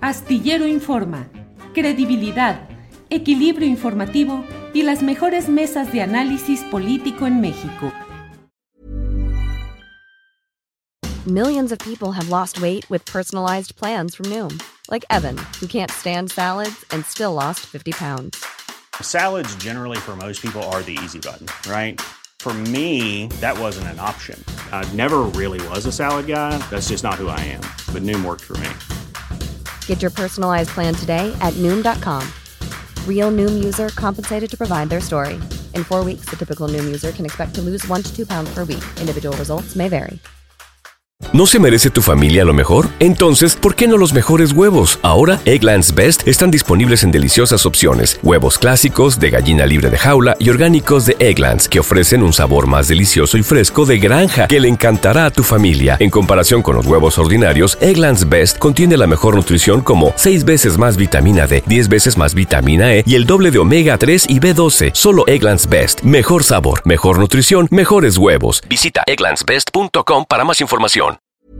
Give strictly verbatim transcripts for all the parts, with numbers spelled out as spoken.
Astillero Informa, credibilidad, equilibrio informativo y las mejores mesas de análisis político en México. Millions of people have lost weight with personalized plans from Noom, like Evan, who can't stand salads and still lost fifty pounds. Salads generally for most people are the easy button, right? For me, that wasn't an option. I never really was a salad guy. That's just not who I am. But Noom worked for me. Get your personalized plan today at Noom dot com. Real Noom user compensated to provide their story. In four weeks, the typical Noom user can expect to lose one to two pounds per week. Individual results may vary. ¿No se merece tu familia lo mejor? Entonces, ¿por qué no los mejores huevos? Ahora, Eggland's Best están disponibles en deliciosas opciones. Huevos clásicos, de gallina libre de jaula y orgánicos de Eggland's, que ofrecen un sabor más delicioso y fresco de granja que le encantará a tu familia. En comparación con los huevos ordinarios, Eggland's Best contiene la mejor nutrición como seis veces más vitamina D, diez veces más vitamina E y el doble de omega tres y B doce. Solo Eggland's Best. Mejor sabor, mejor nutrición, mejores huevos. Visita egglands best punto com para más información.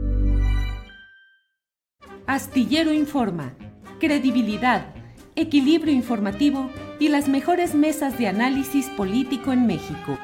Astillero Informa, credibilidad, equilibrio informativo y las mejores mesas de análisis político en México.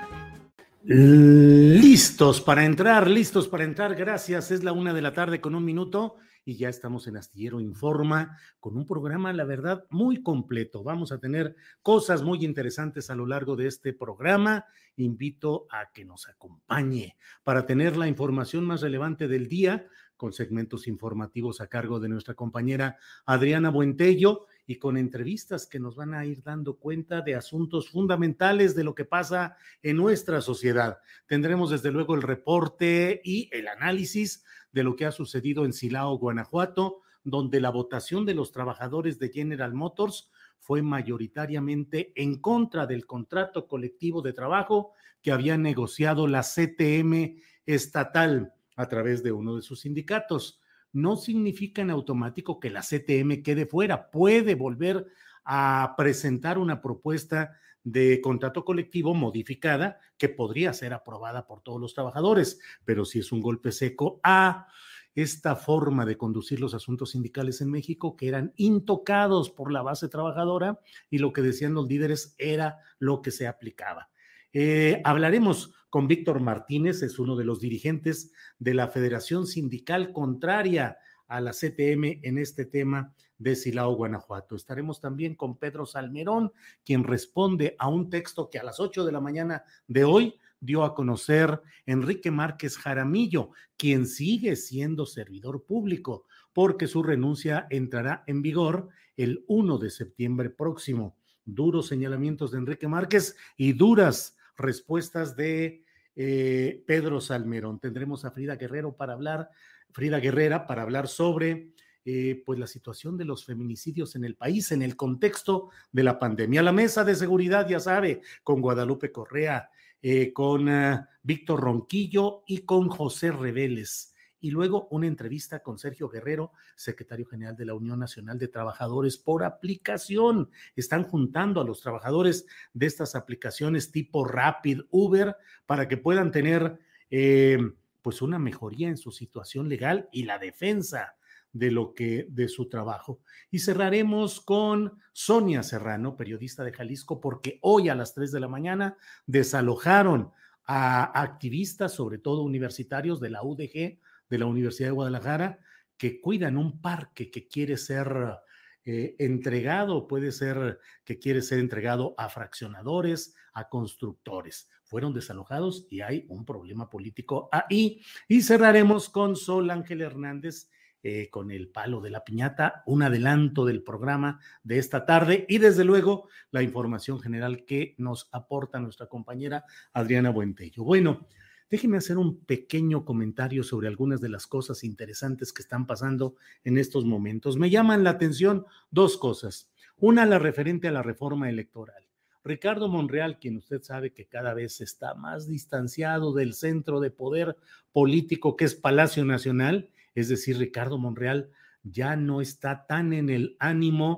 Listos para entrar, listos para entrar, gracias. Es la una de la tarde con un minuto y ya estamos en Astillero Informa con un programa, la verdad, muy completo. Vamos a tener cosas muy interesantes a lo largo de este programa. Invito a que nos acompañe para tener la información más relevante del día, con segmentos informativos a cargo de nuestra compañera Adriana Buentello y con entrevistas que nos van a ir dando cuenta de asuntos fundamentales de lo que pasa en nuestra sociedad. Tendremos desde luego el reporte y el análisis de lo que ha sucedido en Silao, Guanajuato, donde la votación de los trabajadores de General Motors fue mayoritariamente en contra del contrato colectivo de trabajo que había negociado la C T M estatal a través de uno de sus sindicatos. No significa en automático que la C T M quede fuera, puede volver a presentar una propuesta de contrato colectivo modificada que podría ser aprobada por todos los trabajadores, pero sí es un golpe seco a esta forma de conducir los asuntos sindicales en México, que eran intocados por la base trabajadora y lo que decían los líderes era lo que se aplicaba. Eh, hablaremos con Víctor Martínez, es uno de los dirigentes de la Federación Sindical contraria a la C T M en este tema de Silao, Guanajuato. Estaremos también con Pedro Salmerón, quien responde a un texto que a las ocho de la mañana de hoy dio a conocer Enrique Márquez Jaramillo, quien sigue siendo servidor público, porque su renuncia entrará en vigor el primero de septiembre próximo. Duros señalamientos de Enrique Márquez y duras respuestas de eh, Pedro Salmerón. Tendremos a Frida Guerrero para hablar, Frida Guerrera para hablar sobre eh, pues la situación de los feminicidios en el país en el contexto de la pandemia. La mesa de seguridad, ya sabe, con Guadalupe Correa, eh, con uh, Víctor Ronquillo y con José Reveles. Y luego una entrevista con Sergio Guerrero, secretario general de la Unión Nacional de Trabajadores por Aplicación. Están juntando a los trabajadores de estas aplicaciones tipo Rapid, Uber, para que puedan tener eh, pues una mejoría en su situación legal y la defensa de lo que de su trabajo. Y cerraremos con Sonia Serrano, periodista de Jalisco, porque hoy a las tres de la mañana desalojaron a activistas, sobre todo universitarios de la U D G, de la Universidad de Guadalajara, que cuidan un parque que quiere ser eh, entregado, puede ser que quiere ser entregado a fraccionadores, a constructores. Fueron desalojados y hay un problema político ahí. Y cerraremos con Sol Ángel Hernández, eh, con el palo de la piñata, un adelanto del programa de esta tarde y desde luego la información general que nos aporta nuestra compañera Adriana Buentello. Bueno, déjeme hacer un pequeño comentario sobre algunas de las cosas interesantes que están pasando en estos momentos. Me llaman la atención dos cosas. Una, la referente a la reforma electoral. Ricardo Monreal, quien usted sabe que cada vez está más distanciado del centro de poder político que es Palacio Nacional, es decir, Ricardo Monreal ya no está tan en el ánimo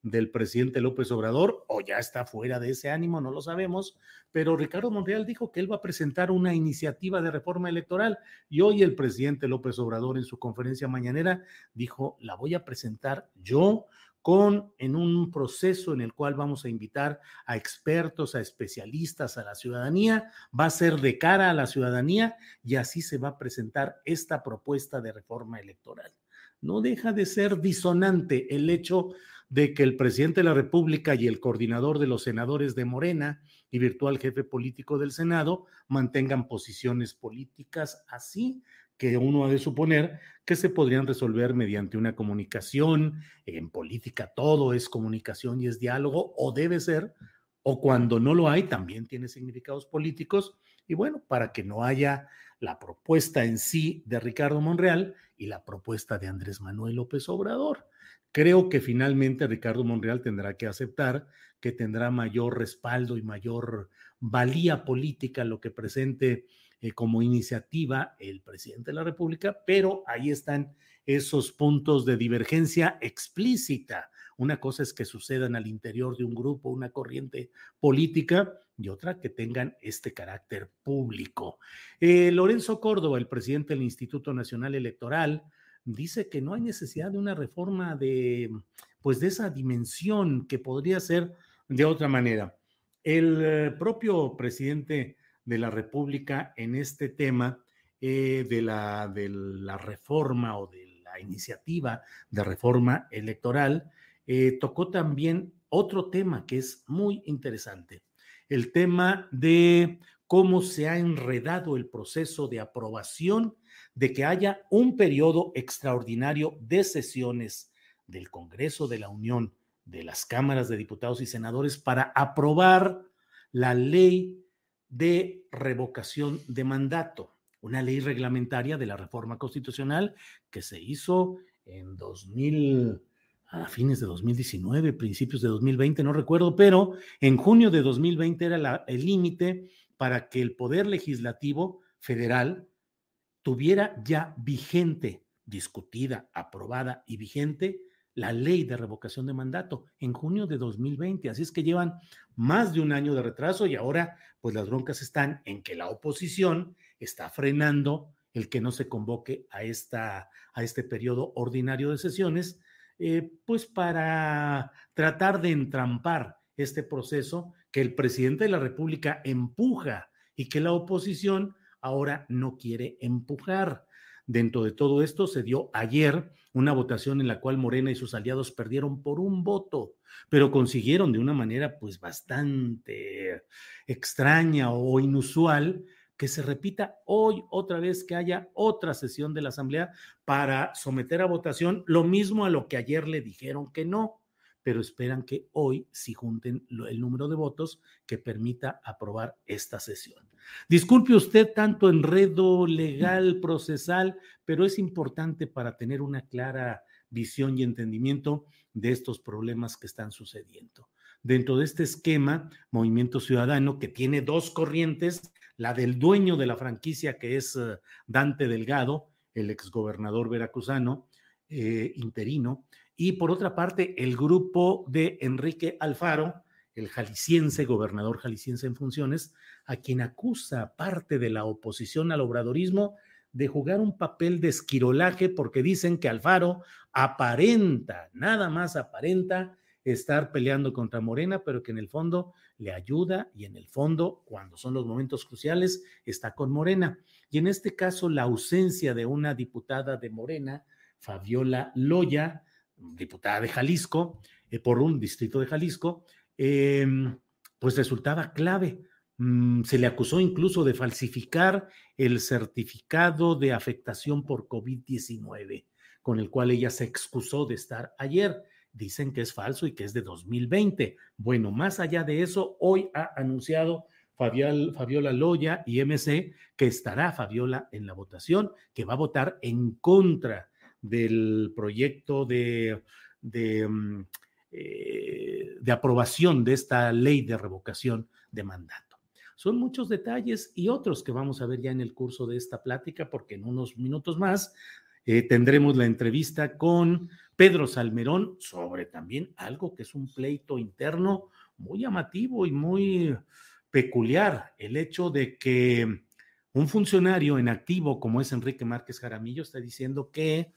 del presidente López Obrador, o ya está fuera de ese ánimo, no lo sabemos, pero Ricardo Monreal dijo que él va a presentar una iniciativa de reforma electoral y hoy el presidente López Obrador en su conferencia mañanera dijo, la voy a presentar yo con en un proceso en el cual vamos a invitar a expertos, a especialistas, a la ciudadanía, va a ser de cara a la ciudadanía y así se va a presentar esta propuesta de reforma electoral. No deja de ser disonante el hecho de que el presidente de la República y el coordinador de los senadores de Morena y virtual jefe político del Senado mantengan posiciones políticas así, que uno ha de suponer que se podrían resolver mediante una comunicación. En política todo es comunicación y es diálogo, o debe ser, o cuando no lo hay también tiene significados políticos. Y bueno, para que no haya la propuesta en sí de Ricardo Monreal y la propuesta de Andrés Manuel López Obrador. Creo que finalmente Ricardo Monreal tendrá que aceptar que tendrá mayor respaldo y mayor valía política lo que presente eh, como iniciativa el presidente de la República, pero ahí están esos puntos de divergencia explícita. Una cosa es que sucedan al interior de un grupo, una corriente política, y otra que tengan este carácter público. Eh, Lorenzo Córdoba, el presidente del Instituto Nacional Electoral, dice que no hay necesidad de una reforma de, pues de esa dimensión, que podría ser de otra manera. El eh, propio presidente de la República en este tema eh, de, la, de la reforma o de la iniciativa de reforma electoral, eh, tocó también otro tema que es muy interesante, el tema de cómo se ha enredado el proceso de aprobación de que haya un periodo extraordinario de sesiones del Congreso de la Unión, de las cámaras de diputados y senadores, para aprobar la ley de revocación de mandato, una ley reglamentaria de la reforma constitucional que se hizo en dos mil, a fines de dos mil diecinueve, principios de dos mil veinte, no recuerdo, pero en junio de dos mil veinte era la, el límite para que el Poder Legislativo Federal tuviera ya vigente, discutida, aprobada y vigente la ley de revocación de mandato en junio de dos mil veinte. Así es que llevan más de un año de retraso y ahora pues las broncas están en que la oposición está frenando el que no se convoque a, esta, a este periodo ordinario de sesiones, eh, pues para tratar de entrampar este proceso que el presidente de la República empuja y que la oposición ahora no quiere empujar. Dentro de todo esto se dio ayer una votación en la cual Morena y sus aliados perdieron por un voto, pero consiguieron de una manera pues bastante extraña o inusual que se repita hoy otra vez, que haya otra sesión de la Asamblea para someter a votación lo mismo a lo que ayer le dijeron que no, pero esperan que hoy sí junten el número de votos que permita aprobar esta sesión. Disculpe usted tanto enredo legal, procesal, pero es importante para tener una clara visión y entendimiento de estos problemas que están sucediendo. Dentro de este esquema, Movimiento Ciudadano, que tiene dos corrientes, la del dueño de la franquicia, que es uh, Dante Delgado, el exgobernador veracruzano, eh, interino, y por otra parte, el grupo de Enrique Alfaro, el jalisciense, gobernador jalisciense en funciones, a quien acusa parte de la oposición al obradorismo de jugar un papel de esquirolaje, porque dicen que Alfaro aparenta, nada más aparenta, estar peleando contra Morena, pero que en el fondo le ayuda y en el fondo, cuando son los momentos cruciales, está con Morena. Y en este caso, la ausencia de una diputada de Morena, Fabiola Loya, diputada de Jalisco, eh, por un distrito de Jalisco, eh, pues resultaba clave. Mm, se le acusó incluso de falsificar el certificado de afectación por COVID diecinueve, con el cual ella se excusó de estar ayer. Dicen que es falso y que es de dos mil veinte. Bueno, más allá de eso, hoy ha anunciado Fabiol, Fabiola Loya y M C que estará Fabiola en la votación, que va a votar en contra del proyecto de, de, eh, de aprobación de esta ley de revocación de mandato. Son muchos detalles y otros que vamos a ver ya en el curso de esta plática, porque en unos minutos más eh, tendremos la entrevista con Pedro Salmerón sobre también algo que es un pleito interno muy llamativo y muy peculiar, el hecho de que un funcionario en activo como es Enrique Márquez Jaramillo está diciendo que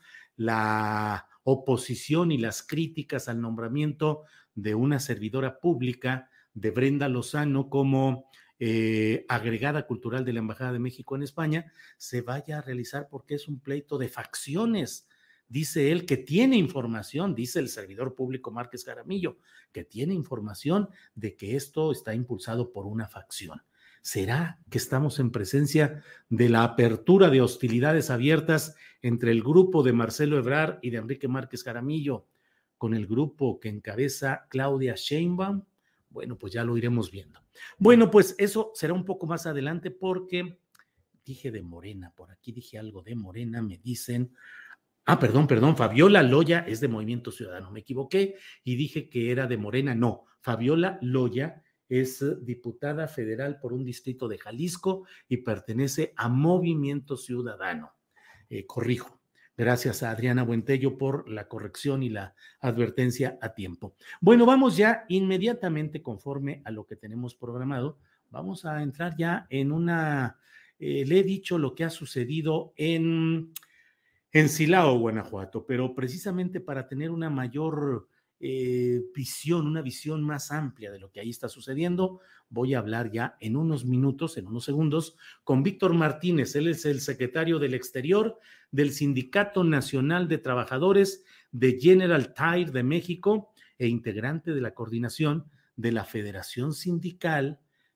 la oposición y las críticas al nombramiento de una servidora pública de Brenda Lozano como eh, agregada cultural de la Embajada de México en España se vaya a realizar porque es un pleito de facciones. Dice él que tiene información, dice el servidor público Márquez Jaramillo, que tiene información de que esto está impulsado por una facción. ¿Será que estamos en presencia de la apertura de hostilidades abiertas entre el grupo de Marcelo Ebrard y de Enrique Márquez Jaramillo con el grupo que encabeza Claudia Sheinbaum? Bueno, pues ya lo iremos viendo. Bueno, pues eso será un poco más adelante porque dije de Morena, por aquí dije algo de Morena, me dicen... Ah, perdón, perdón, Fabiola Loya es de Movimiento Ciudadano, me equivoqué y dije que era de Morena, no, Fabiola Loya es diputada federal por un distrito de Jalisco y pertenece a Movimiento Ciudadano, eh, corrijo. Gracias a Adriana Buentello por la corrección y la advertencia a tiempo. Bueno, vamos ya inmediatamente conforme a lo que tenemos programado, vamos a entrar ya en una, eh, le he dicho lo que ha sucedido en... en Silao, Guanajuato, pero precisamente para tener una mayor eh, visión, una visión más amplia de lo que ahí está sucediendo, voy a hablar ya en unos minutos, en unos segundos, con Víctor Martínez. Él es el secretario del Exterior del Sindicato Nacional de Trabajadores de General Tire de México e integrante de la coordinación de la Federación Sindical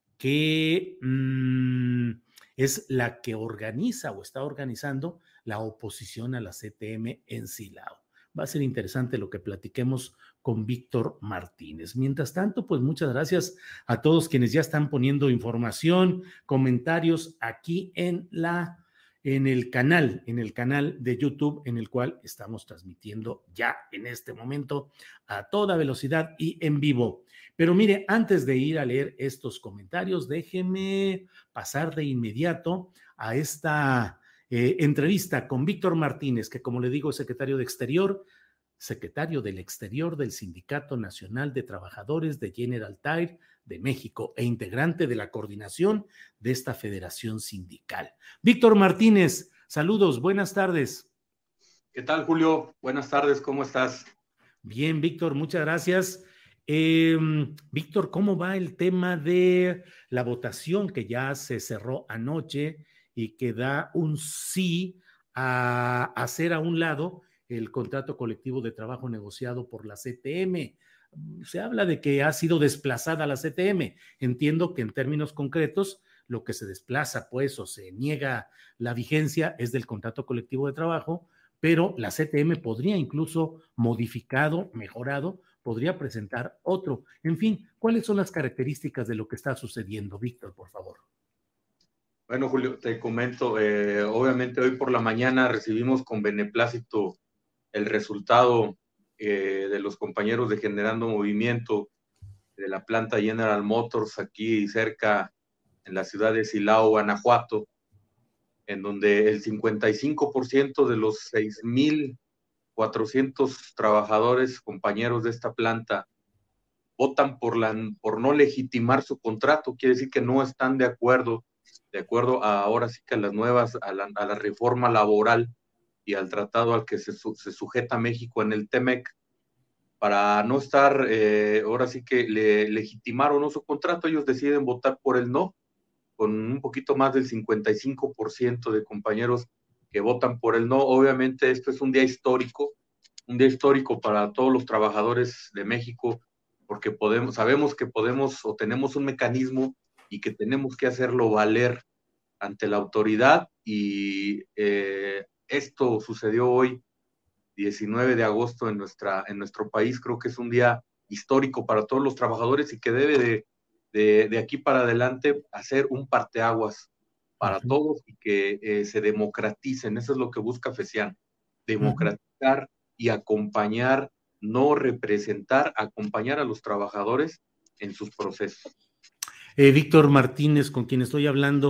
que mmm, es la que organiza o está organizando la oposición a la C T M en Silao. Va a ser interesante lo que platiquemos con Víctor Martínez. Mientras tanto, pues muchas gracias a todos quienes ya están poniendo información, comentarios aquí en la en el canal, en el canal de YouTube, en el cual estamos transmitiendo ya en este momento a toda velocidad y en vivo. Pero mire, antes de ir a leer estos comentarios, déjeme pasar de inmediato a esta eh, entrevista con Víctor Martínez, que como le digo es secretario de Exterior, secretario del Exterior del Sindicato Nacional de Trabajadores de General Tire de México e integrante de la coordinación de esta federación sindical. Víctor Martínez, saludos, buenas tardes. ¿Qué tal, Julio? Buenas tardes, ¿cómo estás? Bien, Víctor, muchas gracias. Eh, Víctor, ¿cómo va el tema de la votación que ya se cerró anoche y que da un sí a hacer a un lado el contrato colectivo de trabajo negociado por la C T M? Se habla de que ha sido desplazada la C T M. Entiendo que en términos concretos lo que se desplaza, pues, o se niega la vigencia es del contrato colectivo de trabajo, pero la C T M podría incluso modificado, mejorado, podría presentar otro. En fin, ¿cuáles son las características de lo que está sucediendo, Víctor, por favor? Bueno, Julio, te comento, eh, obviamente hoy por la mañana recibimos con beneplácito el resultado eh, de los compañeros de Generando Movimiento de la planta General Motors aquí cerca en la ciudad de Silao, Guanajuato, en donde el cincuenta y cinco por ciento de los seis mil cuatrocientos trabajadores, compañeros de esta planta, votan por, la, por no legitimar su contrato. Quiere decir que no están de acuerdo, de acuerdo a ahora sí que a las nuevas, a la, a la reforma laboral y al tratado al que se, se sujeta México en el T M E C, para no estar, eh, ahora sí que le, legitimar o no su contrato, ellos deciden votar por el no, con un poquito más del cincuenta y cinco por ciento de compañeros que votan por el no. Obviamente esto es un día histórico, un día histórico para todos los trabajadores de México, porque podemos, sabemos que podemos o tenemos un mecanismo y que tenemos que hacerlo valer ante la autoridad, y eh, esto sucedió hoy, diecinueve de agosto, en, nuestra, en nuestro país. Creo que es un día histórico para todos los trabajadores y que debe de, de, de aquí para adelante hacer un parteaguas para uh-huh. todos y que eh, se democraticen. Eso es lo que busca FESIAN, democratizar uh-huh. y acompañar, no representar, acompañar a los trabajadores en sus procesos. Eh, Víctor Martínez, con quien estoy hablando,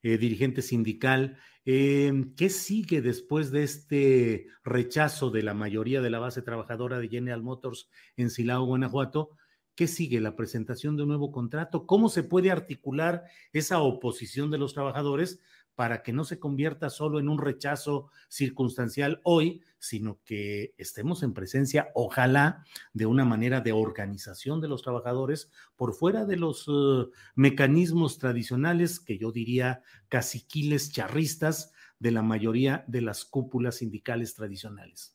eh, dirigente sindical. Eh, ¿Qué sigue después de este rechazo de la mayoría de la base trabajadora de General Motors en Silao, Guanajuato? ¿Qué sigue? ¿La presentación de un nuevo contrato? ¿Cómo se puede articular esa oposición de los trabajadores para que no se convierta solo en un rechazo circunstancial hoy, sino que estemos en presencia, ojalá, de una manera de organización de los trabajadores por fuera de los uh, mecanismos tradicionales, que yo diría caciquiles charristas de la mayoría de las cúpulas sindicales tradicionales?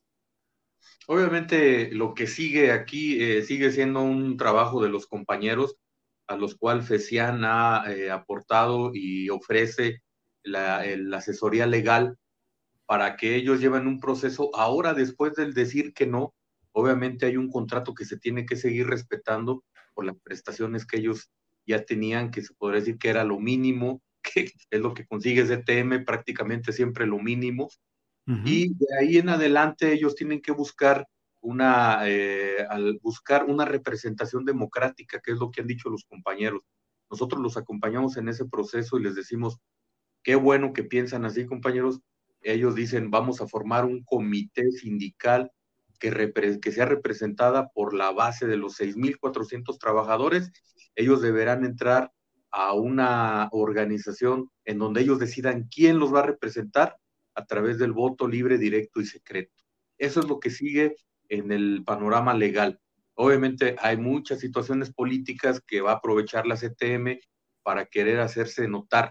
Obviamente lo que sigue aquí eh, sigue siendo un trabajo de los compañeros a los cuales FECIAN ha eh, aportado y ofrece la, la asesoría legal para que ellos lleven un proceso. Ahora, después del decir que no, obviamente hay un contrato que se tiene que seguir respetando por las prestaciones que ellos ya tenían, que se podría decir que era lo mínimo, que es lo que consigue C T M, prácticamente siempre lo mínimo. Uh-huh. Y de ahí en adelante ellos tienen que buscar una, eh, al buscar una representación democrática, que es lo que han dicho los compañeros. Nosotros los acompañamos en ese proceso y les decimos, qué bueno que piensan así, compañeros. Ellos dicen, vamos a formar un comité sindical que, repre- que sea representada por la base de los seis mil cuatrocientos trabajadores. Ellos deberán entrar a una organización en donde ellos decidan quién los va a representar a través del voto libre, directo y secreto. Eso es lo que sigue en el panorama legal. Obviamente hay muchas situaciones políticas que va a aprovechar la C T M para querer hacerse notar,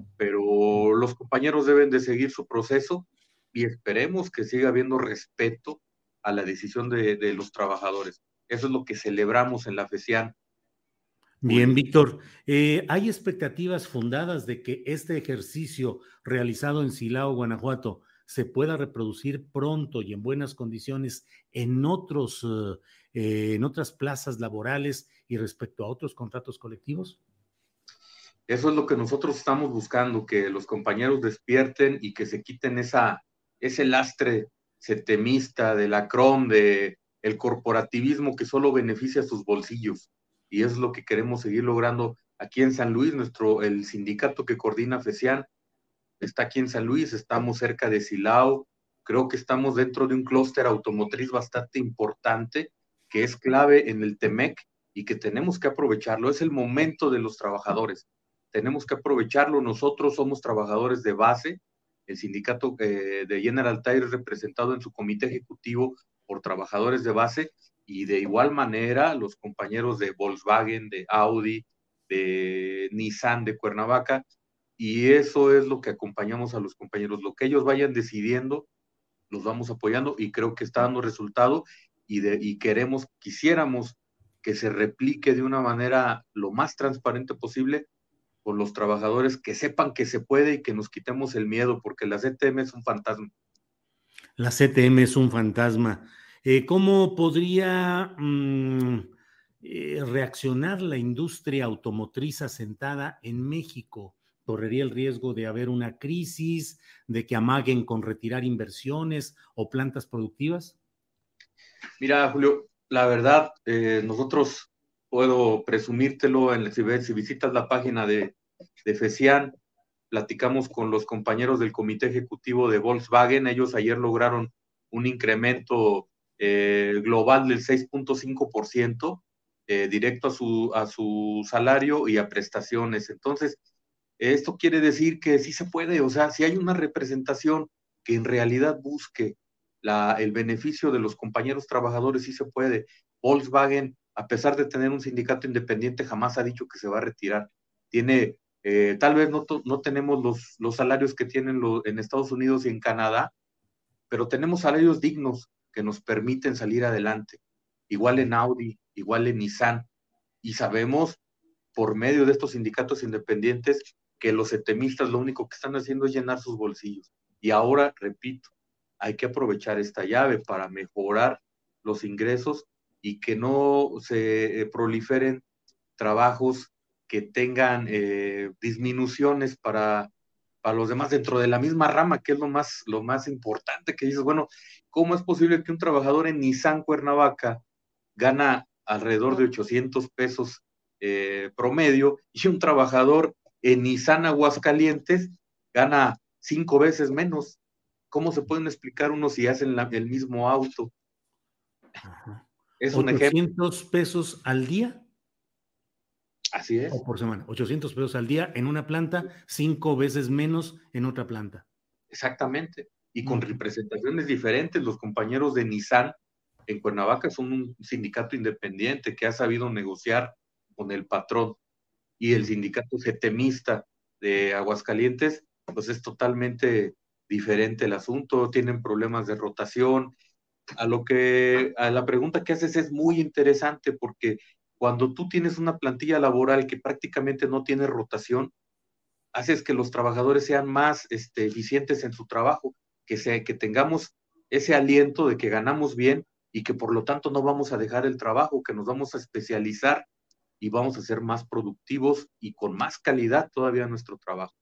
pero los compañeros deben de seguir su proceso y esperemos que siga habiendo respeto a la decisión de, de los trabajadores. Eso es lo que celebramos en la FECIAN. Bien, Víctor, eh, ¿hay expectativas fundadas de que este ejercicio realizado en Silao, Guanajuato, se pueda reproducir pronto y en buenas condiciones en otros, eh, en otras plazas laborales y respecto a otros contratos colectivos? Eso es lo que nosotros estamos buscando, que los compañeros despierten y que se quiten esa, ese lastre setemista de la C R O M, de el corporativismo que solo beneficia a sus bolsillos. Y es lo que queremos seguir logrando aquí en San Luis. Nuestro, el sindicato que coordina FECIAN está aquí en San Luis, estamos cerca de Silao, creo que estamos dentro de un clúster automotriz bastante importante, que es clave en el TEMEC y que tenemos que aprovecharlo. Es el momento de los trabajadores, tenemos que aprovecharlo. Nosotros somos trabajadores de base, el sindicato eh, de General Tyre representado en su comité ejecutivo por trabajadores de base, y de igual manera los compañeros de Volkswagen, de Audi, de Nissan de Cuernavaca, y eso es lo que acompañamos a los compañeros. Lo que ellos vayan decidiendo, los vamos apoyando y creo que está dando resultado y, de, y queremos, quisiéramos que se replique de una manera lo más transparente posible con los trabajadores, que sepan que se puede y que nos quitemos el miedo, porque la C T M es un fantasma. La C T M es un fantasma. Eh, ¿Cómo podría mmm, eh, reaccionar la industria automotriz asentada en México? ¿Correría el riesgo de haber una crisis, de que amaguen con retirar inversiones o plantas productivas? Mira, Julio, la verdad, eh, nosotros, puedo presumírtelo, en, si, si visitas la página de, de FECIAN, platicamos con los compañeros del comité ejecutivo de Volkswagen. Ellos ayer lograron un incremento eh, global del seis punto cinco por ciento eh, directo a su, a su salario y a prestaciones. Entonces, esto quiere decir que sí se puede, o sea, si hay una representación que en realidad busque la, el beneficio de los compañeros trabajadores, sí se puede. Volkswagen, a pesar de tener un sindicato independiente, jamás ha dicho que se va a retirar. Tiene, eh, tal vez no, no tenemos los, los salarios que tienen lo, en Estados Unidos y en Canadá, pero tenemos salarios dignos que nos permiten salir adelante. Igual en Audi, igual en Nissan, y sabemos por medio de estos sindicatos independientes que los setemistas lo único que están haciendo es llenar sus bolsillos. Y ahora, repito, hay que aprovechar esta llave para mejorar los ingresos y que no se eh, proliferen trabajos que tengan eh, disminuciones para, para los demás dentro de la misma rama, que es lo más, lo más importante, que dices, bueno, ¿cómo es posible que un trabajador en Nissan Cuernavaca gana alrededor de ochocientos pesos eh, promedio y un trabajador en Nissan Aguascalientes gana cinco veces menos. ¿Cómo se pueden explicar unos si hacen la, el mismo auto? Ajá. Es un ejemplo. ¿ochocientos pesos al día? Así es. O por semana. ochocientos pesos al día en una planta, cinco veces menos en otra planta. Exactamente. Y con uh-huh. representaciones diferentes. Los compañeros de Nissan en Cuernavaca son un sindicato independiente que ha sabido negociar con el patrón. Y el sindicato getemista de Aguascalientes, pues es totalmente diferente el asunto. Tienen problemas de rotación. A lo que, a la pregunta que haces es muy interesante, porque cuando tú tienes una plantilla laboral que prácticamente no tiene rotación, haces que los trabajadores sean más este, eficientes en su trabajo, que, sea, que tengamos ese aliento de que ganamos bien y que por lo tanto no vamos a dejar el trabajo, que nos vamos a especializar y vamos a ser más productivos y con más calidad todavía nuestro trabajo.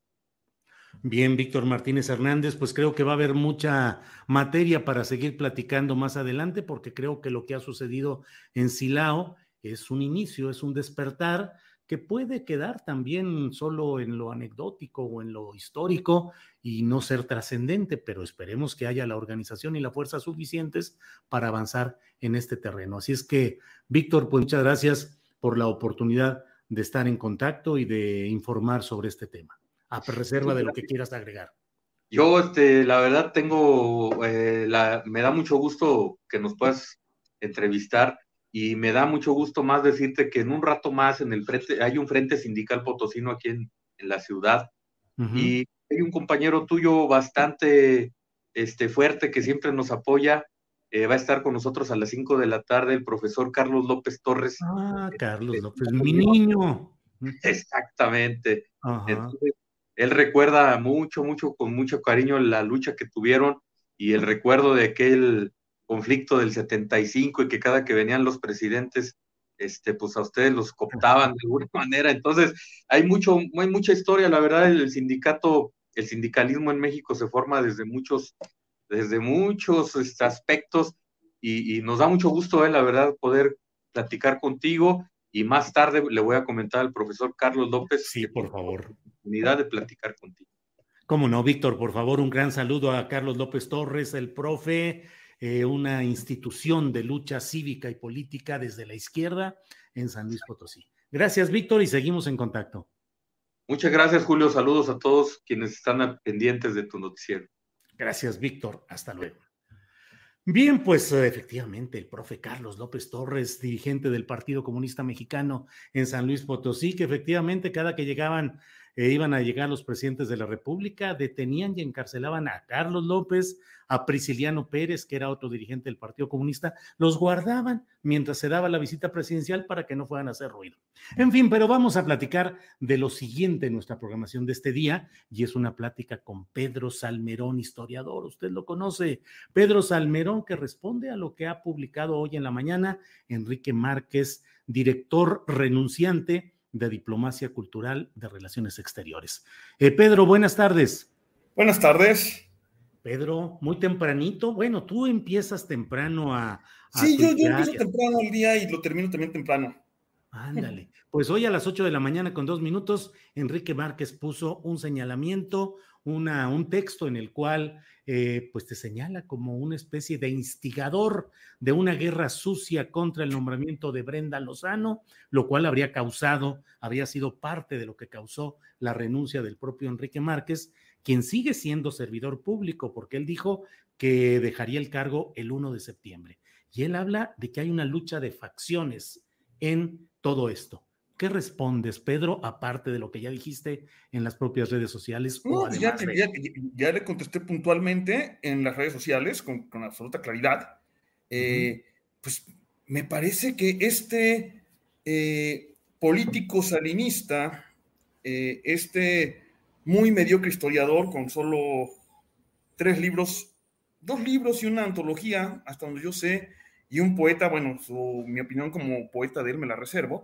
Bien, Víctor Martínez Hernández, pues creo que va a haber mucha materia para seguir platicando más adelante, porque creo que lo que ha sucedido en Silao es un inicio, es un despertar que puede quedar también solo en lo anecdótico o en lo histórico y no ser trascendente, pero esperemos que haya la organización y la fuerza suficientes para avanzar en este terreno. Así es que, Víctor, pues muchas gracias por la oportunidad de estar en contacto y de informar sobre este tema. A reserva de lo que quieras agregar. Yo, este, la verdad, tengo, eh, la, me da mucho gusto que nos puedas entrevistar y me da mucho gusto más decirte que en un rato más en el frente, hay un frente sindical potosino aquí en, en la ciudad uh-huh. y hay un compañero tuyo bastante este, fuerte que siempre nos apoya. Eh, va a estar con nosotros a las cinco de la tarde el profesor Carlos López Torres. Ah, Carlos eh, López, mi niño. Exactamente. Uh-huh. Entonces, él recuerda mucho, mucho, con mucho cariño la lucha que tuvieron y el recuerdo de aquel conflicto del setenta y cinco y que cada que venían los presidentes, este, pues a ustedes los cooptaban de alguna manera. Entonces, hay mucho, hay mucha historia. La verdad, el sindicato, el sindicalismo en México se forma desde muchos, desde muchos este, aspectos y, y nos da mucho gusto, eh, la verdad, poder platicar contigo. Y más tarde le voy a comentar al profesor Carlos López. Sí, por favor. La oportunidad de platicar contigo. Cómo no, Víctor, por favor, un gran saludo a Carlos López Torres, el profe, eh, una institución de lucha cívica y política desde la izquierda en San Luis Potosí. Gracias, Víctor, y seguimos en contacto. Muchas gracias, Julio. Saludos a todos quienes están pendientes de tu noticiero. Gracias, Víctor. Hasta luego. Bien, pues efectivamente el profe Carlos López Torres, dirigente del Partido Comunista Mexicano en San Luis Potosí, que efectivamente cada que llegaban, eh, iban a llegar los presidentes de la República, detenían y encarcelaban a Carlos López, a Prisciliano Pérez, que era otro dirigente del Partido Comunista, los guardaban mientras se daba la visita presidencial para que no fueran a hacer ruido. En fin, pero vamos a platicar de lo siguiente en nuestra programación de este día, y es una plática con Pedro Salmerón, historiador, usted lo conoce, Pedro Salmerón, que responde a lo que ha publicado hoy en la mañana Enrique Márquez, director renunciante de Diplomacia Cultural de Relaciones Exteriores. Eh, Pedro, buenas tardes. Buenas tardes. Pedro, muy tempranito. Bueno, tú empiezas temprano a... a sí, yo, yo empiezo temprano el día y lo termino también temprano. Ándale. Pues hoy a las ocho de la mañana con dos minutos, Enrique Márquez puso un señalamiento, una, un texto en el cual eh, pues te señala como una especie de instigador de una guerra sucia contra el nombramiento de Brenda Lozano, lo cual habría causado, habría sido parte de lo que causó la renuncia del propio Enrique Márquez, quien sigue siendo servidor público, porque él dijo que dejaría el cargo el primero de septiembre. Y él habla de que hay una lucha de facciones en todo esto. ¿Qué respondes, Pedro, aparte de lo que ya dijiste en las propias redes sociales? No, o ya, de... ya, ya le contesté puntualmente en las redes sociales con, con absoluta claridad. Eh, uh-huh. Pues me parece que este eh, político salinista, eh, este muy mediocre historiador con solo tres libros, dos libros y una antología, hasta donde yo sé, y un poeta, bueno, su, mi opinión como poeta de él me la reservo,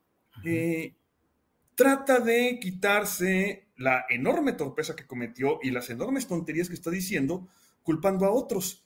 eh, trata de quitarse la enorme torpeza que cometió y las enormes tonterías que está diciendo, culpando a otros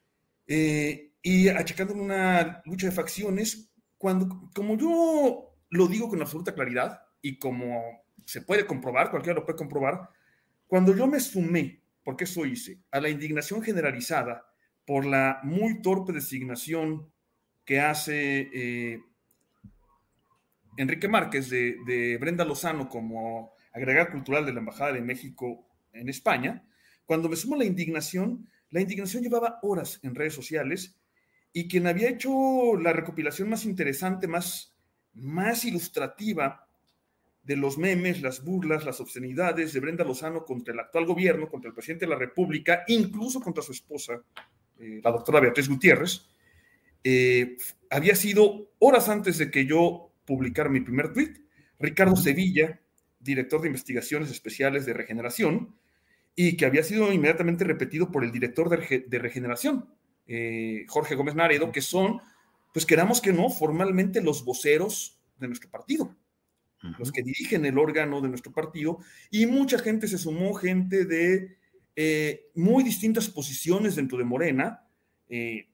eh, y achacando una lucha de facciones, cuando, como yo lo digo con absoluta claridad y como se puede comprobar, cualquiera lo puede comprobar, cuando yo me sumé, porque eso hice, a la indignación generalizada por la muy torpe designación que hace eh, Enrique Márquez de, de Brenda Lozano como agregada cultural de la Embajada de México en España, cuando me sumo a la indignación, la indignación llevaba horas en redes sociales y quien había hecho la recopilación más interesante, más, más ilustrativa de los memes, las burlas, las obscenidades de Brenda Lozano contra el actual gobierno, contra el presidente de la República, incluso contra su esposa, eh, la doctora Beatriz Gutiérrez, eh, había sido horas antes de que yo publicara mi primer tuit, Ricardo Sevilla, director de investigaciones especiales de Regeneración, y que había sido inmediatamente repetido por el director de, de Regeneración, eh, Jorge Gómez Naredo, que son, pues queramos que no, formalmente los voceros de nuestro partido, uh-huh. los que dirigen el órgano de nuestro partido, y mucha gente se sumó, gente de eh, muy distintas posiciones dentro de Morena, eh,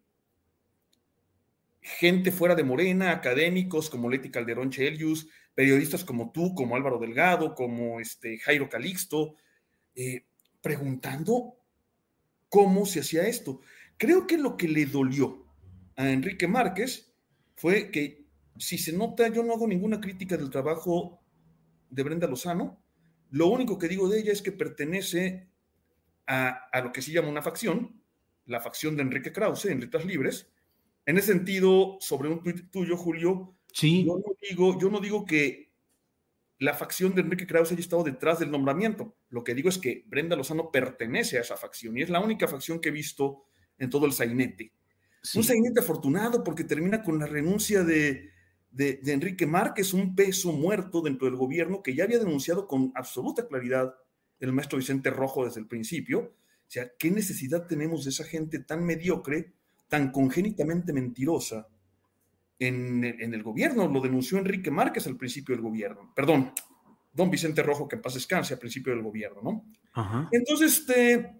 gente fuera de Morena, académicos como Leti Calderón Chelius, periodistas como tú, como Álvaro Delgado, como este, Jairo Calixto, eh, preguntando cómo se hacía esto. Creo que lo que le dolió a Enrique Márquez fue que, si se nota, yo no hago ninguna crítica del trabajo de Brenda Lozano, lo único que digo de ella es que pertenece a, a lo que se llama una facción, la facción de Enrique Krause, en Letras Libres. En ese sentido, sobre un tuit tuyo, Julio, sí. yo, no digo, yo no digo que la facción de Enrique Krause haya estado detrás del nombramiento. Lo que digo es que Brenda Lozano pertenece a esa facción y es la única facción que he visto en todo el sainete. Sí. Un sainete afortunado porque termina con la renuncia de, de, de Enrique Márquez, un peso muerto dentro del gobierno que ya había denunciado con absoluta claridad el maestro Vicente Rojo desde el principio. O sea, ¿qué necesidad tenemos de esa gente tan mediocre, tan congénitamente mentirosa en, en el gobierno? Lo denunció Enrique Márquez al principio del gobierno. Perdón, don Vicente Rojo, que en paz descanse, al principio del gobierno, ¿no? Ajá. Entonces, este,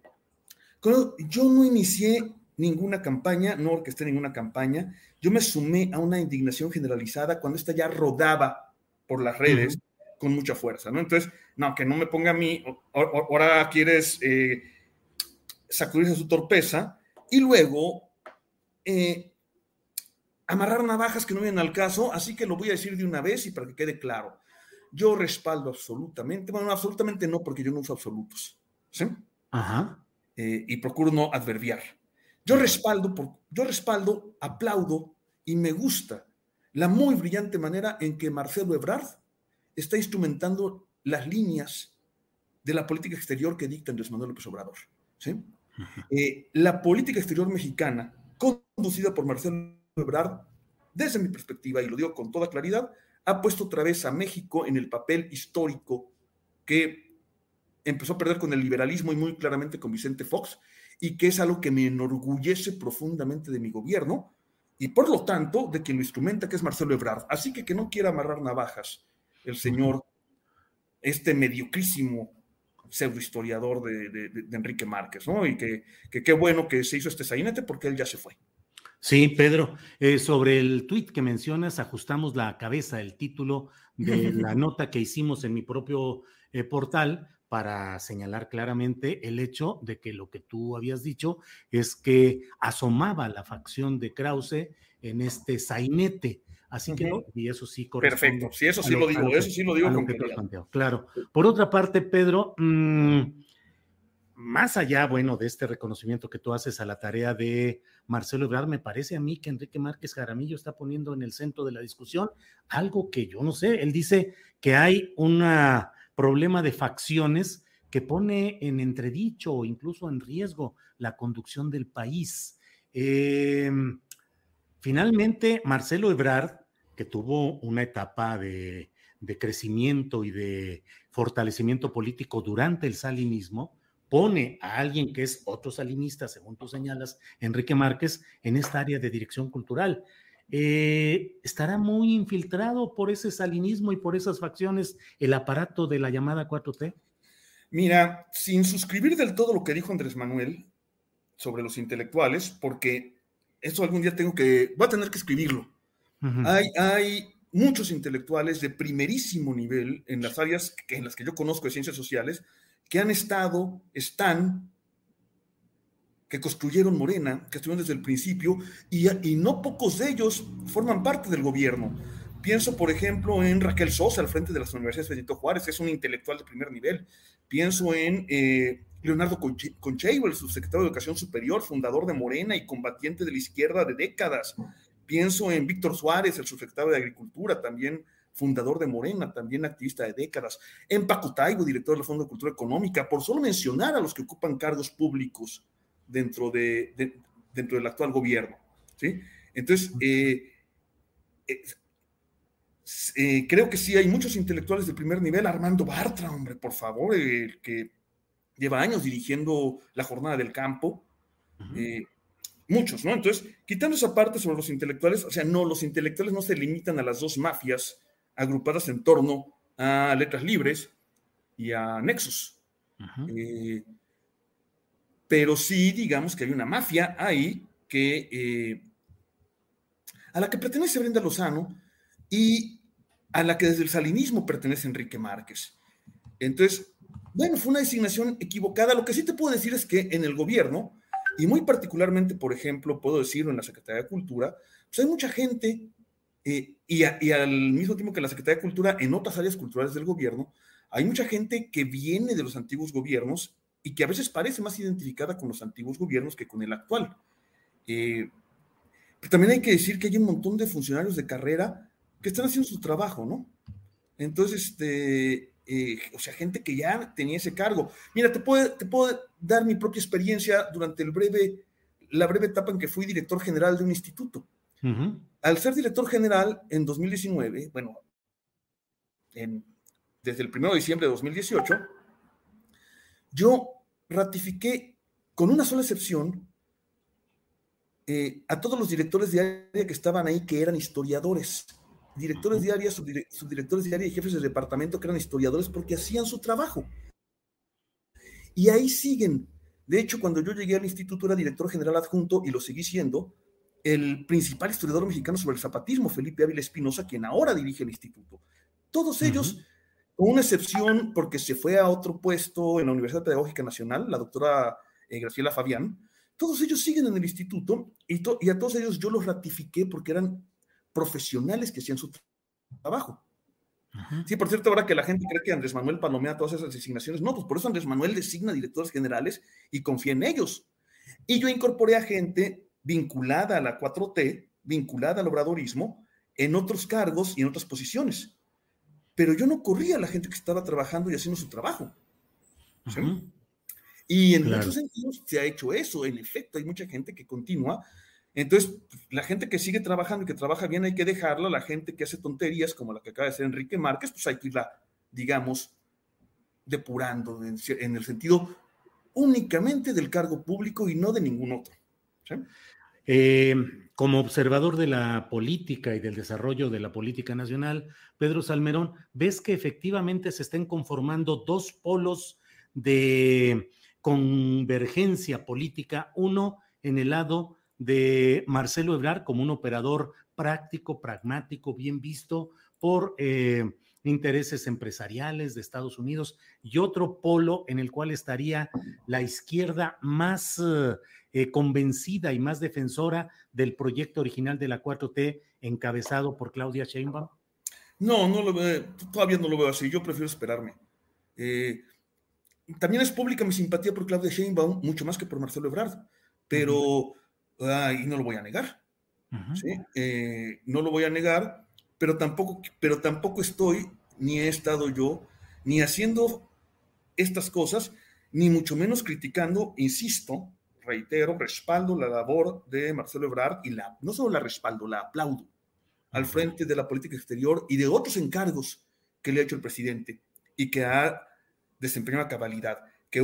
yo no inicié ninguna campaña, no orquesté ninguna campaña. Yo me sumé a una indignación generalizada cuando esta ya rodaba por las redes uh-huh. con mucha fuerza, ¿no? Entonces, no, que no me ponga a mí, ahora quieres eh, sacudirse su torpeza y luego eh, amarrar navajas que no vienen al caso, así que lo voy a decir de una vez y para que quede claro. Yo respaldo absolutamente, bueno, absolutamente no, porque yo no uso absolutos, ¿sí? Ajá. Eh, y procuro no adverbiar. Yo respaldo, por, yo respaldo, aplaudo y me gusta la muy brillante manera en que Marcelo Ebrard está instrumentando las líneas de la política exterior que dicta Andrés Manuel López Obrador, ¿sí? Uh-huh. Eh, la política exterior mexicana, conducida por Marcelo Ebrard, desde mi perspectiva, y lo digo con toda claridad, ha puesto otra vez a México en el papel histórico que empezó a perder con el liberalismo y muy claramente con Vicente Fox, y que es algo que me enorgullece profundamente de mi gobierno, y por lo tanto de quien lo instrumenta, que es Marcelo Ebrard. Así que que no quiera amarrar navajas el señor, este mediocrísimo pseudohistoriador de, de, de Enrique Márquez, ¿no? Y que qué bueno que se hizo este sainete porque él ya se fue. Sí, Pedro, eh, sobre el tuit que mencionas, ajustamos la cabeza, el título de la nota que hicimos en mi propio eh, portal para señalar claramente el hecho de que lo que tú habías dicho es que asomaba la facción de Krause en este sainete. Así que, uh-huh. y eso sí corresponde. Perfecto, sí, eso sí lo, lo digo, lo que, eso sí lo digo con claridad. Claro. Por otra parte, Pedro, mmm, más allá, bueno, de este reconocimiento que tú haces a la tarea de Marcelo Ebrard, me parece a mí que Enrique Márquez Jaramillo está poniendo en el centro de la discusión algo que yo no sé. Él dice que hay un problema de facciones que pone en entredicho o incluso en riesgo la conducción del país. Eh, finalmente, Marcelo Ebrard, que tuvo una etapa de, de crecimiento y de fortalecimiento político durante el salinismo, pone a alguien que es otro salinista, según tú señalas, Enrique Márquez, en esta área de dirección cultural. Eh, ¿Estará muy infiltrado por ese salinismo y por esas facciones el aparato de la llamada cuatro T? Mira, sin suscribir del todo lo que dijo Andrés Manuel sobre los intelectuales, porque eso algún día tengo que, voy a tener que escribirlo. Uh-huh. Hay, hay muchos intelectuales de primerísimo nivel en las áreas que, en las que yo conozco de ciencias sociales, que han estado, están, que construyeron Morena, que estuvieron desde el principio, y, y no pocos de ellos forman parte del gobierno. Pienso, por ejemplo, en Raquel Sosa, al frente de las universidades Benito Juárez, que es un intelectual de primer nivel. Pienso en eh, Leonardo Concheiro, el subsecretario de Educación Superior, fundador de Morena y combatiente de la izquierda de décadas. Pienso en Víctor Suárez, el subsecretario de Agricultura, también fundador de Morena, también activista de décadas. En Paco Taibo, director del Fondo de Cultura Económica, por solo mencionar a los que ocupan cargos públicos dentro, de, de, dentro del actual gobierno, ¿sí? Entonces, eh, eh, eh, creo que sí hay muchos intelectuales de primer nivel. Armando Bartra, hombre, por favor, eh, que lleva años dirigiendo la Jornada del Campo. Uh-huh. Eh, muchos, ¿no? Entonces, quitando esa parte sobre los intelectuales, o sea, no, los intelectuales no se limitan a las dos mafias agrupadas en torno a Letras Libres y a Nexos. Uh-huh. Eh, pero sí, digamos que hay una mafia ahí que, eh, a la que pertenece Brenda Lozano y a la que desde el salinismo pertenece Enrique Márquez. Entonces, bueno, fue una designación equivocada. Lo que sí te puedo decir es que en el gobierno, y muy particularmente, por ejemplo, puedo decirlo en la Secretaría de Cultura, pues hay mucha gente, eh, y, a, y al mismo tiempo que la Secretaría de Cultura, en otras áreas culturales del gobierno, hay mucha gente que viene de los antiguos gobiernos y que a veces parece más identificada con los antiguos gobiernos que con el actual. Eh, pero también hay que decir que hay un montón de funcionarios de carrera que están haciendo su trabajo, ¿no? Entonces, este, eh, o sea, gente que ya tenía ese cargo. Mira, te puedo, te puedo dar mi propia experiencia durante el breve, la breve etapa en que fui director general de un instituto. Uh-huh. Al ser director general en dos mil diecinueve, bueno, en, desde el primero de diciembre de dos mil dieciocho, yo ratifiqué, con una sola excepción, eh, a todos los directores de área que estaban ahí, que eran historiadores. Directores de área, subdire, subdirectores de área y jefes de departamento que eran historiadores porque hacían su trabajo. Y ahí siguen. De hecho, cuando yo llegué al instituto era director general adjunto y lo seguí siendo el principal historiador mexicano sobre el zapatismo, Felipe Ávila Espinosa, quien ahora dirige el instituto. Todos ellos, uh-huh. con una excepción porque se fue a otro puesto en la Universidad Pedagógica Nacional, la doctora eh, Graciela Fabián, todos ellos siguen en el instituto y, to- y a todos ellos yo los ratifiqué porque eran profesionales que hacían su trabajo. Uh-huh. Sí, por cierto, ahora que la gente cree que Andrés Manuel palomea todas esas designaciones, no, pues por eso Andrés Manuel designa directores generales y confía en ellos. Y yo incorporé a gente vinculada a la cuatro T, vinculada al obradorismo, en otros cargos y en otras posiciones. Pero yo no corría a la gente que estaba trabajando y haciendo su trabajo. ¿Sí? Uh-huh. Y en claro. muchos sentidos se ha hecho eso. En efecto, hay mucha gente que continúa. Entonces, la gente que sigue trabajando y que trabaja bien hay que dejarla. La gente que hace tonterías, como la que acaba de hacer Enrique Márquez, pues hay que irla, digamos, depurando en, en el sentido únicamente del cargo público y no de ningún otro. ¿Sí? Eh, como observador de la política y del desarrollo de la política nacional, Pedro Salmerón, ¿ves que efectivamente se estén conformando dos polos de convergencia política? Uno en el lado de Marcelo Ebrard como un operador práctico, pragmático, bien visto por eh, intereses empresariales de Estados Unidos, y otro polo en el cual estaría la izquierda más eh, convencida y más defensora del proyecto original de la cuatro T encabezado por Claudia Sheinbaum. No, no lo veo, todavía no lo veo así, yo prefiero esperarme. Eh, también es pública mi simpatía por Claudia Sheinbaum, mucho más que por Marcelo Ebrard, pero... Uh-huh. Ah, y no lo voy a negar, uh-huh. ¿sí? eh, no lo voy a negar, pero tampoco, pero tampoco estoy, ni he estado yo, ni haciendo estas cosas, ni mucho menos criticando, insisto, reitero, respaldo la labor de Marcelo Ebrard y la, no solo la respaldo, la aplaudo al frente de la política exterior y de otros encargos que le ha hecho el presidente y que ha desempeñado a cabalidad. Que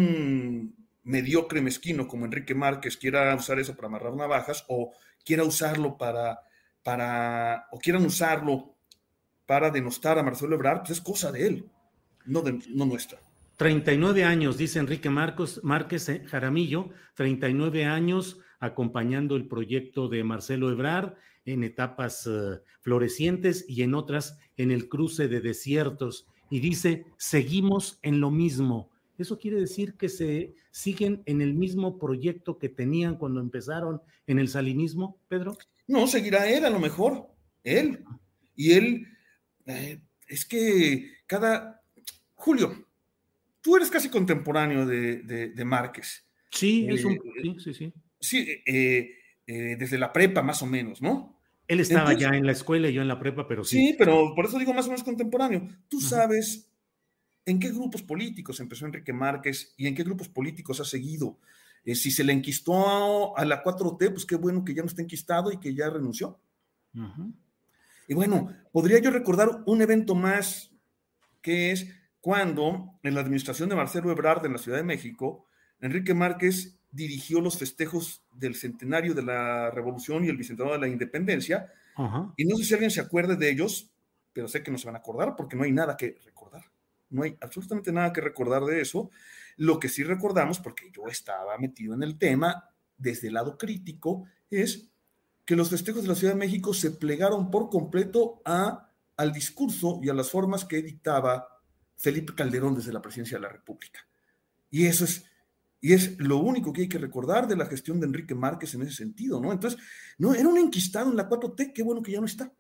un mediocre mezquino como Enrique Márquez quiera usar eso para amarrar navajas o quiera usarlo para, para o quieran usarlo para denostar a Marcelo Ebrard, pues es cosa de él, no, de, no nuestra. treinta y nueve años, dice Enrique Marcos, Márquez eh, Jaramillo, treinta y nueve años acompañando el proyecto de Marcelo Ebrard, en etapas uh, florecientes y en otras en el cruce de desiertos. Y dice, seguimos en lo mismo. ¿Eso quiere decir que se siguen en el mismo proyecto que tenían cuando empezaron en el salinismo, Pedro? No, seguirá él a lo mejor, él. Y él, eh, es que cada... Julio, tú eres casi contemporáneo de, de, de Márquez. Sí, eh, es un... Sí, sí, sí. Sí, eh, eh, desde la prepa más o menos, ¿no? Él estaba Entonces, ya en la escuela y yo en la prepa, pero sí. Sí, pero por eso digo más o menos contemporáneo. Tú Uh-huh. sabes en qué grupos políticos empezó Enrique Márquez y en qué grupos políticos ha seguido. Eh, si se le enquistó a la cuatro T, pues qué bueno que ya no está enquistado y que ya renunció. Uh-huh. Y bueno, podría yo recordar un evento más, que es cuando en la administración de Marcelo Ebrard en la Ciudad de México, Enrique Márquez dirigió los festejos del centenario de la Revolución y el bicentenario de la Independencia. Uh-huh. Y no sé si alguien se acuerde de ellos, pero sé que no se van a acordar porque no hay nada que recordar. No hay absolutamente nada que recordar de eso. Lo que sí recordamos, porque yo estaba metido en el tema desde el lado crítico, es que los festejos de la Ciudad de México se plegaron por completo a, al discurso y a las formas que dictaba Felipe Calderón desde la presidencia de la República. Y eso es, y es lo único que hay que recordar de la gestión de Enrique Márquez en ese sentido, ¿no? Entonces, no, era un enquistado en la cuatro T, qué bueno que ya no está.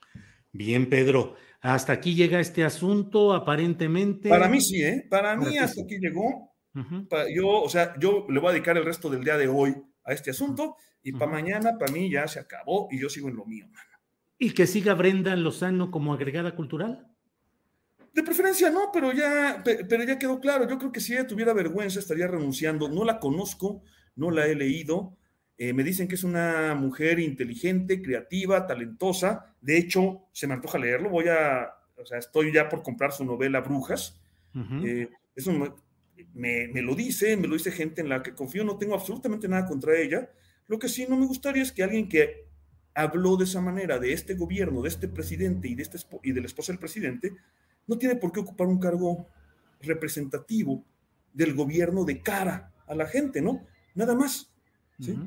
Bien, Pedro, hasta aquí llega este asunto, aparentemente. Para mí sí, ¿eh? Para, Para mí hasta sí. Aquí llegó. Uh-huh. Para, yo, o sea, yo le voy a dedicar el resto del día de hoy a este asunto uh-huh. y para uh-huh. mañana, para mí ya se acabó y yo sigo en lo mío, mano. ¿Y que siga Brenda Lozano como agregada cultural? De preferencia no, pero ya, pero ya quedó claro. Yo creo que si ella tuviera vergüenza estaría renunciando. No la conozco, no la he leído. Eh, me dicen que es una mujer inteligente, creativa, talentosa. De hecho, se me antoja leerlo. Voy a, o sea, estoy ya por comprar su novela Brujas. Uh-huh. Eh, eso me, me, me lo dice, me lo dice gente en la que confío. No tengo absolutamente nada contra ella. Lo que sí no me gustaría es que alguien que habló de esa manera de este gobierno, de este presidente y de, este, y de la esposa del presidente, no tiene por qué ocupar un cargo representativo del gobierno de cara a la gente, ¿no? Nada más. ¿Sí? Uh-huh.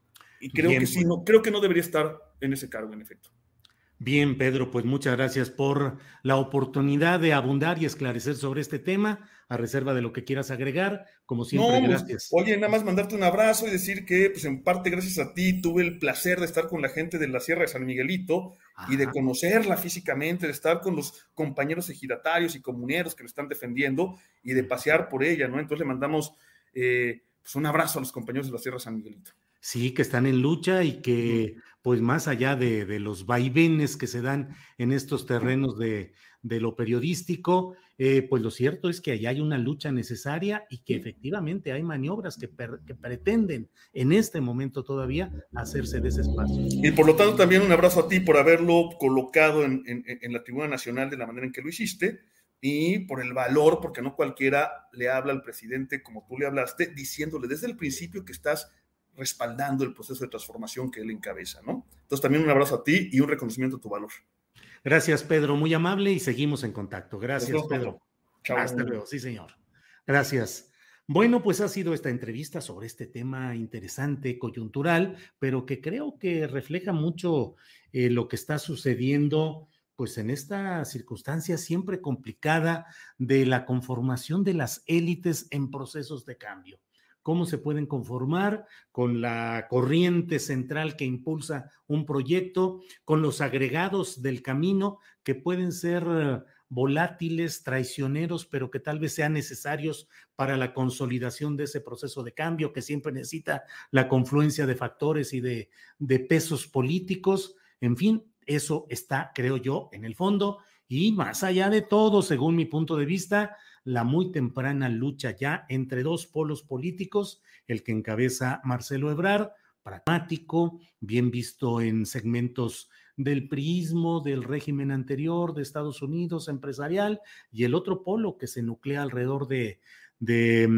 Y creo Bien, que sí, no, creo que no debería estar en ese cargo, en efecto. Bien, Pedro, pues muchas gracias por la oportunidad de abundar y esclarecer sobre este tema, a reserva de lo que quieras agregar, como siempre, no, gracias. Pues, oye, nada más mandarte un abrazo y decir que, pues en parte gracias a ti, tuve el placer de estar con la gente de la Sierra de San Miguelito Ajá. y de conocerla físicamente, de estar con los compañeros ejidatarios y comuneros que lo están defendiendo y de pasear por ella, ¿no? Entonces le mandamos eh, pues un abrazo a los compañeros de la Sierra de San Miguelito. Sí, que están en lucha y que, pues más allá de, de los vaivenes que se dan en estos terrenos de, de lo periodístico, eh, pues lo cierto es que allá hay una lucha necesaria y que efectivamente hay maniobras que, per, que pretenden en este momento todavía hacerse de ese espacio. Y por lo tanto también un abrazo a ti por haberlo colocado en, en, en la tribuna nacional de la manera en que lo hiciste y por el valor, porque no cualquiera le habla al presidente como tú le hablaste, diciéndole desde el principio que estás respaldando el proceso de transformación que él encabeza, ¿no? Entonces también un abrazo a ti y un reconocimiento a tu valor. Gracias, Pedro, muy amable y seguimos en contacto. Gracias, Pedro. Pedro. Chao. Hasta luego, sí, señor. Gracias. Bueno, pues ha sido esta entrevista sobre este tema interesante, coyuntural, pero que creo que refleja mucho eh, lo que está sucediendo, pues en esta circunstancia siempre complicada de la conformación de las élites en procesos de cambio. Cómo se pueden conformar con la corriente central que impulsa un proyecto, con los agregados del camino que pueden ser volátiles, traicioneros, pero que tal vez sean necesarios para la consolidación de ese proceso de cambio que siempre necesita la confluencia de factores y de, de pesos políticos. En fin, eso está, creo yo, en el fondo. Y más allá de todo, según mi punto de vista, la muy temprana lucha ya entre dos polos políticos, el que encabeza Marcelo Ebrard, pragmático, bien visto en segmentos del priismo, del régimen anterior de Estados Unidos, empresarial, y el otro polo que se nuclea alrededor de, de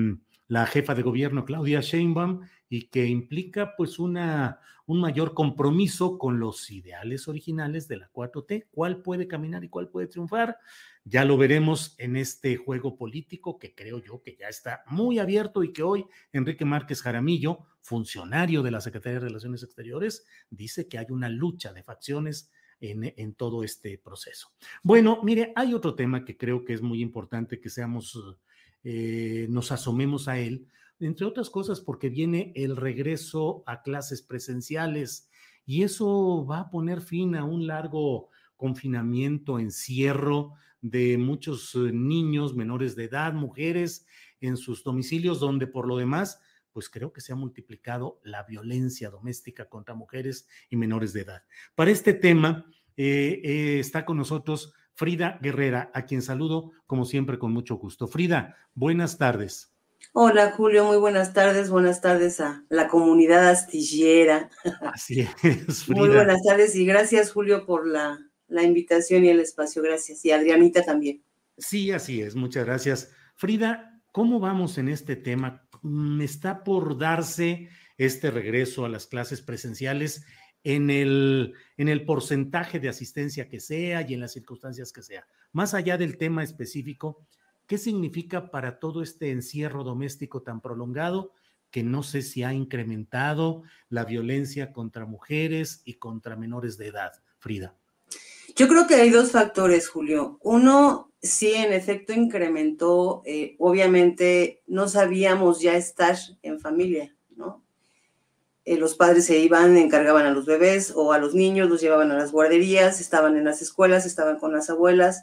la jefa de gobierno Claudia Sheinbaum y que implica pues una, un mayor compromiso con los ideales originales de la cuatro T. ¿Cuál puede caminar y cuál puede triunfar? Ya lo veremos en este juego político que creo yo que ya está muy abierto y que hoy Enrique Márquez Jaramillo, funcionario de la Secretaría de Relaciones Exteriores, dice que hay una lucha de facciones en, en todo este proceso. Bueno, mire, hay otro tema que creo que es muy importante que seamos... Eh, nos asomemos a él, entre otras cosas porque viene el regreso a clases presenciales y eso va a poner fin a un largo confinamiento, encierro de muchos eh, niños menores de edad, mujeres en sus domicilios, donde por lo demás, pues creo que se ha multiplicado la violencia doméstica contra mujeres y menores de edad. Para este tema eh, eh, está con nosotros Frida Guerrera, a quien saludo como siempre con mucho gusto. Frida, buenas tardes. Hola Julio, muy buenas tardes, buenas tardes a la comunidad astillera. Así es, Frida. Muy buenas tardes y gracias Julio por la, la invitación y el espacio, gracias. Y Adrianita también. Sí, así es, muchas gracias. Frida, ¿cómo vamos en este tema? ¿Está por darse este regreso a las clases presenciales en el, en el porcentaje de asistencia que sea y en las circunstancias que sea? Más allá del tema específico, ¿qué significa para todo este encierro doméstico tan prolongado que no sé si ha incrementado la violencia contra mujeres y contra menores de edad? Frida. Yo creo que hay dos factores, Julio. Uno, sí, en efecto incrementó, eh, obviamente no sabíamos ya estar en familia, ¿no? Los padres se iban, encargaban a los bebés o a los niños, los llevaban a las guarderías, estaban en las escuelas, estaban con las abuelas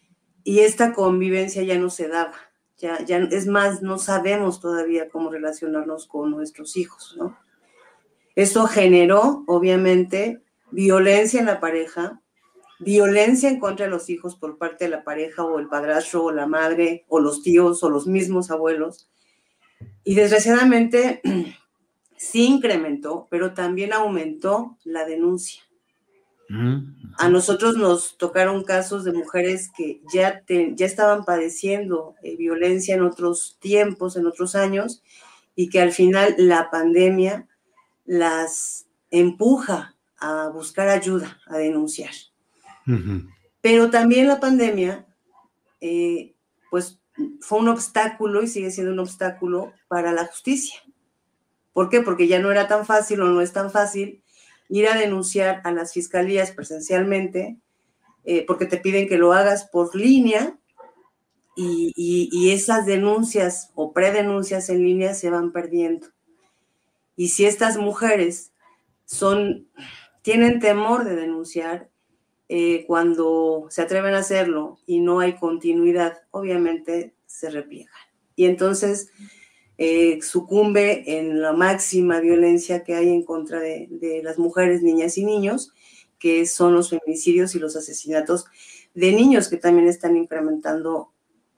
y esta convivencia ya no se daba. Ya, ya, es más, no sabemos todavía cómo relacionarnos con nuestros hijos, ¿no? Esto generó, obviamente, violencia en la pareja, violencia en contra de los hijos por parte de la pareja o el padrastro o la madre o los tíos o los mismos abuelos. Y desgraciadamente... sí incrementó, pero también aumentó la denuncia. Mm-hmm. A nosotros nos tocaron casos de mujeres que ya, te, ya estaban padeciendo eh, violencia en otros tiempos, en otros años, y que al final la pandemia las empuja a buscar ayuda, a denunciar. Mm-hmm. Pero también la pandemia, eh, pues, fue un obstáculo y sigue siendo un obstáculo para la justicia. ¿Por qué? Porque ya no era tan fácil o no es tan fácil ir a denunciar a las fiscalías presencialmente, eh, porque te piden que lo hagas por línea y, y, y esas denuncias o predenuncias en línea se van perdiendo. Y si estas mujeres son, tienen temor de denunciar, eh, cuando se atreven a hacerlo y no hay continuidad, obviamente se repliegan. Y entonces... Eh, sucumbe en la máxima violencia que hay en contra de, de las mujeres, niñas y niños, que son los feminicidios y los asesinatos de niños, que también están incrementando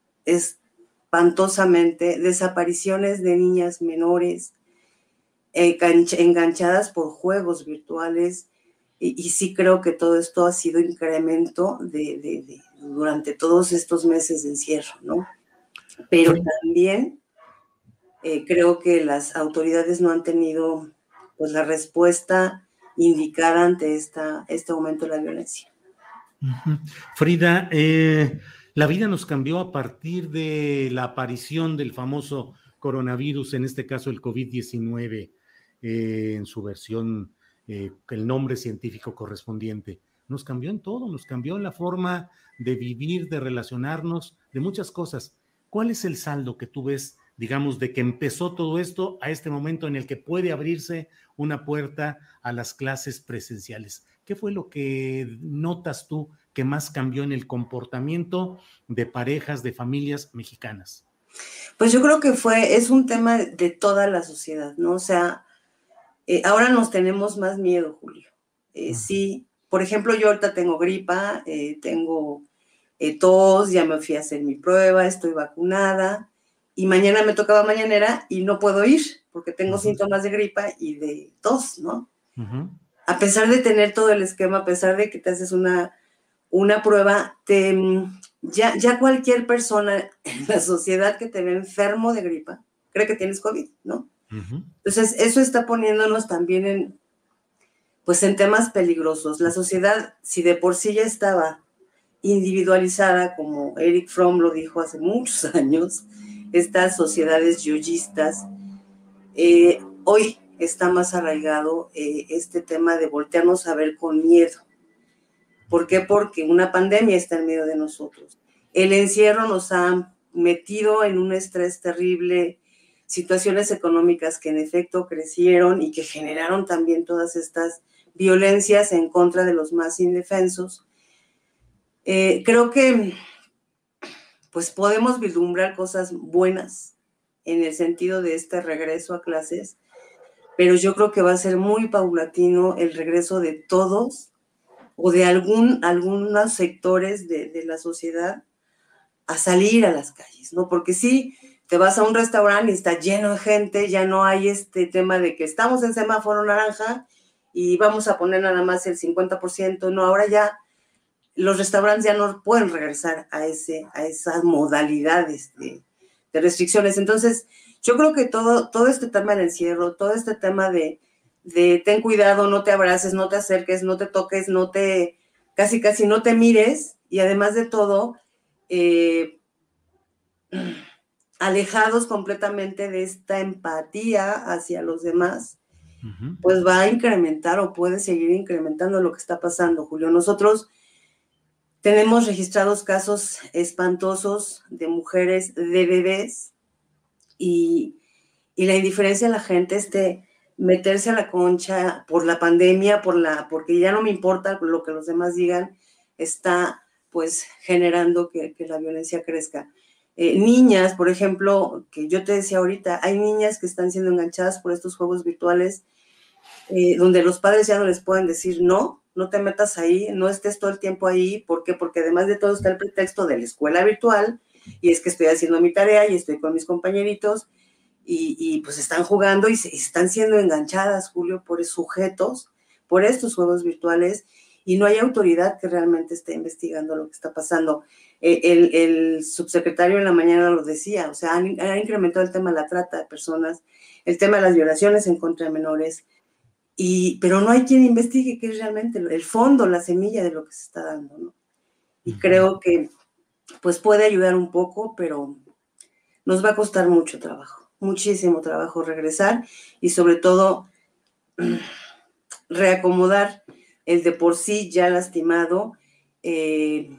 espantosamente, desapariciones de niñas menores, eh, enganchadas por juegos virtuales, y, y sí creo que todo esto ha sido incremento de, de, de, durante todos estos meses de encierro, ¿no? Pero también... Eh, creo que las autoridades no han tenido pues, la respuesta indicada ante esta, este aumento de la violencia. Uh-huh. Frida, eh, la vida nos cambió a partir de la aparición del famoso coronavirus, en este caso el COVID diecinueve, eh, en su versión, eh, el nombre científico correspondiente. Nos cambió en todo, nos cambió en la forma de vivir, de relacionarnos, de muchas cosas. ¿Cuál es el saldo que tú ves, digamos, de que empezó todo esto a este momento en el que puede abrirse una puerta a las clases presenciales? ¿Qué fue lo que notas tú que más cambió en el comportamiento de parejas, de familias mexicanas? Pues yo creo que fue, es un tema de toda la sociedad, ¿no? O sea, eh, ahora nos tenemos más miedo, Julio. Eh, uh-huh. Sí, por ejemplo, yo ahorita tengo gripa, eh, tengo eh, tos, ya me fui a hacer mi prueba, estoy vacunada, y mañana me tocaba mañanera y no puedo ir porque tengo uh-huh. síntomas de gripa y de tos, ¿no? Uh-huh. A pesar de tener todo el esquema, a pesar de que te haces una, una prueba, te, ya, ya cualquier persona en la sociedad que te ve enfermo de gripa cree que tienes COVID, ¿no? Uh-huh. Entonces, eso está poniéndonos también en, pues, en temas peligrosos. La sociedad, si de por sí ya estaba individualizada, como Eric Fromm lo dijo hace muchos años, estas sociedades yoyistas, eh, hoy está más arraigado eh, este tema de voltearnos a ver con miedo. ¿Por qué? Porque una pandemia está en medio de nosotros. El encierro nos ha metido en un estrés terrible, situaciones económicas que en efecto crecieron y que generaron también todas estas violencias en contra de los más indefensos. Eh, creo que pues podemos vislumbrar cosas buenas en el sentido de este regreso a clases, pero yo creo que va a ser muy paulatino el regreso de todos o de algún, algunos sectores de, de la sociedad a salir a las calles, ¿no? Porque sí, te vas a un restaurante y está lleno de gente, ya no hay este tema de que estamos en semáforo naranja y vamos a poner nada más el cincuenta por ciento, no, ahora ya los restaurantes ya no pueden regresar a, ese, a esas modalidades de, de restricciones. Entonces, yo creo que todo, todo este tema del encierro, todo este tema de, de ten cuidado, no te abraces, no te acerques, no te toques, no te, casi casi no te mires, y además de todo, eh, alejados completamente de esta empatía hacia los demás, uh-huh. pues va a incrementar o puede seguir incrementando lo que está pasando, Julio. Nosotros tenemos registrados casos espantosos de mujeres, de bebés, y, y la indiferencia de la gente, este meterse a la concha por la pandemia, por la, porque ya no me importa lo que los demás digan, está pues generando que, que la violencia crezca. Eh, niñas, por ejemplo, que yo te decía ahorita, hay niñas que están siendo enganchadas por estos juegos virtuales, eh, donde los padres ya no les pueden decir no, no te metas ahí, no estés todo el tiempo ahí. ¿Por qué? Porque además de todo está el pretexto de la escuela virtual, y es que estoy haciendo mi tarea y estoy con mis compañeritos, y, y pues están jugando y, se, y están siendo enganchadas, Julio, por sujetos, por estos juegos virtuales, y no hay autoridad que realmente esté investigando lo que está pasando. Eh, el, el subsecretario en la mañana lo decía, o sea, han, han incrementado el tema de la trata de personas, el tema de las violaciones en contra de menores, y, pero no hay quien investigue qué es realmente el fondo, la semilla de lo que se está dando, ¿no? Y uh-huh. creo que pues puede ayudar un poco, pero nos va a costar mucho trabajo, muchísimo trabajo regresar, y sobre todo reacomodar el de por sí ya lastimado, eh,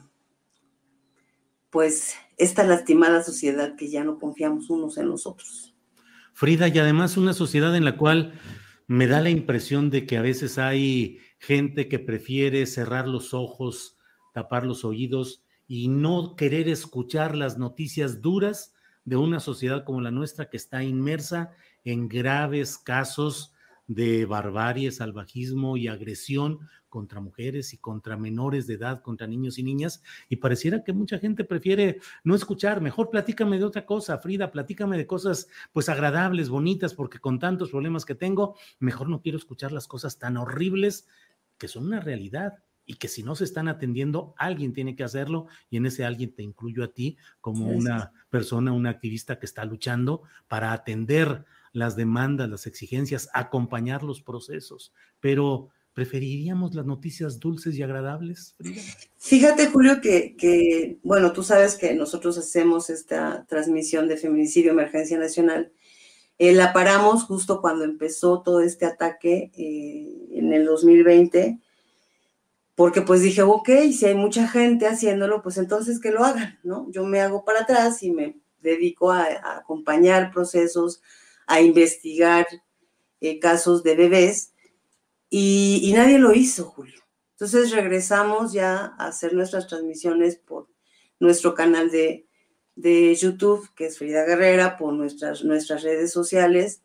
pues esta lastimada sociedad que ya no confiamos unos en los otros. Frida, y además una sociedad en la cual me da la impresión de que a veces hay gente que prefiere cerrar los ojos, tapar los oídos y no querer escuchar las noticias duras de una sociedad como la nuestra, que está inmersa en graves casos de barbarie, salvajismo y agresión contra mujeres y contra menores de edad, contra niños y niñas, y pareciera que mucha gente prefiere no escuchar. Mejor platícame de otra cosa, Frida, platícame de cosas pues agradables, bonitas, porque con tantos problemas que tengo, mejor no quiero escuchar las cosas tan horribles que son una realidad, y que si no se están atendiendo, alguien tiene que hacerlo, y en ese alguien te incluyo a ti como sí, una sí. persona, una activista que está luchando para atender las demandas, las exigencias, acompañar los procesos. Pero ¿preferiríamos las noticias dulces y agradables, Frida? Fíjate, Julio, que, que, bueno, tú sabes que nosotros hacemos esta transmisión de Feminicidio Emergencia Nacional. Eh, la paramos justo cuando empezó todo este ataque eh, en el dos mil veinte, porque pues dije, ok, si hay mucha gente haciéndolo, pues entonces que lo hagan, ¿no? Yo me hago para atrás y me dedico a, a acompañar procesos, a investigar eh, casos de bebés, y, y nadie lo hizo, Julio. Entonces regresamos ya a hacer nuestras transmisiones por nuestro canal de, de YouTube, que es Frida Guerrera, por nuestras, nuestras redes sociales,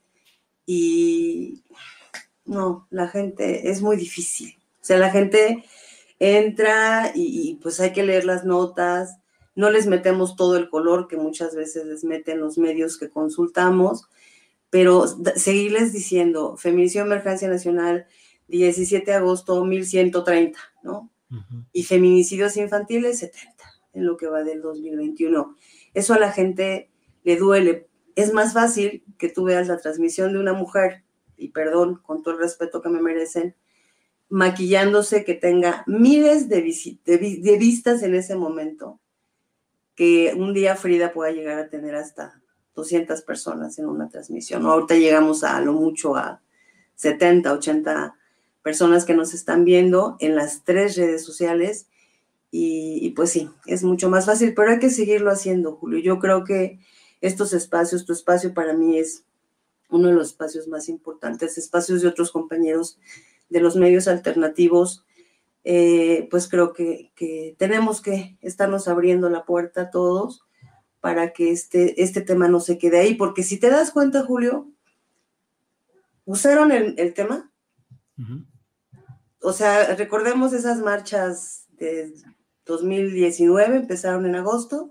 y no, la gente, es muy difícil. O sea, la gente entra y, y pues hay que leer las notas, no les metemos todo el color que muchas veces les meten los medios que consultamos, pero seguirles diciendo, Feminicidio Emergencia Nacional, diecisiete de agosto, mil ciento treinta, ¿no? Uh-huh. Y feminicidios infantiles, setenta, en lo que va del dos mil veintiuno. Eso a la gente le duele, es más fácil que tú veas la transmisión de una mujer, y perdón, con todo el respeto que me merecen, maquillándose, que tenga miles de, visi- de, vi- de vistas en ese momento, que un día Frida pueda llegar a tener hasta doscientas personas en una transmisión. ¿No? Ahorita llegamos a lo mucho a setenta, ochenta personas que nos están viendo en las tres redes sociales, y, y pues sí, es mucho más fácil, pero hay que seguirlo haciendo, Julio. Yo creo que estos espacios, tu espacio para mí es uno de los espacios más importantes, espacios de otros compañeros de los medios alternativos, eh, pues creo que, que tenemos que estarnos abriendo la puerta todos para que este, este tema no se quede ahí, porque si te das cuenta, Julio, usaron el, el tema. Uh-huh. O sea, recordemos esas marchas de dos mil diecinueve, empezaron en agosto,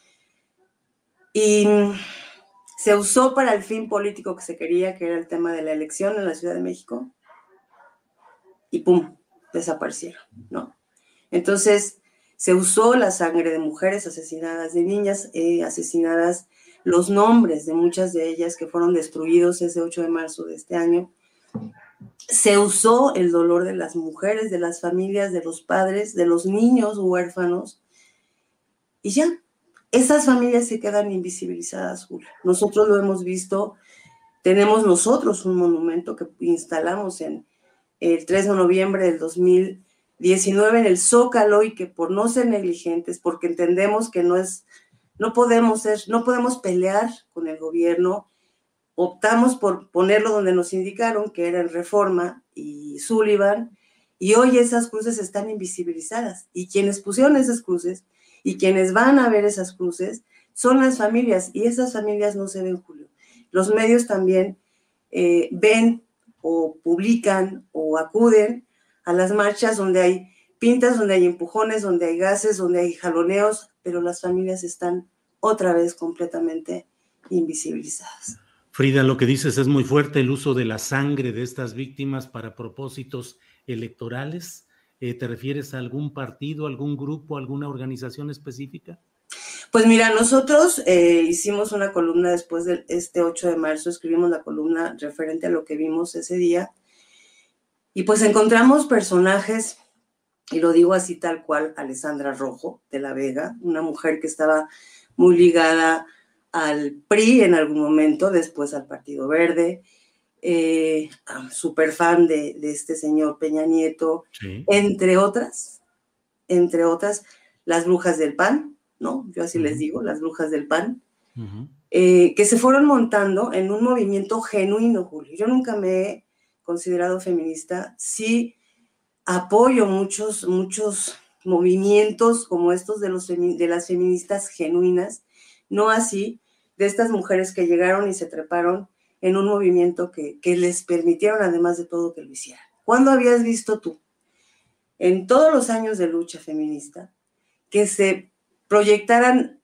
y se usó para el fin político que se quería, que era el tema de la elección en la Ciudad de México, y pum, desaparecieron, ¿no? Entonces, se usó la sangre de mujeres asesinadas, de niñas eh, asesinadas, los nombres de muchas de ellas que fueron destruidos ese ocho de marzo de este año. Se usó el dolor de las mujeres, de las familias, de los padres, de los niños huérfanos, y ya, esas familias se quedan invisibilizadas, Julia. Nosotros lo hemos visto, tenemos nosotros un monumento que instalamos en el tres de noviembre del dos mil diecinueve en el Zócalo, y que por no ser negligentes, porque entendemos que no es, no podemos ser, no podemos pelear con el gobierno, optamos por ponerlo donde nos indicaron, que era en Reforma y Sullivan, y hoy esas cruces están invisibilizadas, y quienes pusieron esas cruces y quienes van a ver esas cruces son las familias, y esas familias no se ven, Julio. Los medios también eh, ven o publican o acuden a las marchas donde hay pintas, donde hay empujones, donde hay gases, donde hay jaloneos, pero las familias están otra vez completamente invisibilizadas. Frida, lo que dices es muy fuerte, el uso de la sangre de estas víctimas para propósitos electorales. Eh, ¿te refieres a algún partido, algún grupo, alguna organización específica? Pues mira, nosotros eh, hicimos una columna después de este ocho de marzo, escribimos la columna referente a lo que vimos ese día, y pues encontramos personajes, y lo digo así tal cual, Alessandra Rojo de la Vega, una mujer que estaba muy ligada al P R I en algún momento, después al Partido Verde, eh, súper fan de, de este señor Peña Nieto, sí. entre otras, entre otras, las brujas del P A N, ¿no? Yo así uh-huh. les digo, las brujas del P A N, uh-huh. eh, que se fueron montando en un movimiento genuino, Julio. Yo nunca me he considerado feminista, sí apoyo muchos, muchos movimientos como estos de, los, de las feministas genuinas, no así de estas mujeres que llegaron y se treparon en un movimiento que, que les permitieron, además de todo, que lo hicieran. ¿Cuándo habías visto tú, en todos los años de lucha feminista, que se proyectaran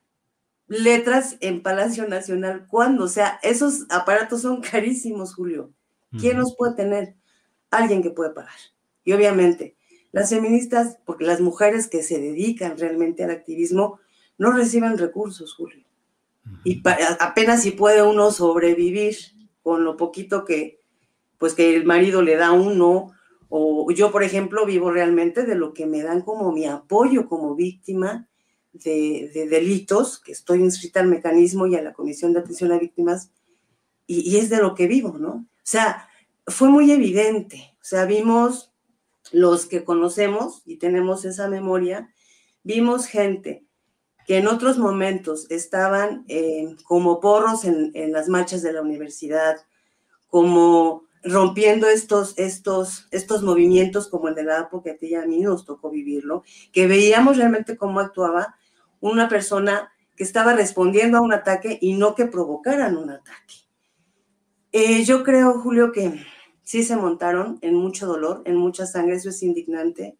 letras en Palacio Nacional? ¿Cuándo? O sea, esos aparatos son carísimos, Julio. ¿Quién los puede tener? Alguien que puede pagar. Y obviamente, las feministas, porque las mujeres que se dedican realmente al activismo, no reciben recursos, Julio. Y para, apenas si puede uno sobrevivir con lo poquito que, pues que el marido le da a uno, o yo, por ejemplo, vivo realmente de lo que me dan como mi apoyo como víctima de, de delitos, que estoy inscrita al mecanismo y a la Comisión de Atención a Víctimas, y, y es de lo que vivo, ¿no? O sea, fue muy evidente, o sea, vimos los que conocemos y tenemos esa memoria, vimos gente que en otros momentos estaban eh, como porros en, en las marchas de la universidad, como rompiendo estos, estos, estos movimientos como el de la A P O, que a ti y a mí nos tocó vivirlo, que veíamos realmente cómo actuaba una persona que estaba respondiendo a un ataque y no que provocaran un ataque. Eh, yo creo, Julio, que sí se montaron en mucho dolor, en mucha sangre, eso es indignante,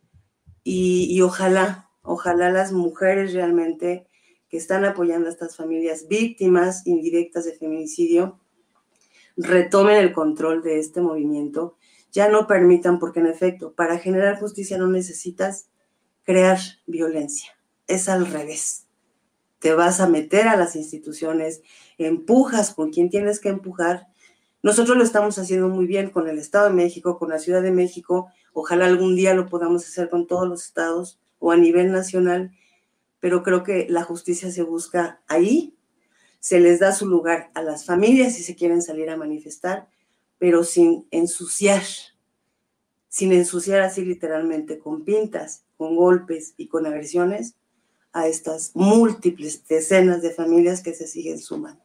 y, y ojalá, ojalá las mujeres realmente que están apoyando a estas familias víctimas indirectas de feminicidio retomen el control de este movimiento, ya no permitan, porque en efecto, para generar justicia no necesitas crear violencia, es al revés. te vas a meter a las instituciones, empujas con quien tienes que empujar. Nosotros lo estamos haciendo muy bien con el Estado de México, con la Ciudad de México. Ojalá algún día lo podamos hacer con todos los estados o a nivel nacional, pero creo que la justicia se busca ahí, se les da su lugar a las familias si se quieren salir a manifestar, pero sin ensuciar, sin ensuciar así literalmente, con pintas, con golpes y con agresiones a estas múltiples decenas de familias que se siguen sumando.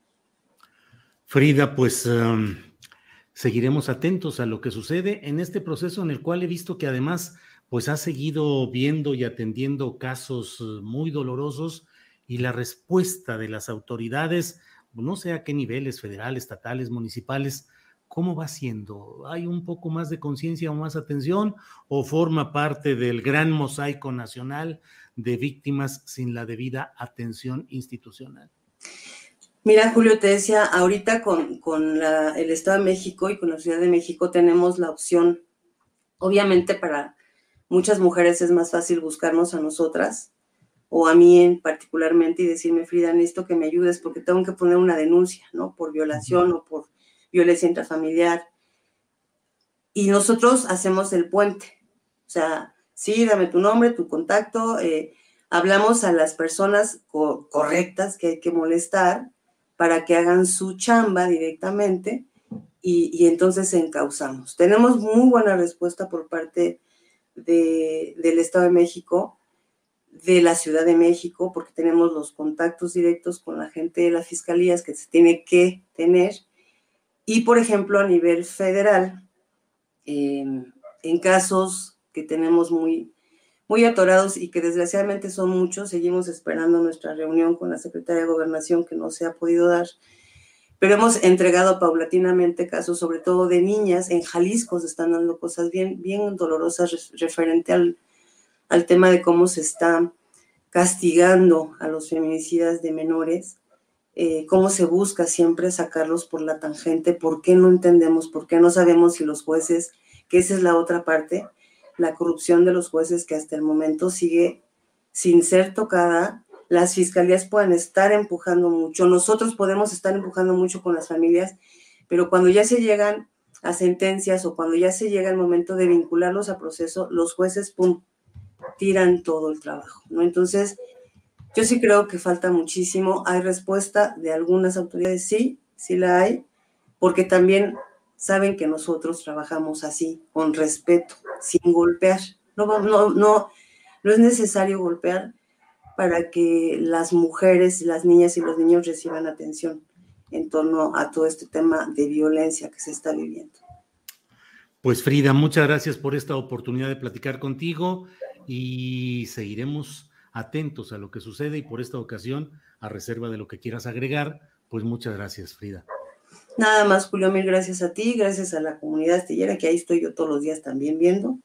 Frida, pues um, seguiremos atentos a lo que sucede en este proceso en el cual he visto que además pues ha seguido viendo y atendiendo casos muy dolorosos y la respuesta de las autoridades, no sé a qué niveles, federales, estatales, municipales, ¿cómo va siendo? ¿Hay un poco más de conciencia o más atención o forma parte del gran mosaico nacional de víctimas sin la debida atención institucional? Mira, Julio, te decía, ahorita con, con la, el Estado de México y con la Ciudad de México tenemos la opción, obviamente para muchas mujeres es más fácil buscarnos a nosotras o a mí en particularmente y decirme, Frida, necesito que me ayudes porque tengo que poner una denuncia, ¿no? Por violación uh-huh. o por violencia intrafamiliar. Y nosotros hacemos el puente. O sea, sí, dame tu nombre, tu contacto, eh, hablamos a las personas co- correctas que hay que molestar para que hagan su chamba directamente y, y entonces encauzamos. Tenemos muy buena respuesta por parte de, del Estado de México, de la Ciudad de México, porque tenemos los contactos directos con la gente de las fiscalías que se tiene que tener. Y, por ejemplo, a nivel federal, eh, en casos que tenemos muy, muy atorados y que desgraciadamente son muchos, seguimos esperando nuestra reunión con la Secretaría de Gobernación que no se ha podido dar, pero hemos entregado paulatinamente casos, sobre todo de niñas. En Jalisco se están dando cosas bien, bien dolorosas referente al, al tema de cómo se está castigando a los feminicidas de menores. Eh, cómo se busca siempre sacarlos por la tangente, por qué no entendemos, por qué no sabemos si los jueces, que esa es la otra parte, la corrupción de los jueces que hasta el momento sigue sin ser tocada. Las fiscalías pueden estar empujando mucho, nosotros podemos estar empujando mucho con las familias, pero cuando ya se llegan a sentencias o cuando ya se llega el momento de vincularlos a proceso, los jueces, pum, tiran todo el trabajo, ¿no? Entonces, yo sí creo que falta muchísimo. Hay respuesta de algunas autoridades, sí, sí la hay, porque también saben que nosotros trabajamos así, con respeto, sin golpear. No, no, no, no es necesario golpear para que las mujeres, las niñas y los niños reciban atención en torno a todo este tema de violencia que se está viviendo. Pues Frida, muchas gracias por esta oportunidad de platicar contigo y seguiremos atentos a lo que sucede y por esta ocasión, a reserva de lo que quieras agregar, pues muchas gracias, Frida. Nada más, Julio, mil gracias a ti, gracias a la comunidad astillera, que ahí estoy yo todos los días también viendo,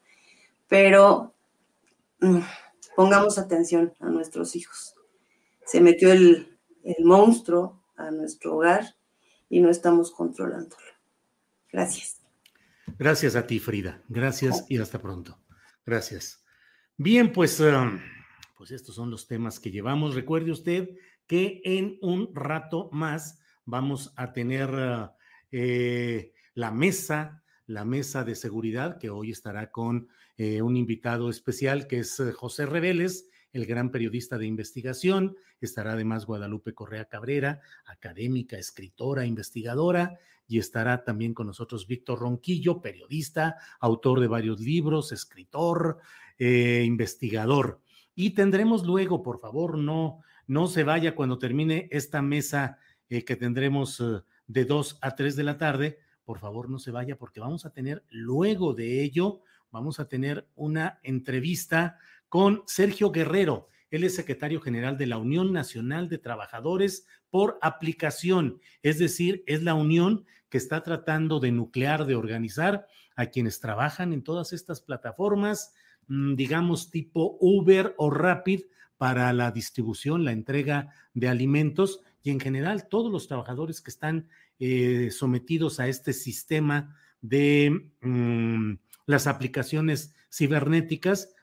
pero mmm, pongamos atención a nuestros hijos. Se metió el, el monstruo a nuestro hogar y no estamos controlándolo. Gracias. Gracias a ti, Frida. Gracias y hasta pronto. Gracias. Bien, pues... Um... Pues estos son los temas que llevamos. Recuerde usted que en un rato más vamos a tener uh, eh, la mesa, la mesa de seguridad, que hoy estará con eh, un invitado especial que es uh, José Reveles, el gran periodista de investigación. Estará además Guadalupe Correa Cabrera, académica, escritora, investigadora, y estará también con nosotros Víctor Ronquillo, periodista, autor de varios libros, escritor, eh, investigador. Y tendremos luego, por favor, no, no se vaya cuando termine esta mesa eh, que tendremos eh, de dos a tres de la tarde, por favor no se vaya porque vamos a tener luego de ello, vamos a tener una entrevista con Sergio Guerrero. Él es secretario general de la Unión Nacional de Trabajadores por Aplicación, es decir, es la unión que está tratando de nuclear, de organizar a quienes trabajan en todas estas plataformas, digamos tipo Uber o Rapid para la distribución, la entrega de alimentos y en general todos los trabajadores que están eh, sometidos a este sistema de um, las aplicaciones cibernéticas,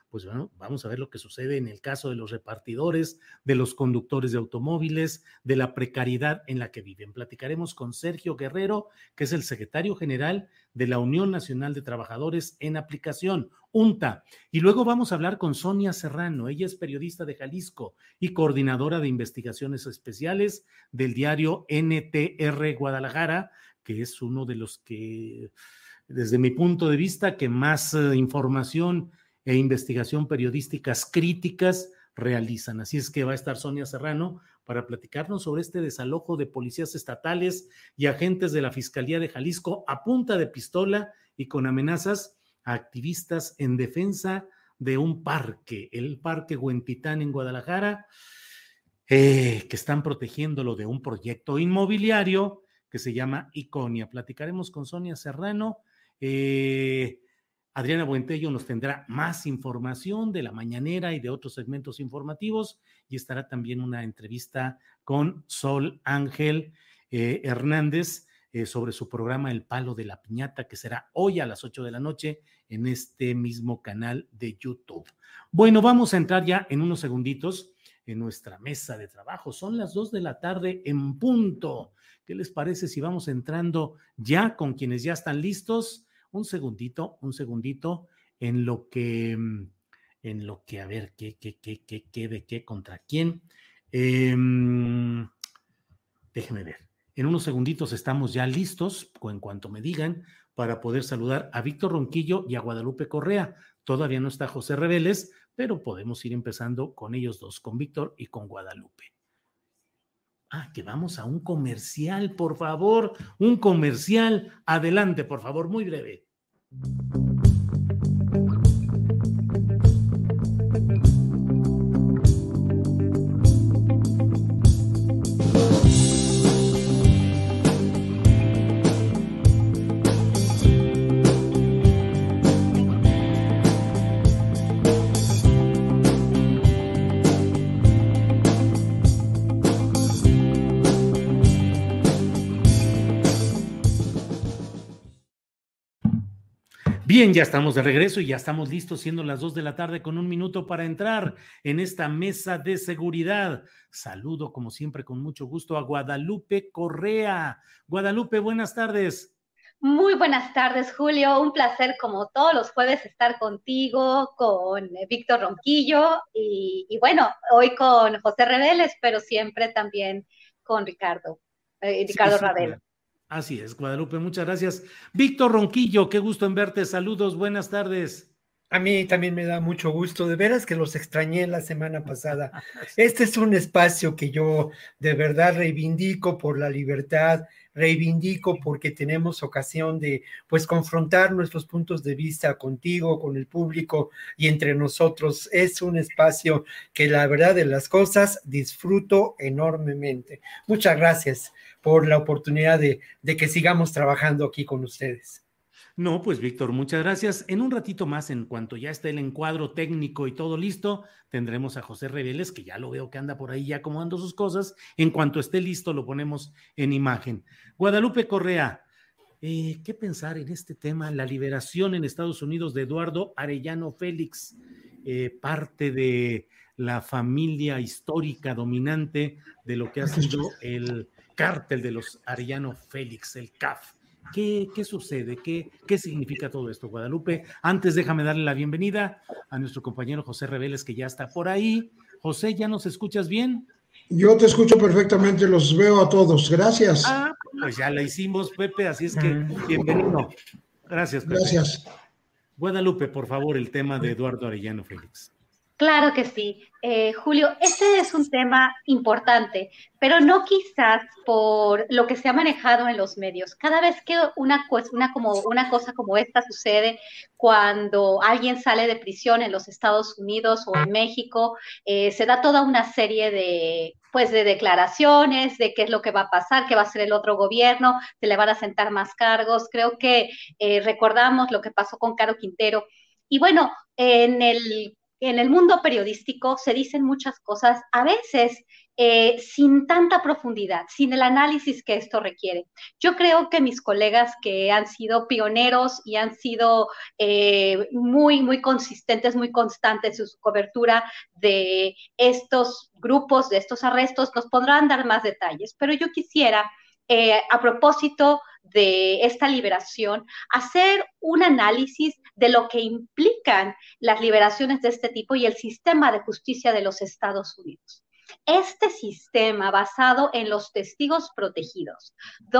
pues bueno, vamos a ver lo que sucede en el caso de los repartidores, de los conductores de automóviles, de la precariedad en la que viven. Platicaremos con Sergio Guerrero, que es el secretario general de la Unión Nacional de Trabajadores en Aplicación, UNTA. Y luego vamos a hablar con Sonia Serrano. Ella es periodista de Jalisco y coordinadora de investigaciones especiales del diario N T R Guadalajara, que es uno de los que, desde mi punto de vista, que más eh, información e investigación periodísticas críticas realizan. Así es que va a estar Sonia Serrano para platicarnos sobre este desalojo de policías estatales y agentes de la Fiscalía de Jalisco a punta de pistola y con amenazas a activistas en defensa de un parque, el Parque Huentitán en Guadalajara, eh, que están protegiéndolo de un proyecto inmobiliario que se llama Iconia. Platicaremos con Sonia Serrano. Eh, Adriana Buentello nos tendrá más información de la mañanera y de otros segmentos informativos, y estará también una entrevista con Sol Ángel eh, Hernández eh, sobre su programa El Palo de la Piñata, que será hoy a las ocho de la noche en este mismo canal de YouTube. Bueno, vamos a entrar ya en unos segunditos en nuestra mesa de trabajo. Son las dos de la tarde en punto. ¿Qué les parece si vamos entrando ya con quienes ya están listos? Un segundito, un segundito, en lo que, en lo que, a ver, qué, qué, qué, qué, qué, de qué, contra quién. Eh, déjenme ver. En unos segunditos estamos ya listos, en cuanto me digan, para poder saludar a Víctor Ronquillo y a Guadalupe Correa. Todavía no está José Reveles, pero podemos ir empezando con ellos dos, con Víctor y con Guadalupe. Ah, que vamos a un comercial, por favor, un comercial. Adelante, por favor, muy breve. Bien, ya estamos de regreso y ya estamos listos, siendo las dos de la tarde con un minuto para entrar en esta mesa de seguridad. Saludo, como siempre, con mucho gusto a Guadalupe Correa. Guadalupe, buenas tardes. Muy buenas tardes, Julio. Un placer, como todos los jueves, estar contigo, con Víctor Ronquillo y, y bueno, hoy con José Reveles, pero siempre también con Ricardo, eh, Ricardo sí, sí, Ravelo. Claro. Así es, Guadalupe, muchas gracias. Víctor Ronquillo, qué gusto en verte. Saludos, buenas tardes. A mí también me da mucho gusto, de veras que los extrañé la semana pasada. Este es un espacio que yo de verdad reivindico por la libertad, reivindico porque tenemos ocasión de pues confrontar nuestros puntos de vista contigo, con el público y entre nosotros. Es un espacio que la verdad de las cosas disfruto enormemente. Muchas gracias por la oportunidad de, de que sigamos trabajando aquí con ustedes. No, pues Víctor, muchas gracias. En un ratito más, en cuanto ya esté el encuadro técnico y todo listo, tendremos a José Reveles, que ya lo veo que anda por ahí ya acomodando sus cosas. En cuanto esté listo, lo ponemos en imagen. Guadalupe Correa, eh, ¿qué pensar en este tema? La liberación en Estados Unidos de Eduardo Arellano Félix, eh, parte de la familia histórica dominante de lo que ha sido el cártel de los Arellano Félix, el C A F. ¿Qué, qué sucede? ¿Qué, ¿Qué significa todo esto, Guadalupe? Antes déjame darle la bienvenida a nuestro compañero José Reveles, que ya está por ahí. José, ¿ya nos escuchas bien? Yo te escucho perfectamente, los veo a todos. Gracias. Ah, pues ya la hicimos, Pepe, así es que bienvenido. Gracias, Pepe. Gracias. Guadalupe, por favor, el tema de Eduardo Arellano Félix. Claro que sí. Eh, Julio, este es un tema importante, pero no quizás por lo que se ha manejado en los medios. Cada vez que una, una, como, una cosa como esta sucede, cuando alguien sale de prisión en los Estados Unidos o en México, eh, se da toda una serie de, pues, de declaraciones de qué es lo que va a pasar, qué va a hacer el otro gobierno, se le van a sentar más cargos. Creo que eh, recordamos lo que pasó con Caro Quintero. Y bueno, en el... En el mundo periodístico se dicen muchas cosas, a veces eh, sin tanta profundidad, sin el análisis que esto requiere. Yo creo que mis colegas que han sido pioneros y han sido eh, muy, muy consistentes, muy constantes en su cobertura de estos grupos, de estos arrestos, nos podrán dar más detalles, pero yo quisiera, eh, a propósito de esta liberación, hacer un análisis de lo que implican las liberaciones de este tipo y el sistema de justicia de los Estados Unidos. Este sistema basado en los testigos protegidos,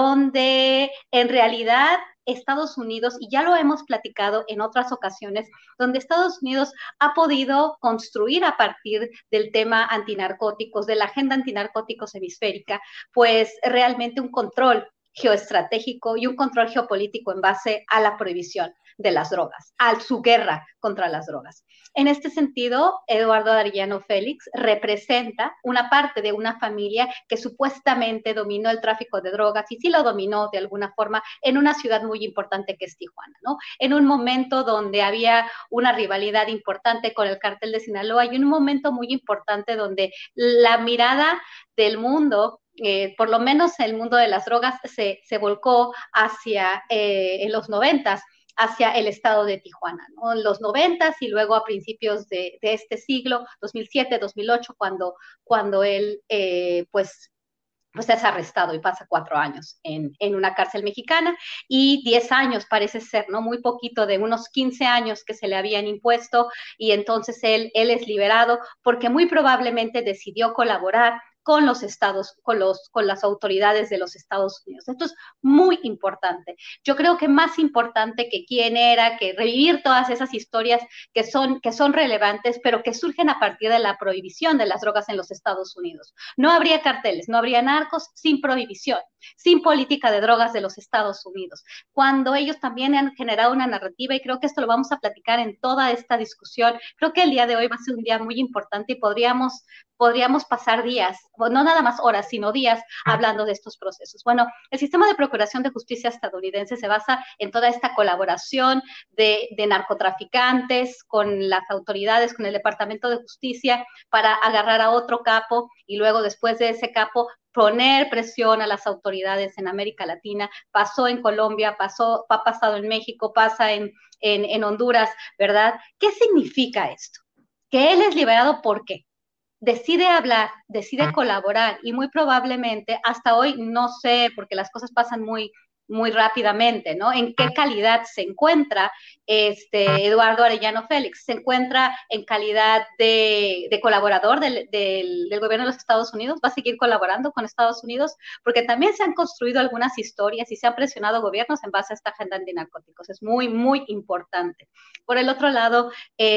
donde en realidad Estados Unidos, y ya lo hemos platicado en otras ocasiones, donde Estados Unidos ha podido construir a partir del tema antinarcóticos, de la agenda antinarcóticos hemisférica, pues realmente un control geoestratégico y un control geopolítico en base a la prohibición de las drogas, a su guerra contra las drogas. En este sentido, Eduardo Arellano Félix representa una parte de una familia que supuestamente dominó el tráfico de drogas, y sí lo dominó de alguna forma en una ciudad muy importante que es Tijuana, ¿no? En un momento donde había una rivalidad importante con el cártel de Sinaloa y un momento muy importante donde la mirada del mundo, Eh, por lo menos el mundo de las drogas, se, se volcó hacia eh, en los noventas, hacia el estado de Tijuana, ¿no? En los noventas y luego a principios de, de este siglo, dos mil siete, dos mil ocho, cuando, cuando él eh, pues, pues es arrestado y pasa cuatro años en, en una cárcel mexicana, y diez años parece ser, ¿no? Muy poquito de unos quince años que se le habían impuesto, y entonces él, él es liberado porque muy probablemente decidió colaborar con los estados, con, los, con las autoridades de los Estados Unidos. Esto es muy importante. Yo creo que más importante que quién era, que revivir todas esas historias que son, que son relevantes, pero que surgen a partir de la prohibición de las drogas en los Estados Unidos. No habría carteles, no habría narcos sin prohibición, sin política de drogas de los Estados Unidos. Cuando ellos también han generado una narrativa, y creo que esto lo vamos a platicar en toda esta discusión, creo que el día de hoy va a ser un día muy importante y podríamos podríamos pasar días, no nada más horas, sino días hablando de estos procesos. Bueno, el sistema de procuración de justicia estadounidense se basa en toda esta colaboración de, de narcotraficantes con las autoridades, con el Departamento de Justicia, para agarrar a otro capo y luego después de ese capo poner presión a las autoridades en América Latina. Pasó en Colombia, pasó, ha pasado en México, pasa en, en, en Honduras, ¿verdad? ¿Qué significa esto? Que él es liberado, ¿por qué? Decide hablar, decide colaborar, y muy probablemente hasta hoy no sé, porque las cosas pasan muy, muy rápidamente, ¿no? ¿En qué calidad se encuentra este Eduardo Arellano Félix? ¿Se encuentra en calidad de, de colaborador del, del, del gobierno de los Estados Unidos? ¿Va a seguir colaborando con Estados Unidos? Porque también se han construido algunas historias y se han presionado gobiernos en base a esta agenda antinarcóticos. Es muy, muy importante. Por el otro lado,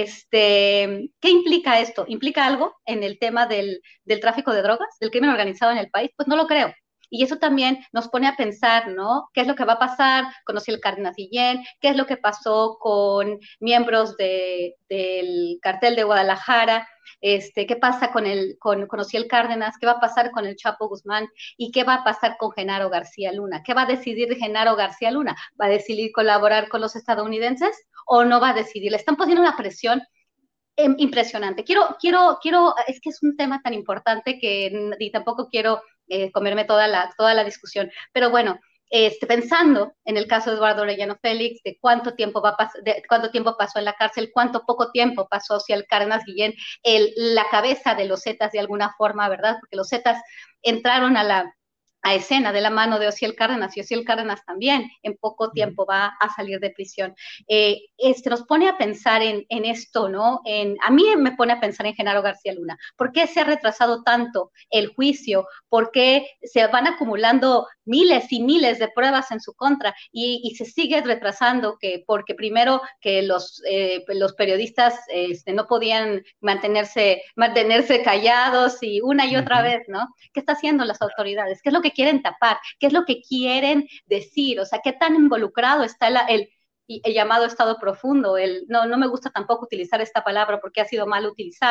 este, ¿qué implica esto? ¿Implica algo en el tema del, del tráfico de drogas, del crimen organizado en el país? Pues no lo creo. Y eso también nos pone a pensar, ¿no? ¿Qué es lo que va a pasar con Ociel Cárdenas Guillén? ¿Qué es lo que pasó con miembros de, del cartel de Guadalajara? Este, ¿Qué pasa con, el, con, con Ociel Cárdenas? ¿Qué va a pasar con el Chapo Guzmán? ¿Y qué va a pasar con Genaro García Luna? ¿Qué va a decidir Genaro García Luna? ¿Va a decidir colaborar con los estadounidenses o no va a decidir? Le están poniendo una presión impresionante. Quiero, quiero, quiero, es que es un tema tan importante que y tampoco quiero eh, comerme toda la, toda la discusión, pero bueno, este, pensando en el caso de Eduardo Arellano Félix, de cuánto tiempo va a de cuánto tiempo pasó en la cárcel, cuánto poco tiempo pasó Ociel Cárdenas Guillén, el, la cabeza de los Zetas de alguna forma, ¿verdad? Porque los Zetas entraron a la a escena de la mano de Ociel Cárdenas, y Ociel Cárdenas también en poco tiempo va a salir de prisión. Eh, este nos pone a pensar en, en esto, ¿no? En, a mí me pone a pensar en Genaro García Luna. ¿Por qué se ha retrasado tanto el juicio? ¿Por qué se van acumulando miles y miles de pruebas en su contra y, y se sigue retrasando? Que porque primero que los, eh, los periodistas este, no podían mantenerse, mantenerse callados, y una y otra uh-huh. vez, ¿no? ¿Qué están haciendo las autoridades? ¿Qué es lo que quieren tapar? ¿Qué es lo que quieren decir? O sea, ¿qué tan involucrado está el, el, el llamado Estado profundo? El, no, no me gusta tampoco utilizar esta palabra porque ha sido mal utilizada,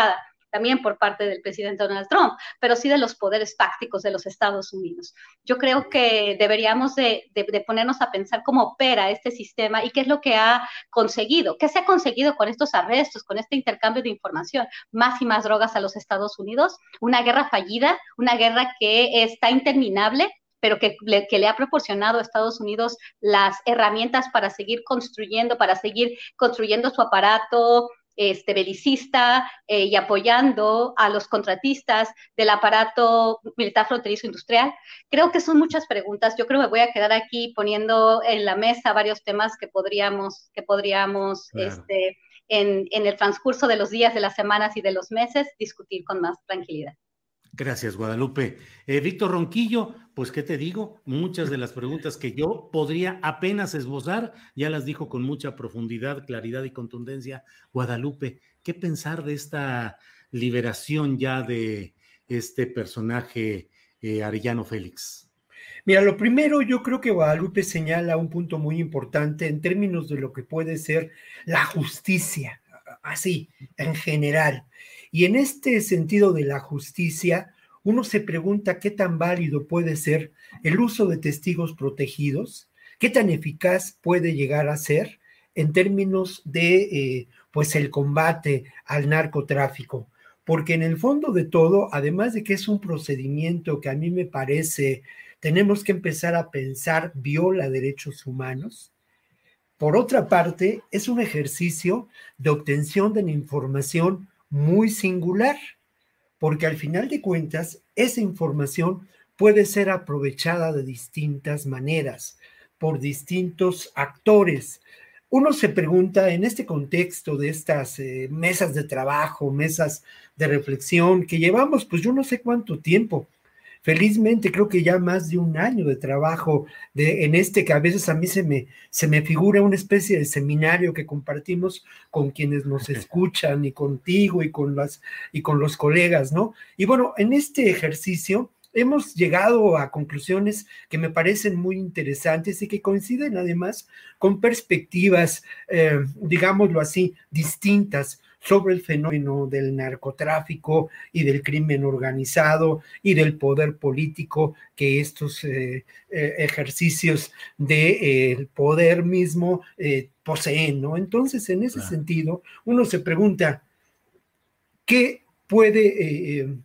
también por parte del presidente Donald Trump, pero sí de los poderes fácticos de los Estados Unidos. Yo creo que deberíamos de, de, de ponernos a pensar cómo opera este sistema y qué es lo que ha conseguido, qué se ha conseguido con estos arrestos, con este intercambio de información, más y más drogas a los Estados Unidos, una guerra fallida, una guerra que está interminable, pero que le, que le ha proporcionado a Estados Unidos las herramientas para seguir construyendo, para seguir construyendo su aparato este, belicista eh, y apoyando a los contratistas del aparato militar fronterizo industrial. Creo que son muchas preguntas. Yo creo que me voy a quedar aquí poniendo en la mesa varios temas que podríamos, que podríamos claro. este, en, en el transcurso de los días, de las semanas y de los meses discutir con más tranquilidad. Gracias, Guadalupe. Eh, Víctor Ronquillo, pues, ¿qué te digo? Muchas de las preguntas que yo podría apenas esbozar, ya las dijo con mucha profundidad, claridad y contundencia Guadalupe. ¿Qué pensar de esta liberación ya de este personaje eh, Arellano Félix? Mira, lo primero, yo creo que Guadalupe señala un punto muy importante en términos de lo que puede ser la justicia, así, en general. Y en este sentido de la justicia, uno se pregunta qué tan válido puede ser el uso de testigos protegidos, qué tan eficaz puede llegar a ser en términos de eh, pues el combate al narcotráfico. Porque en el fondo de todo, además de que es un procedimiento que a mí me parece tenemos que empezar a pensar viola derechos humanos, por otra parte, es un ejercicio de obtención de la información muy singular, porque al final de cuentas, esa información puede ser aprovechada de distintas maneras, por distintos actores. Uno se pregunta, en este contexto de estas eh, mesas de trabajo, mesas de reflexión, que llevamos, pues yo no sé cuánto tiempo, felizmente creo que ya más de un año de trabajo de, en este que a veces a mí se me, se me figura una especie de seminario que compartimos con quienes nos escuchan y contigo y con, las, y con los colegas, ¿no? Y bueno, en este ejercicio hemos llegado a conclusiones que me parecen muy interesantes y que coinciden además con perspectivas, eh, digámoslo así, distintas sobre el fenómeno del narcotráfico y del crimen organizado y del poder político que estos eh, eh, ejercicios del de, eh, poder mismo eh, poseen, ¿no? Entonces, en ese claro. sentido, uno se pregunta, ¿qué puede eh,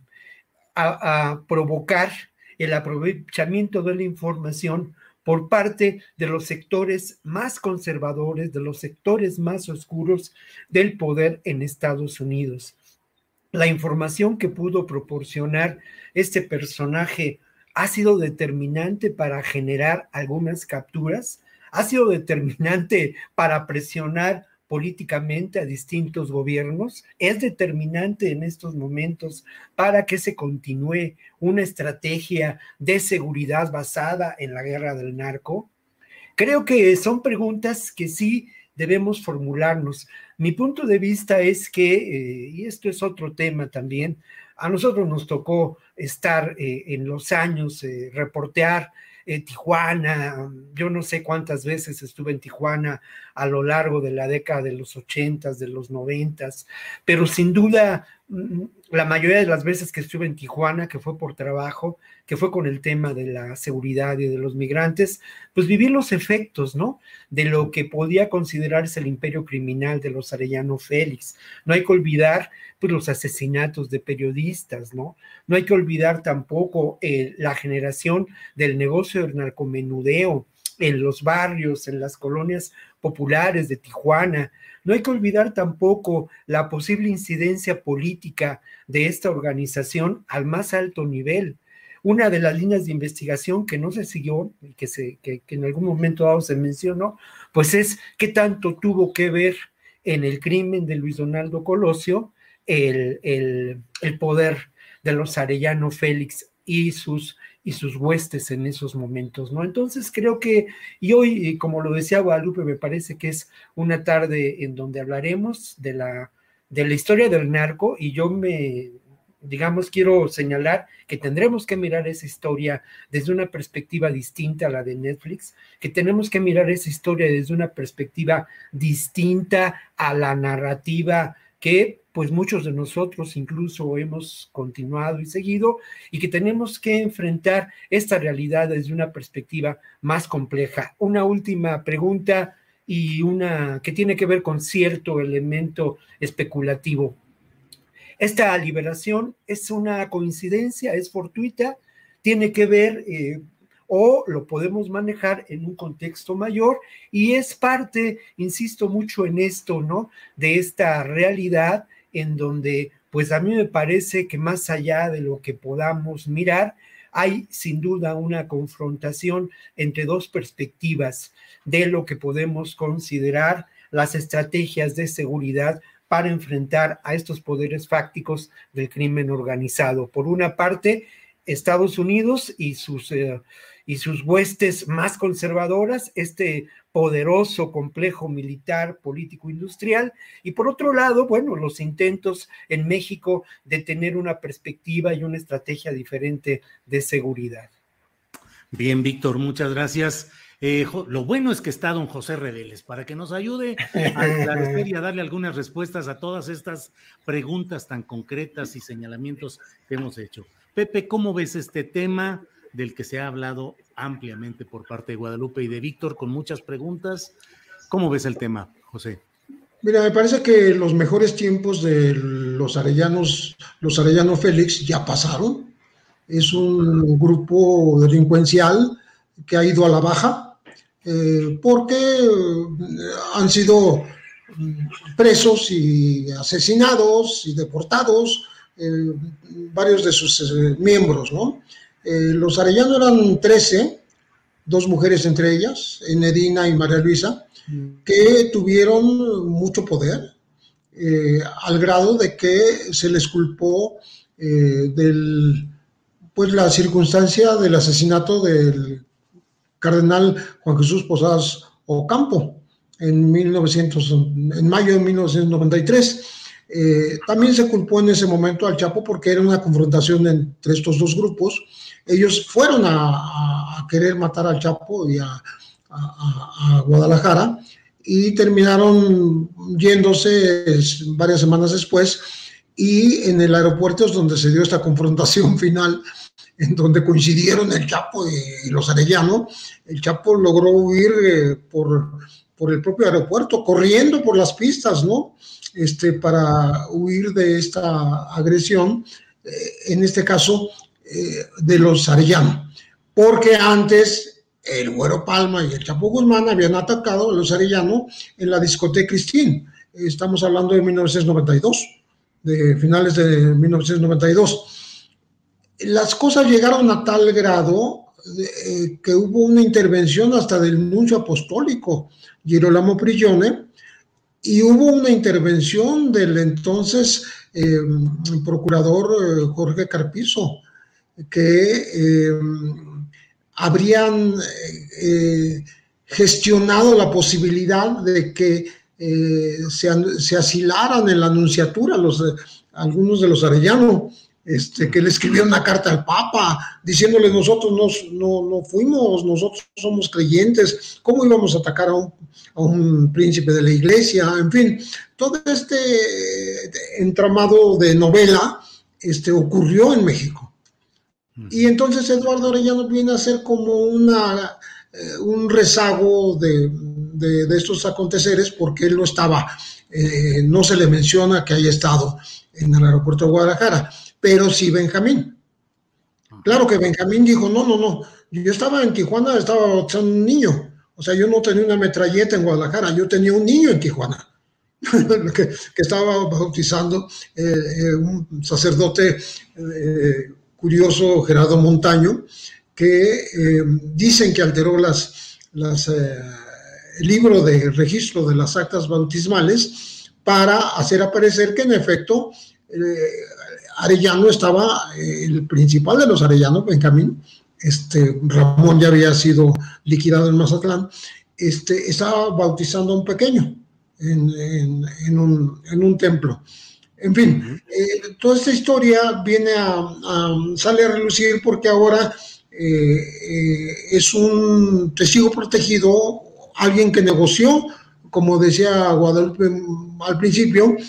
a, a provocar el aprovechamiento de la información por parte de los sectores más conservadores, de los sectores más oscuros del poder en Estados Unidos? La información que pudo proporcionar este personaje ha sido determinante para generar algunas capturas, ha sido determinante para presionar políticamente a distintos gobiernos, es determinante en estos momentos para que se continúe una estrategia de seguridad basada en la guerra del narco. Creo que son preguntas que sí debemos formularnos. Mi punto de vista es que, eh, y esto es otro tema también, a nosotros nos tocó estar eh, en los años, eh, reportear Eh, Tijuana, yo no sé cuántas veces estuve en Tijuana a lo largo de la década de los ochentas, de los noventas, pero sin duda la mayoría de las veces que estuve en Tijuana, que fue por trabajo, que fue con el tema de la seguridad y de los migrantes, pues viví los efectos, ¿no? De lo que podía considerarse el imperio criminal de los Arellano Félix. No hay que olvidar pues los asesinatos de periodistas, ¿no? No hay que olvidar tampoco eh, la generación del negocio del narcomenudeo en los barrios, en las colonias populares de Tijuana. No hay que olvidar tampoco la posible incidencia política de esta organización al más alto nivel. Una de las líneas de investigación que no se siguió, que, se, que, que en algún momento dado se mencionó, pues es qué tanto tuvo que ver en el crimen de Luis Donaldo Colosio el, el, el poder de los Arellano Félix y sus, y sus huestes en esos momentos, ¿no? Entonces creo que, y hoy, como lo decía Guadalupe, me parece que es una tarde en donde hablaremos de la, de la historia del narco, y yo me, digamos, quiero señalar que tendremos que mirar esa historia desde una perspectiva distinta a la de Netflix, que tenemos que mirar esa historia desde una perspectiva distinta a la narrativa que pues muchos de nosotros incluso hemos continuado y seguido, y que tenemos que enfrentar esta realidad desde una perspectiva más compleja. Una última pregunta y una que tiene que ver con cierto elemento especulativo. ¿Esta liberación es una coincidencia, es fortuita, tiene que ver eh, o lo podemos manejar en un contexto mayor y es parte, insisto mucho en esto, ¿no?, de esta realidad en donde, pues a mí me parece que más allá de lo que podamos mirar, hay sin duda una confrontación entre dos perspectivas de lo que podemos considerar las estrategias de seguridad para enfrentar a estos poderes fácticos del crimen organizado. Por una parte, Estados Unidos y sus, eh, y sus huestes más conservadoras, este poderoso complejo militar, político, industrial, y por otro lado, bueno, los intentos en México de tener una perspectiva y una estrategia diferente de seguridad. Bien, Víctor, muchas gracias. Eh, lo bueno es que está don José Reveles para que nos ayude a esclarecer y a darle algunas respuestas a todas estas preguntas tan concretas y señalamientos que hemos hecho. Pepe, ¿cómo ves este tema del que se ha hablado ampliamente por parte de Guadalupe y de Víctor con muchas preguntas? ¿Cómo ves el tema, José? Mira, me parece que los mejores tiempos de los arellanos, los Arellano Félix ya pasaron. Es un grupo delincuencial que ha ido a la baja eh, porque han sido presos y asesinados y deportados eh, varios de sus eh, miembros, ¿no? Eh, los Arellano eran trece, dos mujeres entre ellas, Enedina y María Luisa, que tuvieron mucho poder, eh, al grado de que se les culpó eh, del, pues, la circunstancia del asesinato del cardenal Juan Jesús Posadas Ocampo en, mil novecientos, en mayo de mil novecientos noventa y tres. Eh, también se culpó en ese momento al Chapo porque era una confrontación entre estos dos grupos. Ellos fueron a, a, a querer matar al Chapo y a, a, a Guadalajara y terminaron yéndose varias semanas después, y en el aeropuerto es donde se dio esta confrontación final, en donde coincidieron el Chapo y, y los Arellano. El Chapo logró huir eh, por, por el propio aeropuerto, corriendo por las pistas, ¿no? Este, para huir de esta agresión, eh, en este caso, eh, de los Arellano, porque antes el Güero Palma y el Chapo Guzmán habían atacado a los Arellano en la discoteca Cristín. Estamos hablando de mil novecientos noventa y dos, de finales de mil novecientos noventa y dos. Las cosas llegaron a tal grado eh, que hubo una intervención hasta del nuncio apostólico, Girolamo Prigione, y hubo una intervención del entonces eh, procurador eh, Jorge Carpizo, que eh, habrían eh, gestionado la posibilidad de que eh, se, se asilaran en la nunciatura los, algunos de los Arellano, este, que le escribieron una carta al Papa diciéndole: nosotros nos, no, no fuimos, nosotros somos creyentes, ¿cómo íbamos a atacar a un, a un príncipe de la iglesia? En fin, todo este entramado de novela este, ocurrió en México. Y entonces Eduardo Arellano viene a ser como una, eh, un rezago de, de, de estos aconteceres, porque él no estaba, eh, no se le menciona que haya estado en el aeropuerto de Guadalajara, pero sí Benjamín. Claro que Benjamín dijo: no, no, no, yo estaba en Tijuana, estaba bautizando un niño, o sea, yo no tenía una metralleta en Guadalajara, yo tenía un niño en Tijuana, que, que estaba bautizando eh, eh, un sacerdote eh, curioso, Gerardo Montaño, que eh, dicen que alteró las, las, eh, el libro de registro de las actas bautismales para hacer aparecer que en efecto eh, Arellano estaba, eh, el principal de los Arellano, Benjamín, este, Ramón ya había sido liquidado en Mazatlán, este, estaba bautizando a un pequeño en, en, en, un, en un templo. En fin, eh, toda esta historia viene a, a sale a relucir porque ahora eh, eh, es un testigo protegido, alguien que negoció, como decía Guadalupe al principio,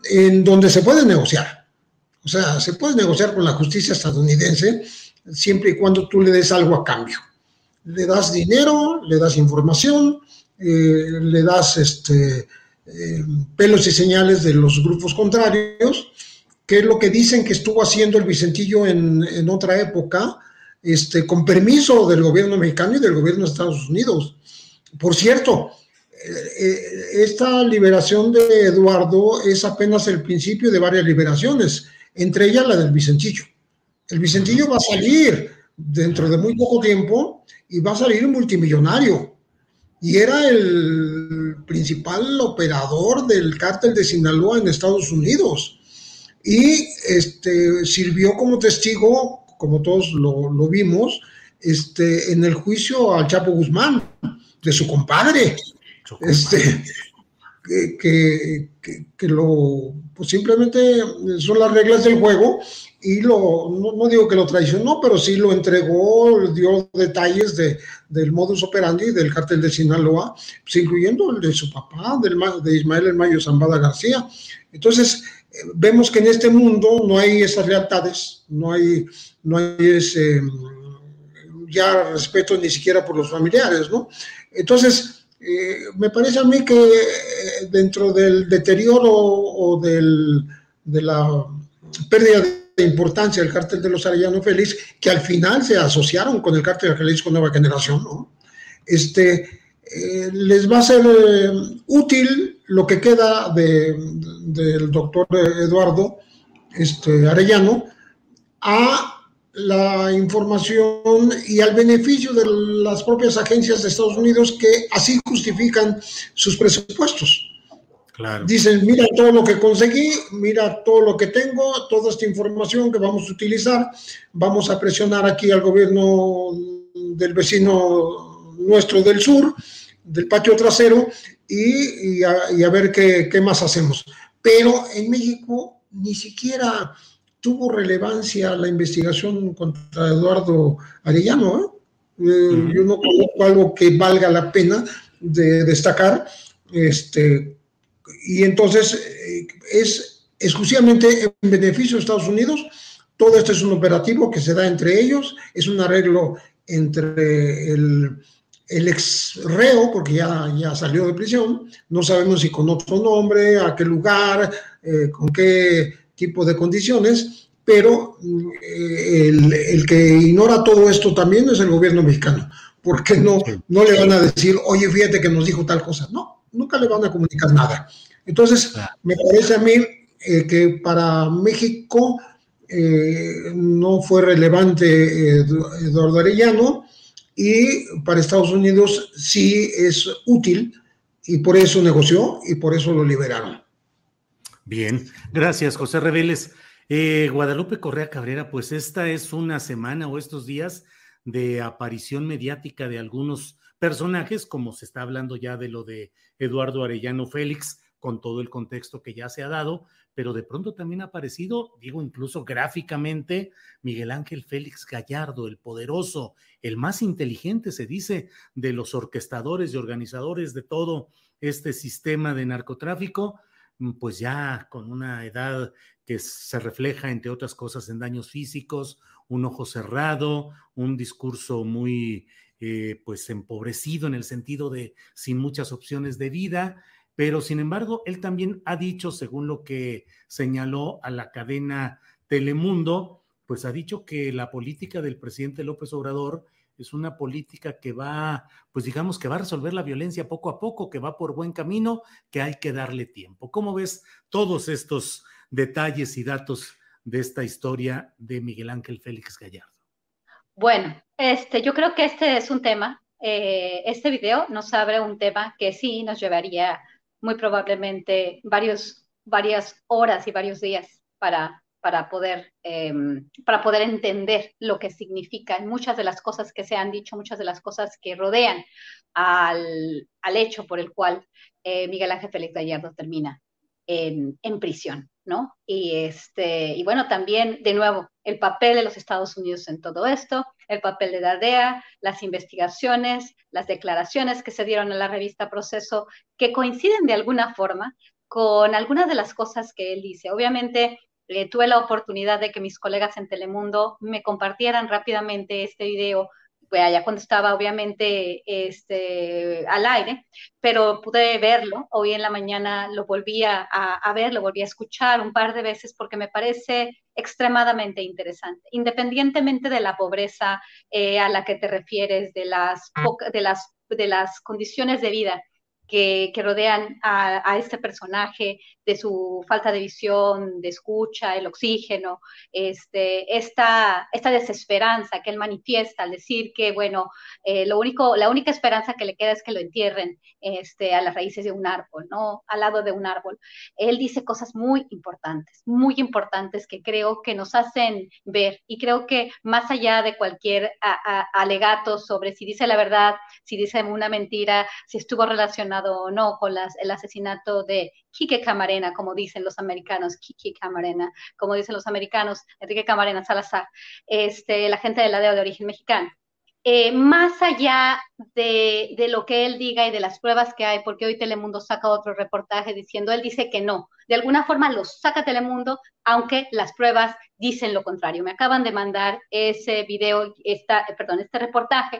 en donde se puede negociar. O sea, se puede negociar con la justicia estadounidense siempre y cuando tú le des algo a cambio. Le das dinero, le das información, eh, le das este, eh, pelos y señales de los grupos contrarios, que es lo que dicen que estuvo haciendo el Vicentillo en, en otra época, este, con permiso del gobierno mexicano y del gobierno de Estados Unidos. Por cierto, eh, esta liberación de Eduardo es apenas el principio de varias liberaciones, entre ellas la del Vicentillo. El Vicentillo va a salir dentro de muy poco tiempo y va a salir multimillonario. Y era el principal operador del cártel de Sinaloa en Estados Unidos. Y este, sirvió como testigo, como todos lo, lo vimos, este, en el juicio al Chapo Guzmán, de su compadre, este, que, que, que, que lo, pues simplemente son las reglas del juego, y lo, no, no digo que lo traicionó, pero sí lo entregó, dio detalles de, del modus operandi del cártel de Sinaloa, pues incluyendo el de su papá, del, de Ismael El Mayo Zambada García. Entonces, vemos que en este mundo no hay esas lealtades, no hay, no hay ese ya respeto ni siquiera por los familiares, ¿no? Entonces, eh, me parece a mí que dentro del deterioro o del, de la pérdida de importancia del cártel de los Arellano Félix, que al final se asociaron con el cártel de Jalisco Nueva Generación, ¿no? Este, eh, les va a ser eh, útil lo que queda de, del doctor Eduardo este, Arellano a la información y al beneficio de las propias agencias de Estados Unidos, que así justifican sus presupuestos. Claro. Dicen, mira todo lo que conseguí, mira todo lo que tengo, toda esta información que vamos a utilizar, vamos a presionar aquí al gobierno del vecino nuestro del sur, del patio trasero, y, y, a, y a ver qué, qué más hacemos. Pero en México ni siquiera tuvo relevancia la investigación contra Eduardo Arellano, ¿eh? Eh, uh-huh. Yo no conozco algo que valga la pena de destacar, este, y entonces eh, es exclusivamente en beneficio de Estados Unidos. Todo esto es un operativo que se da entre ellos, es un arreglo entre el, el ex reo, porque ya, ya salió de prisión, no sabemos si con otro nombre, a qué lugar, eh, con qué tipo de condiciones, pero eh, el, el que ignora todo esto también es el gobierno mexicano, porque no, no le van a decir, oye, fíjate que nos dijo tal cosa. No, nunca le van a comunicar nada. Entonces, me parece a mí eh, que para México eh, no fue relevante eh, Eduardo Arellano, y para Estados Unidos sí es útil, y por eso negoció y por eso lo liberaron. Bien, gracias, José Reveles. Eh, Guadalupe Correa Cabrera, pues esta es una semana o estos días de aparición mediática de algunos personajes, como se está hablando ya de lo de Eduardo Arellano Félix, con todo el contexto que ya se ha dado, pero de pronto también ha aparecido, digo, incluso gráficamente, Miguel Ángel Félix Gallardo, el poderoso, el más inteligente, se dice, de los orquestadores y organizadores de todo este sistema de narcotráfico, pues ya con una edad que se refleja, entre otras cosas, en daños físicos, un ojo cerrado, un discurso muy eh, pues empobrecido en el sentido de sin muchas opciones de vida, pero sin embargo él también ha dicho, según lo que señaló a la cadena Telemundo, pues ha dicho que la política del presidente López Obrador es una política que va, pues digamos que va a resolver la violencia poco a poco, que va por buen camino, que hay que darle tiempo. ¿Cómo ves todos estos detalles y datos de esta historia de Miguel Ángel Félix Gallardo? Bueno, este, yo creo que este es un tema, eh, este video nos abre un tema que sí nos llevaría muy probablemente varios, varias horas y varios días para para poder, eh, para poder entender lo que significan muchas de las cosas que se han dicho, muchas de las cosas que rodean al, al hecho por el cual eh, Miguel Ángel Félix Gallardo termina en, en prisión, ¿no? Y, este, y bueno, también, de nuevo, el papel de los Estados Unidos en todo esto, el papel de la D E A, las investigaciones, las declaraciones que se dieron en la revista Proceso, que coinciden de alguna forma con algunas de las cosas que él dice. Obviamente, eh, tuve la oportunidad de que mis colegas en Telemundo me compartieran rápidamente este video, allá cuando estaba obviamente este, al aire, pero pude verlo, hoy en la mañana lo volví a, a ver, lo volví a escuchar un par de veces porque me parece extremadamente interesante, independientemente de la pobreza eh, a la que te refieres, de las, de las, de las condiciones de vida que, que rodean a, a este personaje, de su falta de visión, de escucha, el oxígeno, este, esta, esta desesperanza que él manifiesta al decir que, bueno, eh, lo único, la única esperanza que le queda es que lo entierren este, a las raíces de un árbol, ¿no? Al lado de un árbol. Él dice cosas muy importantes, muy importantes que creo que nos hacen ver, y creo que más allá de cualquier a, a, alegato sobre si dice la verdad, si dice una mentira, si estuvo relacionado o no con las, el asesinato de Quique Camarena, como dicen los americanos, Quique Camarena, como dicen los americanos, Enrique Camarena Salazar, este, la gente de la D E A de origen mexicano. Eh, más allá de, de lo que él diga y de las pruebas que hay, porque hoy Telemundo saca otro reportaje diciendo, él dice que no, de alguna forma lo saca Telemundo, aunque las pruebas dicen lo contrario. Me acaban de mandar ese video, esta, perdón, este reportaje,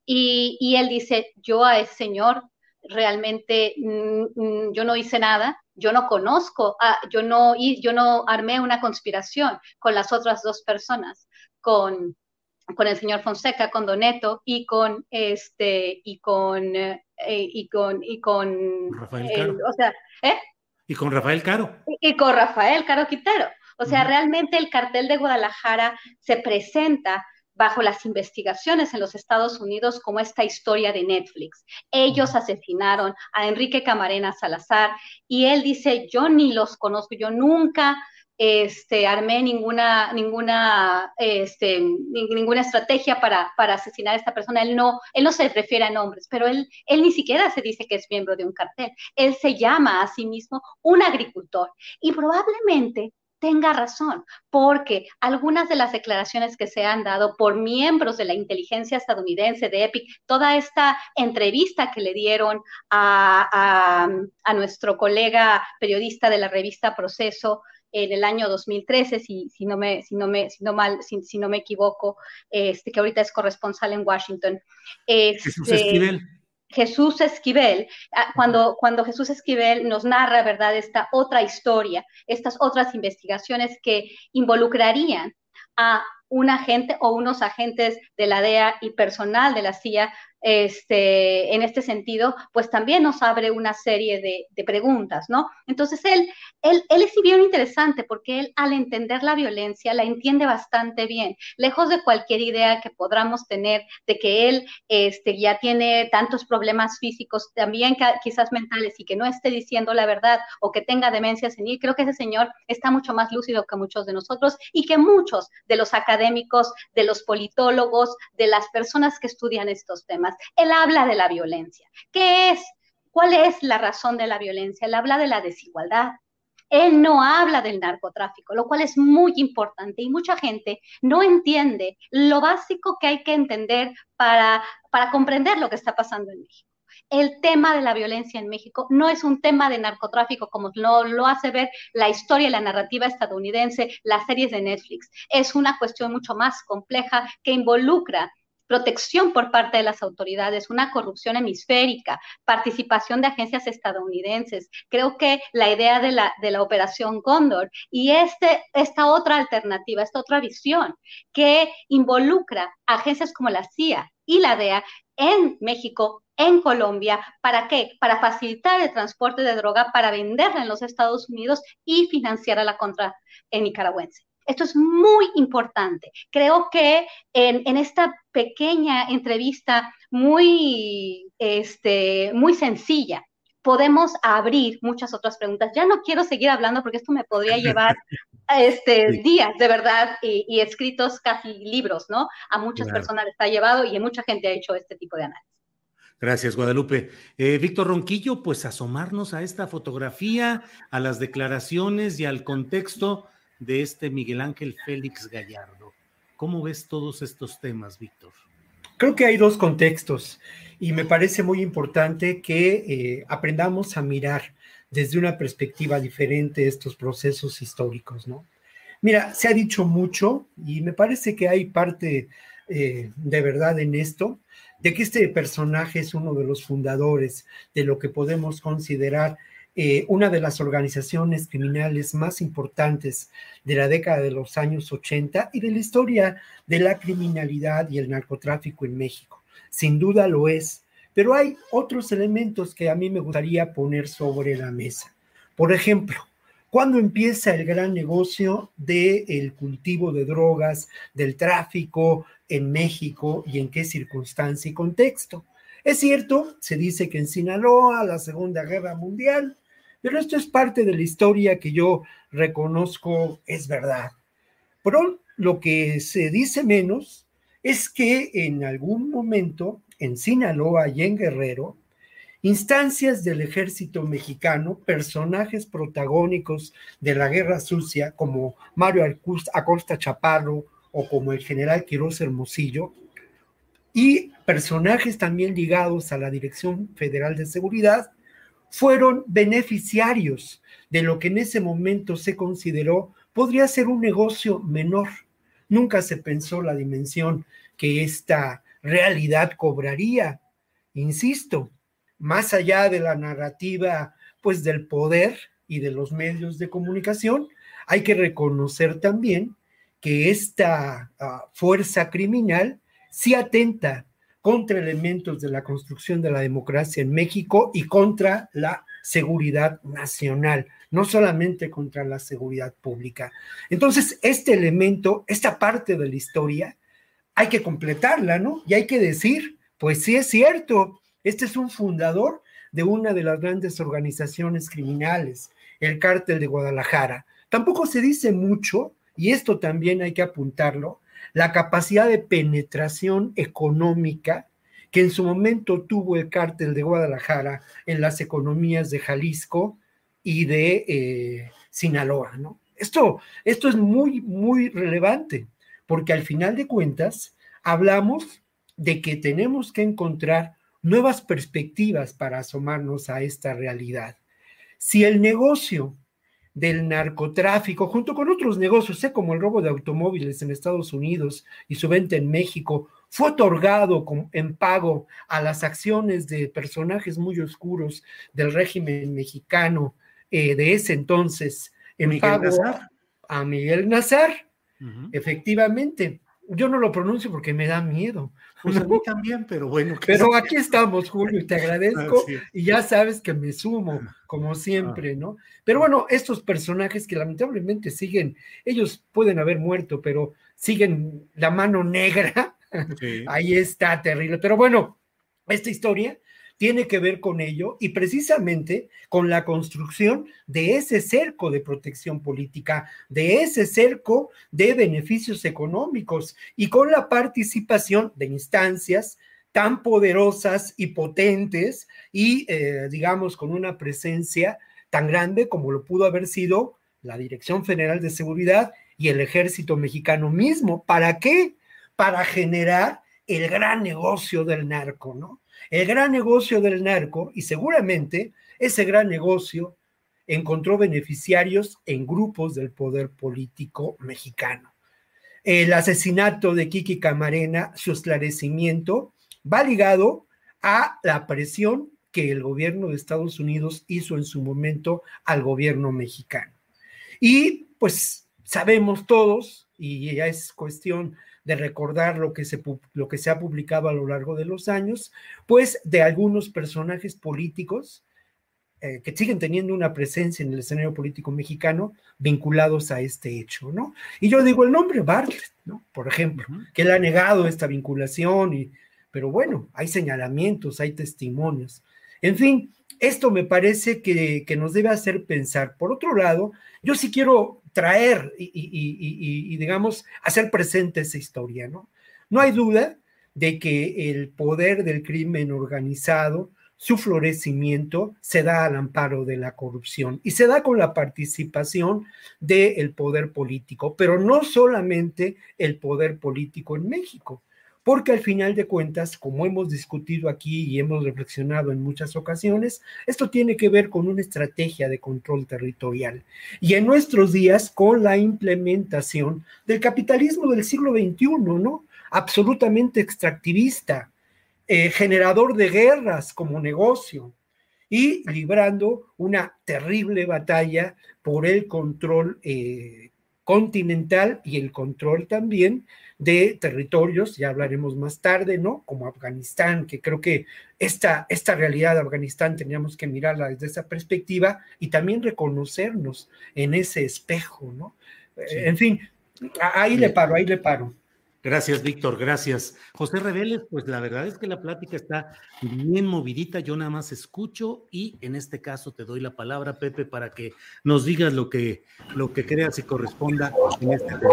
y, y él dice, yo a ese señor realmente mmm, yo no hice nada, yo no conozco, ah, yo, no, yo no armé una conspiración con las otras dos personas, con, con el señor Fonseca, con Doneto y con este y con eh, y con y con Rafael el, Caro. o sea, ¿eh? Y con Rafael Caro. Y, y con Rafael Caro Quintero. O sea, uh-huh. Realmente el cartel de Guadalajara se presenta bajo las investigaciones en los Estados Unidos como esta historia de Netflix. Ellos asesinaron a Enrique Camarena Salazar y él dice, yo ni los conozco, yo nunca este, armé ninguna, ninguna, este, ninguna estrategia para, para asesinar a esta persona. Él no, él no se refiere a nombres, pero él, él ni siquiera se dice que es miembro de un cartel. Él se llama a sí mismo un agricultor y probablemente tenga razón, porque algunas de las declaraciones que se han dado por miembros de la inteligencia estadounidense de EPIC, toda esta entrevista que le dieron a, a, a nuestro colega periodista de la revista Proceso en el año dos mil trece, si, si, no, me, si, no, me, si, no, mal, si, si no me equivoco, este, que ahorita es corresponsal en Washington. Este, Jesús Esquivel. Jesús Esquivel, cuando, cuando Jesús Esquivel nos narra, ¿verdad?, esta otra historia, estas otras investigaciones que involucrarían a un agente o unos agentes de la D E A y personal de la C I A, este, en este sentido, pues también nos abre una serie de, de preguntas, ¿no? Entonces, él, él, él es bien interesante porque él, al entender la violencia, la entiende bastante bien, lejos de cualquier idea que podamos tener de que él este, ya tiene tantos problemas físicos, también quizás mentales, y que no esté diciendo la verdad o que tenga demencia senil. Creo que ese señor está mucho más lúcido que muchos de nosotros y que muchos de los académicos, de los politólogos, de las personas que estudian estos temas. Él habla de la violencia. ¿Qué es? ¿Cuál es la razón de la violencia? Él habla de la desigualdad. Él no habla del narcotráfico, lo cual es muy importante y mucha gente no entiende lo básico que hay que entender para, para comprender lo que está pasando en México. El tema de la violencia en México no es un tema de narcotráfico como lo, lo hace ver la historia y la narrativa estadounidense, las series de Netflix. Es una cuestión mucho más compleja que involucra protección por parte de las autoridades, una corrupción hemisférica, participación de agencias estadounidenses. Creo que la idea de la, de la Operación Cóndor y este, esta otra alternativa, esta otra visión que involucra a agencias como la C I A y la D E A en México, en Colombia, ¿para qué? Para facilitar el transporte de droga, para venderla en los Estados Unidos y financiar a la contra en nicaragüense. Esto es muy importante. Creo que en, en esta pequeña entrevista muy, este, muy sencilla, podemos abrir muchas otras preguntas. Ya no quiero seguir hablando porque esto me podría llevar este, sí. días, de verdad, y, y escritos casi libros, ¿no? A muchas claro. personas les ha llevado y mucha gente ha hecho este tipo de análisis. Gracias, Guadalupe. Eh, Víctor Ronquillo, pues asomarnos a esta fotografía, a las declaraciones y al contexto de este Miguel Ángel Félix Gallardo. ¿Cómo ves todos estos temas, Víctor? Creo que hay dos contextos y me parece muy importante que eh, aprendamos a mirar desde una perspectiva diferente estos procesos históricos, ¿no? Mira, se ha dicho mucho y me parece que hay parte eh, de verdad en esto, de que este personaje es uno de los fundadores de lo que podemos considerar eh, una de las organizaciones criminales más importantes de la década de los años ochenta y de la historia de la criminalidad y el narcotráfico en México. Sin duda lo es, pero hay otros elementos que a mí me gustaría poner sobre la mesa. Por ejemplo, ¿cuándo empieza el gran negocio del cultivo de drogas, del tráfico en México y en qué circunstancia y contexto? Es cierto, se dice que en Sinaloa, la Segunda Guerra Mundial, pero esto es parte de la historia que yo reconozco es verdad. Pero lo que se dice menos es que en algún momento en Sinaloa y en Guerrero, instancias del ejército mexicano, personajes protagónicos de la Guerra Sucia, como Mario Acosta Chaparro o como el general Quirós Hermosillo, y personajes también ligados a la Dirección Federal de Seguridad, fueron beneficiarios de lo que en ese momento se consideró podría ser un negocio menor. Nunca se pensó la dimensión que esta realidad cobraría. Insisto, más allá de la narrativa, pues del poder y de los medios de comunicación, hay que reconocer también que esta uh, fuerza criminal sí atenta contra elementos de la construcción de la democracia en México y contra la seguridad nacional, no solamente contra la seguridad pública. Entonces, este elemento, esta parte de la historia, hay que completarla, ¿no? Y hay que decir, pues sí es cierto, este es un fundador de una de las grandes organizaciones criminales, el Cártel de Guadalajara. Tampoco se dice mucho, y esto también hay que apuntarlo, la capacidad de penetración económica que en su momento tuvo el Cártel de Guadalajara en las economías de Jalisco y de eh, Sinaloa, ¿no? Esto, esto es muy, muy relevante, porque al final de cuentas hablamos de que tenemos que encontrar nuevas perspectivas para asomarnos a esta realidad. Si el negocio del narcotráfico, junto con otros negocios, ¿eh? como el robo de automóviles en Estados Unidos y su venta en México, fue otorgado con, en pago a las acciones de personajes muy oscuros del régimen mexicano eh, de ese entonces, en Miguel pago Nazar. a Miguel Nazar, uh-huh. Efectivamente. Yo no lo pronuncio porque me da miedo. Pues a mí también, pero bueno. Pero aquí estamos, Julio, y te agradezco. Sí. Y ya sabes que me sumo, como siempre, ¿no? Pero bueno, estos personajes que lamentablemente siguen, ellos pueden haber muerto, pero siguen la mano negra. Sí. Ahí está, terrible. Pero bueno, esta historia tiene que ver con ello y precisamente con la construcción de ese cerco de protección política, de ese cerco de beneficios económicos y con la participación de instancias tan poderosas y potentes y, eh, digamos, con una presencia tan grande como lo pudo haber sido la Dirección Federal de Seguridad y el Ejército Mexicano mismo. ¿Para qué? Para generar el gran negocio del narco, ¿no? El gran negocio del narco, y seguramente ese gran negocio encontró beneficiarios en grupos del poder político mexicano. El asesinato de Kiki Camarena, su esclarecimiento, va ligado a la presión que el gobierno de Estados Unidos hizo en su momento al gobierno mexicano. Y pues sabemos todos, y ya es cuestión de recordar lo que, se, lo que se ha publicado a lo largo de los años, pues de algunos personajes políticos eh, que siguen teniendo una presencia en el escenario político mexicano vinculados a este hecho, ¿no? Y yo digo el nombre Bartlett, ¿no? Por ejemplo, uh-huh. que él ha negado esta vinculación, y, pero bueno, hay señalamientos, hay testimonios. En fin, esto me parece que, que nos debe hacer pensar. Por otro lado, yo sí quiero traer y, y, y, y, digamos, hacer presente esa historia, ¿no? No hay duda de que el poder del crimen organizado, su florecimiento, se da al amparo de la corrupción y se da con la participación del poder político, pero no solamente el poder político en México. porque al final de cuentas, como hemos discutido aquí y hemos reflexionado en muchas ocasiones, esto tiene que ver con una estrategia de control territorial. Y en nuestros días, con la implementación del capitalismo del siglo veintiuno, ¿no? Absolutamente extractivista, eh, generador de guerras como negocio, y librando una terrible batalla por el control eh, continental y el control también de territorios, ya hablaremos más tarde, ¿no? Como Afganistán, que creo que esta, esta realidad de Afganistán teníamos que mirarla desde esa perspectiva y también reconocernos en ese espejo, ¿no? Sí. En fin, ahí le paro, ahí le paro. Gracias, Víctor, gracias. José Reveles, pues la verdad es que la plática está bien movidita, yo nada más escucho y en este caso te doy la palabra, Pepe, para que nos digas lo que, lo que creas y corresponda en este tema.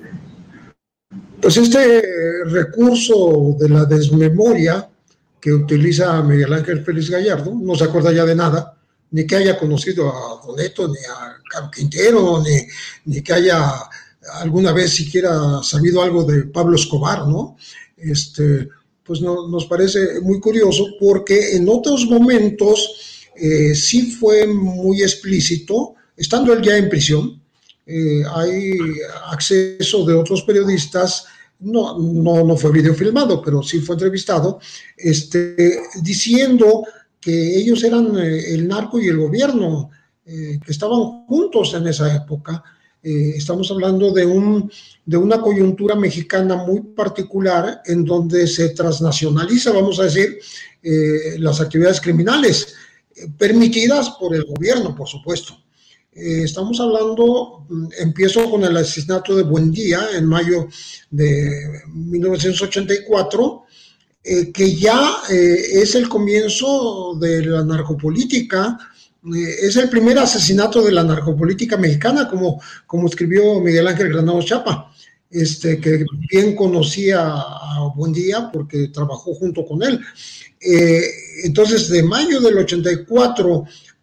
Pues este recurso de la desmemoria que utiliza Miguel Ángel Félix Gallardo, no se acuerda ya de nada, ni que haya conocido a Doneto, ni a Caro Quintero, ni, ni que haya alguna vez siquiera sabido algo de Pablo Escobar, ¿no? Este, pues no, nos parece muy curioso porque en otros momentos eh, sí fue muy explícito, estando él ya en prisión, eh, hay acceso de otros periodistas, no, no, no fue videofilmado, pero sí fue entrevistado, este, diciendo que ellos eran eh, el narco y el gobierno, eh, que estaban juntos en esa época. Eh, estamos hablando de, un, de una coyuntura mexicana muy particular en donde se transnacionaliza, vamos a decir, eh, las actividades criminales, eh, permitidas por el gobierno, por supuesto. Eh, estamos hablando, empiezo con el asesinato de Buendía en mayo de mil novecientos ochenta y cuatro, eh, que ya eh, es el comienzo de la narcopolítica. Es el primer asesinato de la narcopolítica mexicana, como, como escribió Miguel Ángel Granados Chapa, este, que bien conocía a Buendía porque trabajó junto con él. Eh, entonces, de mayo del ochenta y cuatro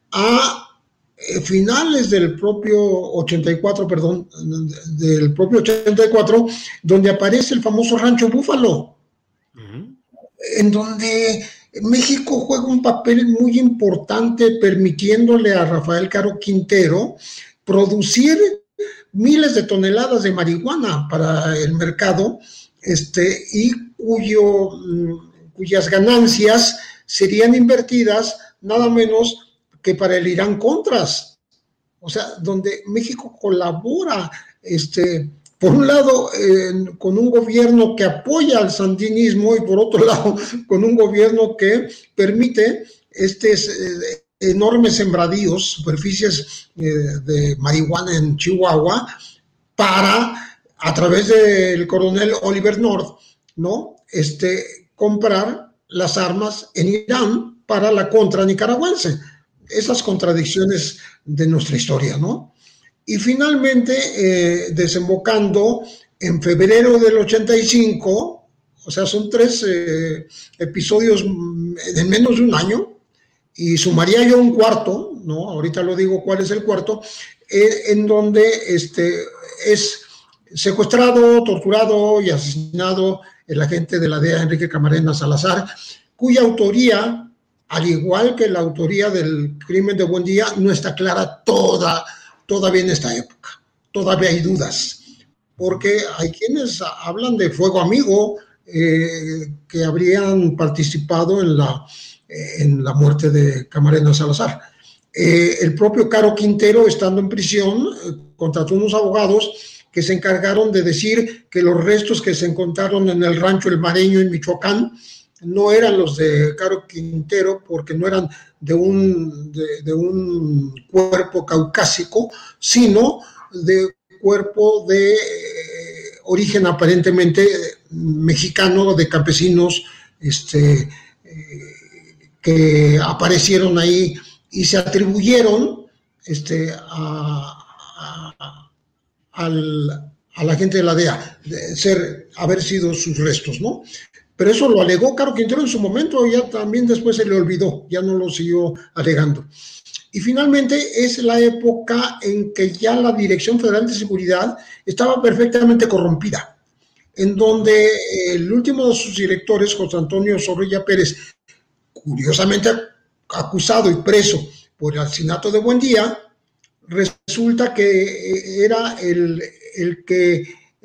a eh, finales del propio ochenta y cuatro, perdón, del propio ochenta y cuatro, donde aparece el famoso Rancho Búfalo, uh-huh. en donde México juega un papel muy importante permitiéndole a Rafael Caro Quintero producir miles de toneladas de marihuana para el mercado, este, y cuyo, cuyas ganancias serían invertidas nada menos que para el Irán Contras. O sea, donde México colabora, este, por un lado, eh, con un gobierno que apoya al sandinismo y por otro lado, con un gobierno que permite estos eh, enormes sembradíos, superficies eh, de marihuana en Chihuahua, para, a través del coronel Oliver North, ¿no? Este, comprar las armas en Irán para la contra nicaragüense. Esas contradicciones de nuestra historia, ¿no? Y finalmente, eh, desembocando en febrero del ochenta y cinco, o sea, son tres eh, episodios de menos de un año, y sumaría yo un cuarto, ¿no? Ahorita lo digo cuál es el cuarto, eh, en donde este, es secuestrado, torturado y asesinado el agente de la D E A, Enrique Camarena Salazar, cuya autoría, al igual que la autoría del crimen de Buendía, no está clara toda todavía en esta época, todavía hay dudas, porque hay quienes hablan de fuego amigo, eh, que habrían participado en la, eh, en la muerte de Camarena Salazar. Eh, el propio Caro Quintero, estando en prisión, eh, contrató unos abogados que se encargaron de decir que los restos que se encontraron en el rancho El Mareño en Michoacán no eran los de Caro Quintero, porque no eran de un, de, de un cuerpo caucásico, sino de cuerpo de eh, origen aparentemente mexicano, de campesinos este, eh, que aparecieron ahí y se atribuyeron este, a, a, al, a la gente de la D E A, de ser, haber sido sus restos, ¿no? Pero eso lo alegó Caro Quintero en su momento, ya también después se le olvidó, ya no lo siguió alegando. Y finalmente es la época en que ya la Dirección Federal de Seguridad estaba perfectamente corrompida. en donde el último de sus directores, José Antonio Zorrilla Pérez, curiosamente acusado y preso por el asesinato de Buendía, resulta que era el, el que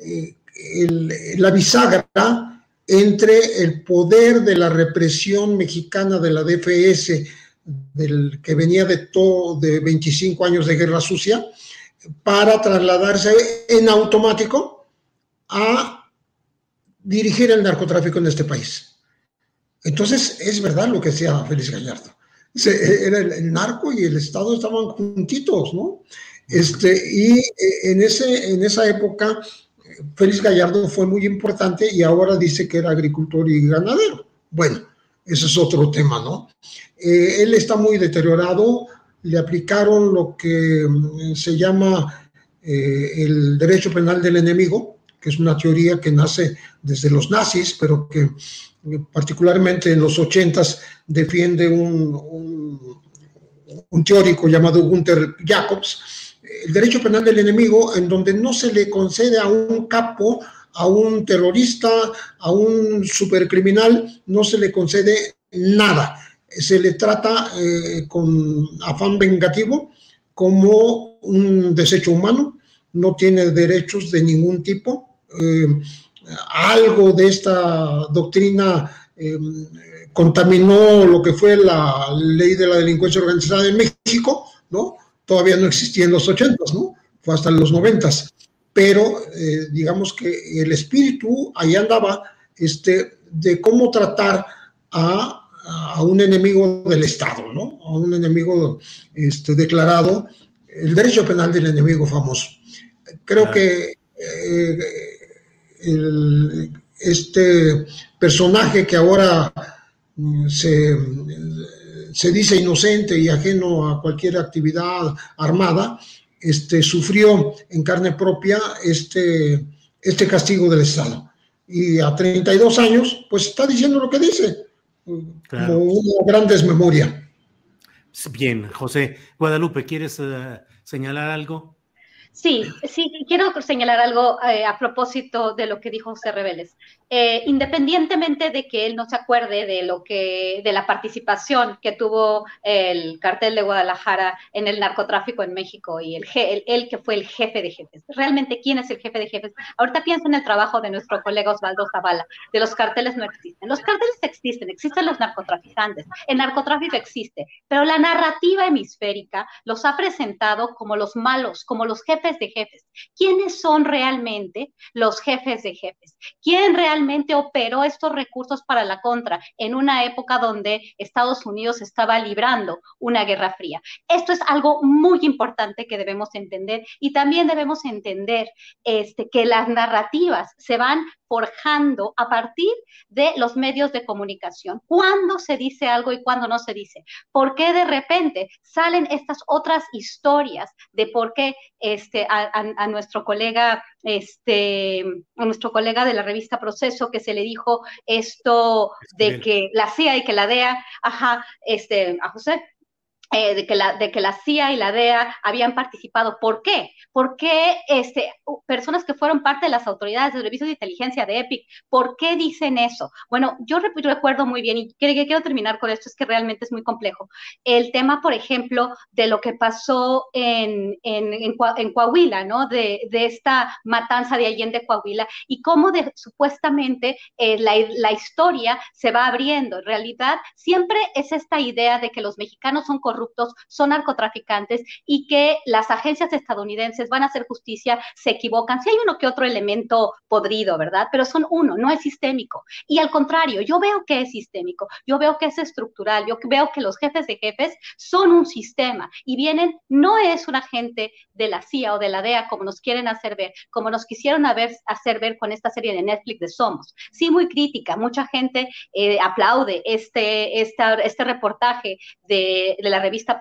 el, la bisagra entre el poder de la represión mexicana de la D F S, del que venía de todo de veinticinco años de guerra sucia, para trasladarse en automático a dirigir el narcotráfico en este país. Entonces, es verdad lo que decía Félix Gallardo. Se, era el, el narco y el Estado estaban juntitos, ¿no? Este, y en, ese, en esa época, Félix Gallardo fue muy importante y ahora dice que era agricultor y ganadero. Bueno, ese es otro tema, ¿no? Eh, él está muy deteriorado, le aplicaron lo que se llama eh, el derecho penal del enemigo, que es una teoría que nace desde los nazis, pero que particularmente en los ochentas defiende un, un, un teórico llamado Gunther Jacobs, el derecho penal del enemigo, en donde no se le concede a un capo, a un terrorista, a un supercriminal, no se le concede nada. Se le trata eh, con afán vengativo como un desecho humano, no tiene derechos de ningún tipo. Eh, algo de esta doctrina eh, contaminó lo que fue la ley de la delincuencia organizada en México, ¿no? Todavía no existía en los ochentas, ¿no? Fue hasta en los noventas. Pero eh, digamos que el espíritu ahí andaba este, de cómo tratar a a un enemigo del Estado, ¿no? A un enemigo este, declarado, el derecho penal del enemigo famoso. Creo claro. que eh, el, este personaje que ahora se, se dice inocente y ajeno a cualquier actividad armada, este, sufrió en carne propia este, este castigo del Estado. Y a treinta y dos años, pues está diciendo lo que dice. Claro. Como una gran desmemoria. Bien, José. Guadalupe, ¿quieres uh, señalar algo? Sí, sí, quiero señalar algo eh, a propósito de lo que dijo José Reveles. Eh, independientemente de que él no se acuerde de lo que, de la participación que tuvo el cartel de Guadalajara en el narcotráfico en México y el, el, él que fue el jefe de jefes. Realmente, ¿quién es el jefe de jefes? Ahorita pienso en el trabajo de nuestro colega Osvaldo Zavala, de los carteles no existen. Los carteles existen, existen los narcotraficantes, el narcotráfico existe, pero la narrativa hemisférica los ha presentado como los malos, como los jefes de jefes. ¿Quiénes son realmente los jefes de jefes? ¿Quién realmente operó estos recursos para la contra en una época donde Estados Unidos estaba librando una guerra fría? Esto es algo muy importante que debemos entender y también debemos entender este, que las narrativas se van forjando a partir de los medios de comunicación. ¿Cuándo se dice algo y cuándo no se dice? ¿Por qué de repente salen estas otras historias de por qué este, a, a, a nuestro colega, este, a nuestro colega de la revista Proceso, que se le dijo esto de que la C I A y que la D E A, ajá, este, a José, Eh, de, que la, de que la C I A y la D E A habían participado. ¿Por qué? ¿Por qué este, personas que fueron parte de las autoridades de servicios de inteligencia de EPIC, por qué dicen eso? Bueno, yo re recuerdo muy bien, y quiero, quiero terminar con esto, es que realmente es muy complejo, el tema, por ejemplo, de lo que pasó en, en, en, en Coahuila, ¿no? De, de esta matanza de Allende, Coahuila, y cómo de, supuestamente eh, la, la historia se va abriendo. En realidad, siempre es esta idea de que los mexicanos son corruptos, son narcotraficantes y que las agencias estadounidenses van a hacer justicia, se equivocan. Sí hay uno que otro elemento podrido, ¿verdad? Pero son uno, no es sistémico. Y al contrario, yo veo que es sistémico, yo veo que es estructural, yo veo que los jefes de jefes son un sistema y vienen, no es un agente de la C I A o de la D E A como nos quieren hacer ver, como nos quisieron haber, hacer ver con esta serie de Netflix de Somos. Sí, muy crítica, mucha gente eh, aplaude este, esta, este reportaje de, de la revista por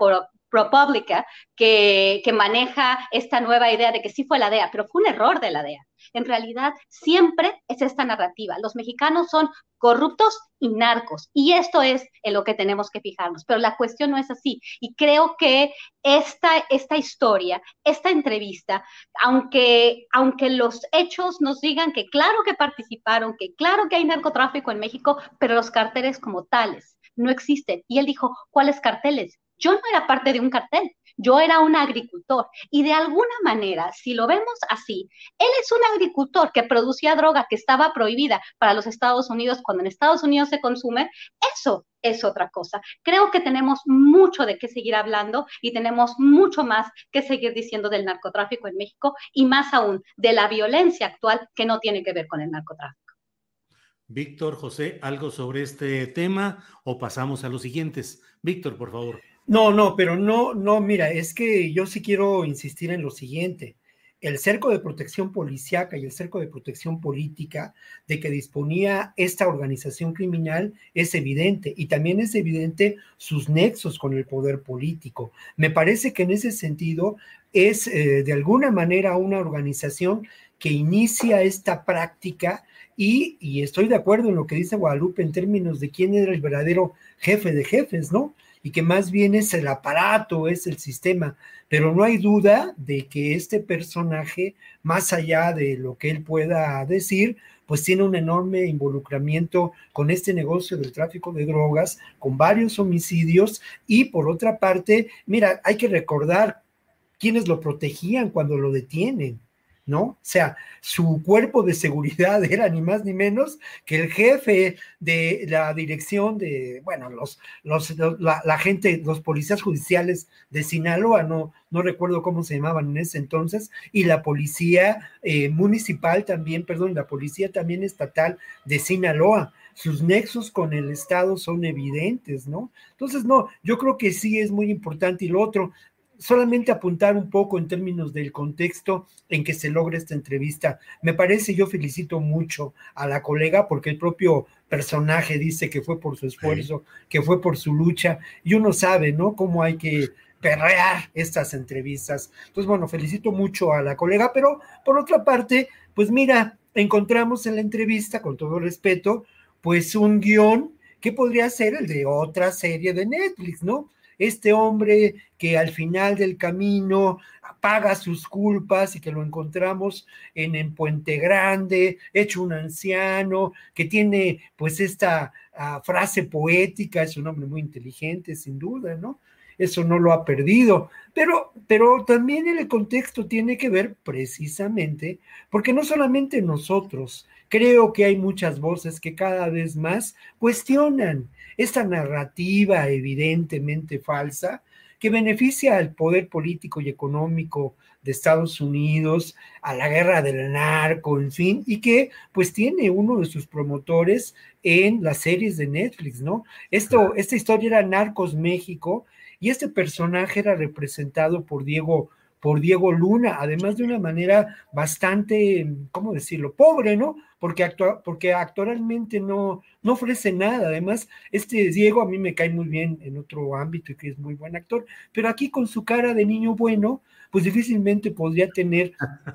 ProPublica, que, que maneja esta nueva idea de que sí fue la D E A, pero fue un error de la D E A. En realidad, siempre es esta narrativa. Los mexicanos son corruptos y narcos, y esto es en lo que tenemos que fijarnos, pero la cuestión no es así, y creo que esta, esta historia, esta entrevista, aunque, aunque los hechos nos digan que claro que participaron, que claro que hay narcotráfico en México, pero los carteles como tales no existen, y él dijo, ¿cuáles carteles? Yo no era parte de un cartel, yo era un agricultor, y de alguna manera, si lo vemos así, él es un agricultor que producía droga que estaba prohibida para los Estados Unidos, cuando en Estados Unidos se consume, eso es otra cosa. Creo que tenemos mucho de qué seguir hablando y tenemos mucho más que seguir diciendo del narcotráfico en México, y más aún de la violencia actual que no tiene que ver con el narcotráfico. Víctor, José, ¿algo sobre este tema o pasamos a los siguientes? Víctor, por favor. No, no, pero no, no, mira, es que yo sí quiero insistir en lo siguiente. El cerco de protección policíaca y el cerco de protección política de que disponía esta organización criminal es evidente, y también es evidente sus nexos con el poder político. Me parece que en ese sentido es eh, de alguna manera una organización que inicia esta práctica. Y, y estoy de acuerdo en lo que dice Guadalupe en términos de quién era el verdadero jefe de jefes, ¿no? Y que más bien es el aparato, es el sistema, pero no hay duda de que este personaje, más allá de lo que él pueda decir, pues tiene un enorme involucramiento con este negocio del tráfico de drogas, con varios homicidios, y por otra parte, mira, hay que recordar quiénes lo protegían cuando lo detienen, ¿no? O sea, su cuerpo de seguridad era ni más ni menos que el jefe de la dirección de, bueno, los, los, la, la gente, los policías judiciales de Sinaloa, no, no recuerdo cómo se llamaban en ese entonces, y la policía eh, municipal también, perdón, la policía también estatal de Sinaloa. Sus nexos con el Estado son evidentes, ¿no? Entonces, no, yo creo que sí es muy importante. Y lo otro, solamente apuntar un poco en términos del contexto en que se logra esta entrevista. Me parece, yo felicito mucho a la colega porque el propio personaje dice que fue por su esfuerzo, sí, que fue por su lucha, y uno sabe, ¿no?, cómo hay que perrear estas entrevistas. Entonces, bueno, felicito mucho a la colega, pero por otra parte, pues mira, encontramos en la entrevista, con todo respeto, pues un guión que podría ser el de otra serie de Netflix, ¿no? Este hombre que al final del camino paga sus culpas y que lo encontramos en, en Puente Grande, hecho un anciano, que tiene pues esta uh, frase poética, es un hombre muy inteligente, sin duda, ¿no? Eso no lo ha perdido, pero, pero también en el contexto tiene que ver precisamente, porque no solamente nosotros, creo que hay muchas voces que cada vez más cuestionan esta narrativa evidentemente falsa que beneficia al poder político y económico de Estados Unidos, a la guerra del narco, en fin, y que pues tiene uno de sus promotores en las series de Netflix, ¿no? Esto, esta historia era Narcos México, y este personaje era representado por Diego por Diego Luna, además de una manera bastante, ¿cómo decirlo?, pobre, ¿no? Porque, actua, porque actualmente no, no ofrece nada. Además, este Diego a mí me cae muy bien en otro ámbito y que es muy buen actor, pero aquí con su cara de niño bueno, pues difícilmente podría tener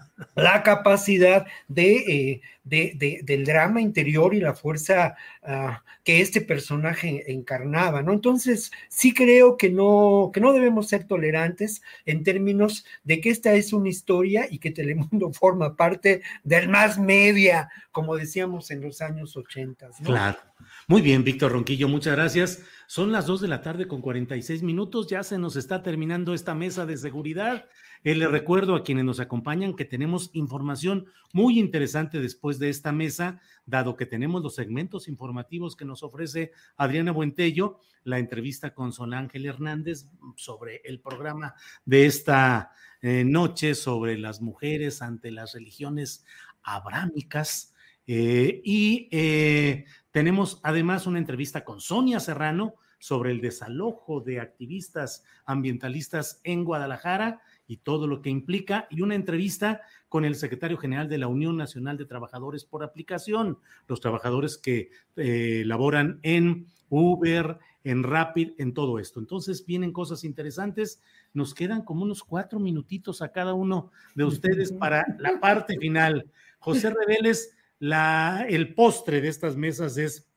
la capacidad de, eh, de, de, del drama interior y la fuerza uh, que este personaje encarnaba, ¿no? Entonces, sí creo que no, que no debemos ser tolerantes en términos de que esta es una historia y que Telemundo forma parte del más media, como decíamos en los años ochenta, ¿no? Claro. Muy bien, Víctor Ronquillo, muchas gracias. Son las dos de la tarde con cuarenta y seis minutos, ya se nos está terminando esta mesa de seguridad. Eh, les recuerdo a quienes nos acompañan que tenemos información muy interesante después de esta mesa, dado que tenemos los segmentos informativos que nos ofrece Adriana Buentello, la entrevista con Sol Ángel Hernández sobre el programa de esta eh, noche sobre las mujeres ante las religiones abrámicas, eh, y eh, tenemos además una entrevista con Sonia Serrano sobre el desalojo de activistas ambientalistas en Guadalajara y todo lo que implica, y una entrevista con con el secretario general de la Unión Nacional de Trabajadores por Aplicación, los trabajadores que eh, laboran en Uber, en Rapid, en todo esto. Entonces vienen cosas interesantes. Nos quedan como unos cuatro minutitos a cada uno de ustedes para la parte final. José Reveles, la, el postre de estas mesas es...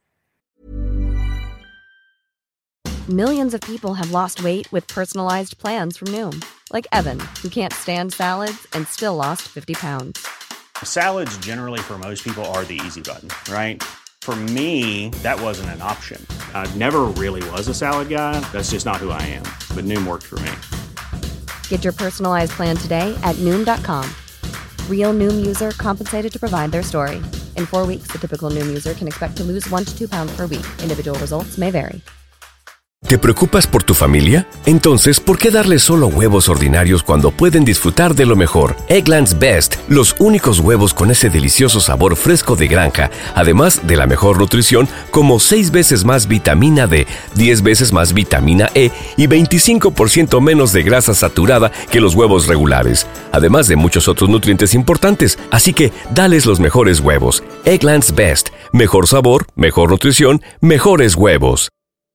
Millions of people have lost weight with personalized plans from Noom. Like Evan, who can't stand salads and still lost fifty pounds. Salads generally for most people are the easy button, right? For me, that wasn't an option. I never really was a salad guy. That's just not who I am. But Noom worked for me. Get your personalized plan today at Noom dot com. Real Noom user compensated to provide their story. In four weeks, the typical Noom user can expect to lose one to two pounds per week. Individual results may vary. ¿Te preocupas por tu familia? Entonces, ¿por qué darles solo huevos ordinarios cuando pueden disfrutar de lo mejor? Eggland's Best, los únicos huevos con ese delicioso sabor fresco de granja, además de la mejor nutrición, como seis veces más vitamina D, diez veces más vitamina E y veinticinco por ciento menos de grasa saturada que los huevos regulares, además de muchos otros nutrientes importantes. Así que, dales los mejores huevos. Eggland's Best, mejor sabor, mejor nutrición, mejores huevos.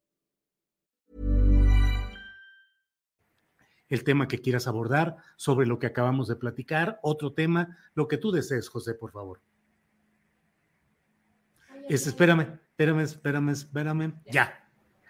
El tema que quieras abordar sobre lo que acabamos de platicar, otro tema, lo que tú desees, José, por favor. Es, espérame, espérame, espérame, espérame, ya.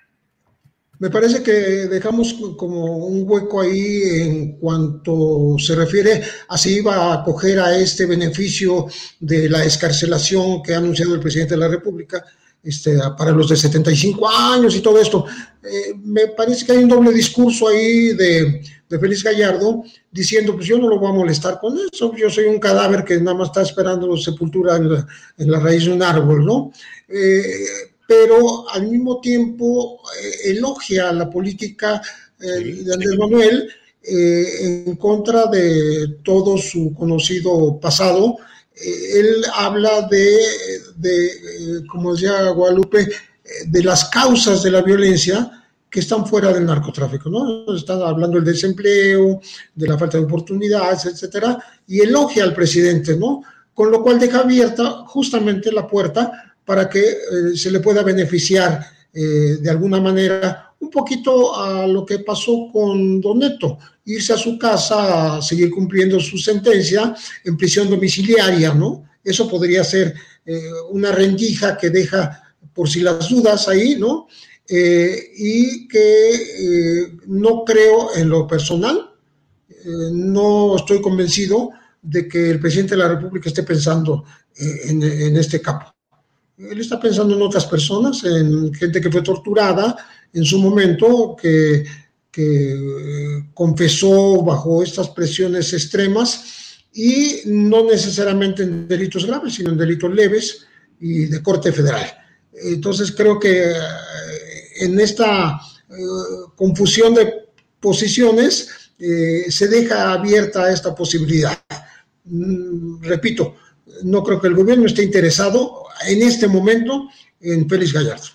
Me parece que dejamos como un hueco ahí en cuanto se refiere a si iba a acoger a este beneficio de la excarcelación que ha anunciado el presidente de la República. Este, para los de setenta y cinco años y todo esto. Eh, me parece que hay un doble discurso ahí de, de Félix Gallardo diciendo, pues yo no lo voy a molestar con eso, yo soy un cadáver que nada más está esperando sepultura en la, en la raíz de un árbol, ¿no? Eh, pero al mismo tiempo eh, elogia la política eh, sí, de Andrés sí. Manuel eh, en contra de todo su conocido pasado. Él habla de, de como decía Guadalupe, de las causas de la violencia que están fuera del narcotráfico, ¿no? Está hablando del desempleo, de la falta de oportunidades, etcétera, y elogia al presidente, ¿no? Con lo cual deja abierta justamente la puerta para que eh, se le pueda beneficiar eh, de alguna manera un poquito a lo que pasó con Don Neto, irse a su casa a seguir cumpliendo su sentencia en prisión domiciliaria, ¿no? Eso podría ser eh, una rendija que deja por si las dudas ahí, ¿no? Eh, y que eh, no creo en lo personal, eh, no estoy convencido de que el presidente de la República esté pensando eh, en, en este capo. Él está pensando en otras personas, en gente que fue torturada en su momento, que, que confesó bajo estas presiones extremas y no necesariamente en delitos graves, sino en delitos leves y de corte federal. Entonces creo que en esta uh, confusión de posiciones eh, se deja abierta esta posibilidad. Mm, repito, no creo que el gobierno esté interesado en este momento en Félix Gallardo.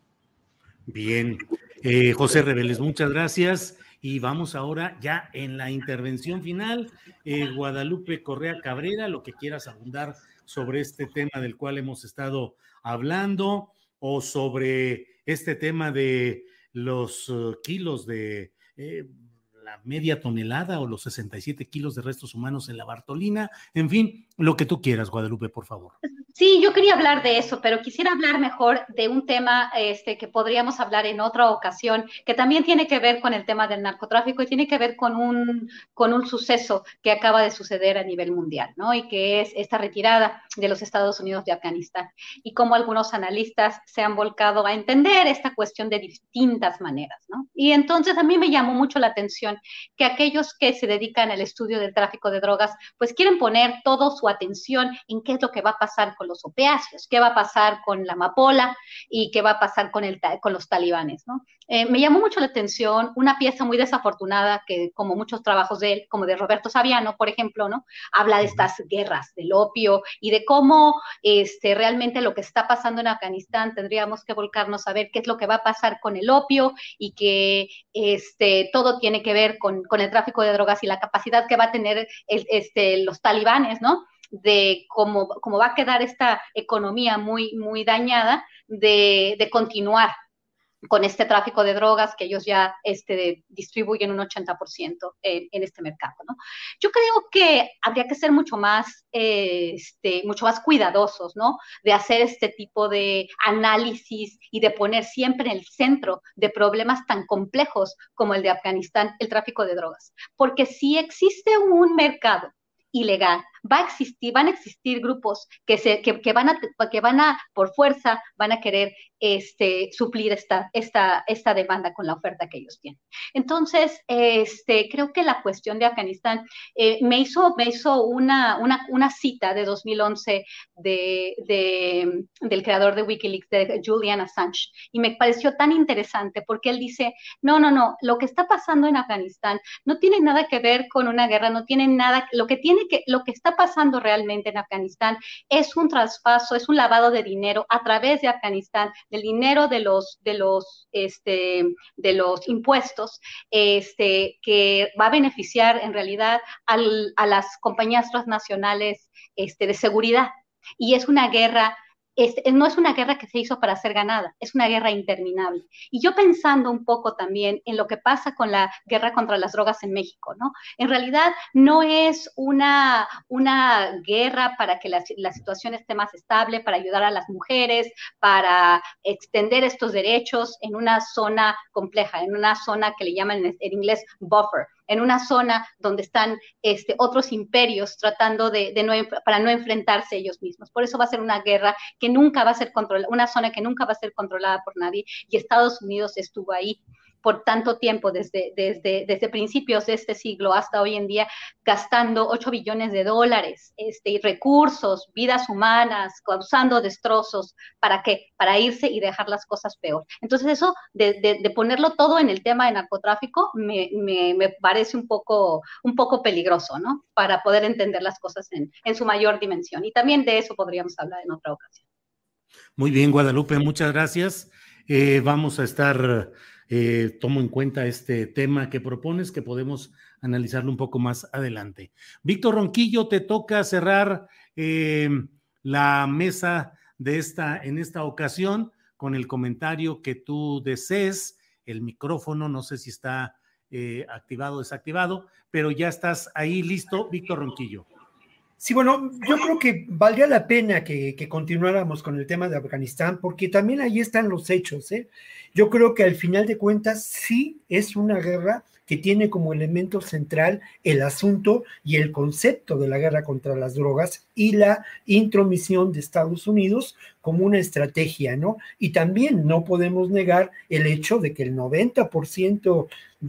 Bien, eh, José Reveles, muchas gracias. Y vamos ahora ya en la intervención final. Eh, Guadalupe Correa Cabrera, lo que quieras abundar sobre este tema del cual hemos estado hablando o sobre este tema de los uh, kilos de eh, la media tonelada o los sesenta y siete kilos de restos humanos en la Bartolina. En fin, lo que tú quieras, Guadalupe, por favor. Sí, yo quería hablar de eso, pero quisiera hablar mejor de un tema este, que podríamos hablar en otra ocasión, que también tiene que ver con el tema del narcotráfico y tiene que ver con un, con un suceso que acaba de suceder a nivel mundial, ¿no? Y que es esta retirada de los Estados Unidos de Afganistán y cómo algunos analistas se han volcado a entender esta cuestión de distintas maneras, ¿no? Y entonces a mí me llamó mucho la atención que aquellos que se dedican al estudio del tráfico de drogas, pues quieren poner toda su atención en qué es lo que va a pasar con los opiáceos, qué va a pasar con la amapola y qué va a pasar con, el, con los talibanes, ¿no? Eh, me llamó mucho la atención una pieza muy desafortunada que, como muchos trabajos de él, como de Roberto Saviano, por ejemplo, ¿no? Habla de estas guerras del opio y de cómo este, realmente lo que está pasando en Afganistán tendríamos que volcarnos a ver qué es lo que va a pasar con el opio y que este, todo tiene que ver con, con el tráfico de drogas y la capacidad que va a tener el, este, los talibanes, ¿no? De cómo, cómo va a quedar esta economía muy, muy dañada de, de continuar con este tráfico de drogas que ellos ya este, distribuyen un ochenta por ciento en, en este mercado, ¿no? Yo creo que habría que ser mucho más, eh, este, mucho más cuidadosos, ¿no? De hacer este tipo de análisis y de poner siempre en el centro de problemas tan complejos como el de Afganistán, el tráfico de drogas. Porque si existe un mercado ilegal, va a existir, van a existir grupos que, se, que, que, van a, que van a, por fuerza, van a querer este, suplir esta, esta, esta demanda con la oferta que ellos tienen. Entonces, este, creo que la cuestión de Afganistán eh, me hizo, me hizo una, una, una cita de dos mil once de, de, del creador de Wikileaks, de Julian Assange, y me pareció tan interesante porque él dice, no, no, no, lo que está pasando en Afganistán no tiene nada que ver con una guerra, no tiene nada, lo que tiene que, lo que está pasando realmente en Afganistán es un traspaso, es un lavado de dinero a través de Afganistán, del dinero de los, de los, este, de los impuestos, este, que va a beneficiar en realidad al, a las compañías transnacionales este, de seguridad. Y es una guerra. Este, no es una guerra que se hizo para ser ganada, es una guerra interminable. Y yo pensando un poco también en lo que pasa con la guerra contra las drogas en México, ¿no? En realidad no es una, una guerra para que la, la situación esté más estable, para ayudar a las mujeres, para extender estos derechos en una zona compleja, en una zona que le llaman en, en inglés buffer, en una zona donde están este, otros imperios tratando de, de no, para no enfrentarse ellos mismos. Por eso va a ser una guerra que nunca va a ser controlada, una zona que nunca va a ser controlada por nadie, y Estados Unidos estuvo ahí por tanto tiempo, desde, desde, desde principios de este siglo hasta hoy en día, gastando ocho billones de dólares, este, y recursos, vidas humanas, causando destrozos. ¿Para qué? Para irse y dejar las cosas peor. Entonces eso, de, de, de ponerlo todo en el tema de narcotráfico, me, me, me parece un poco, un poco peligroso, ¿no? Para poder entender las cosas en, en su mayor dimensión. Y también de eso podríamos hablar en otra ocasión. Muy bien, Guadalupe, muchas gracias. Eh, vamos a estar... Eh, tomo en cuenta este tema que propones, que podemos analizarlo un poco más adelante. Víctor Ronquillo, te toca cerrar eh, la mesa de esta, en esta ocasión con el comentario que tú desees. El micrófono, no sé si está eh, activado o desactivado, pero ya estás ahí listo, Víctor Ronquillo. Sí, bueno, yo creo que valdría la pena que, que continuáramos con el tema de Afganistán, porque también ahí están los hechos, ¿eh? Yo creo que al final de cuentas sí es una guerra que tiene como elemento central el asunto y el concepto de la guerra contra las drogas y la intromisión de Estados Unidos como una estrategia, ¿no? Y también no podemos negar el hecho de que el noventa por ciento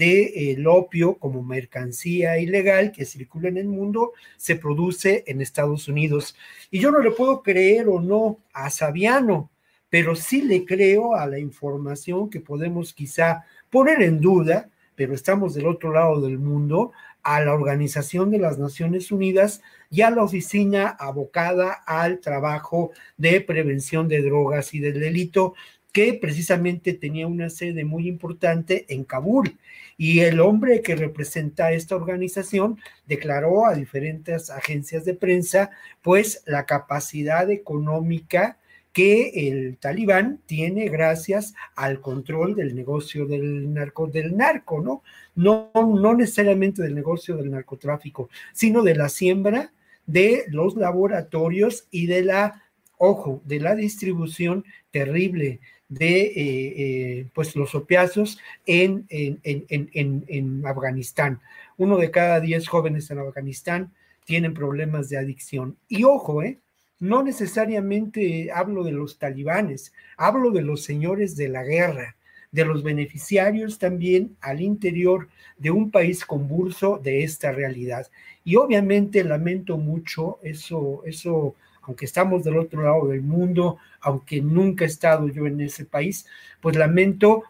del opio como mercancía ilegal que circula en el mundo se produce en Estados Unidos. Y yo no le puedo creer o no a Saviano, pero sí le creo a la información que podemos quizá poner en duda, pero estamos del otro lado del mundo, a la Organización de las Naciones Unidas y a la oficina abocada al trabajo de prevención de drogas y del delito, que precisamente tenía una sede muy importante en Kabul. Y el hombre que representa esta organización declaró a diferentes agencias de prensa, pues, la capacidad económica que el talibán tiene gracias al control del negocio del narco, del narco, ¿no? No, no necesariamente del negocio del narcotráfico, sino de la siembra de los laboratorios y de la, ojo, de la distribución terrible de eh, eh, pues los opiáceos en, en, en, en, en Afganistán. Uno de cada diez jóvenes en Afganistán tienen problemas de adicción. Y ojo, eh, no necesariamente hablo de los talibanes, hablo de los señores de la guerra, de los beneficiarios también al interior de un país convulso de esta realidad. Y obviamente lamento mucho, eso, eso aunque estamos del otro lado del mundo, aunque nunca he estado yo en ese país, pues lamento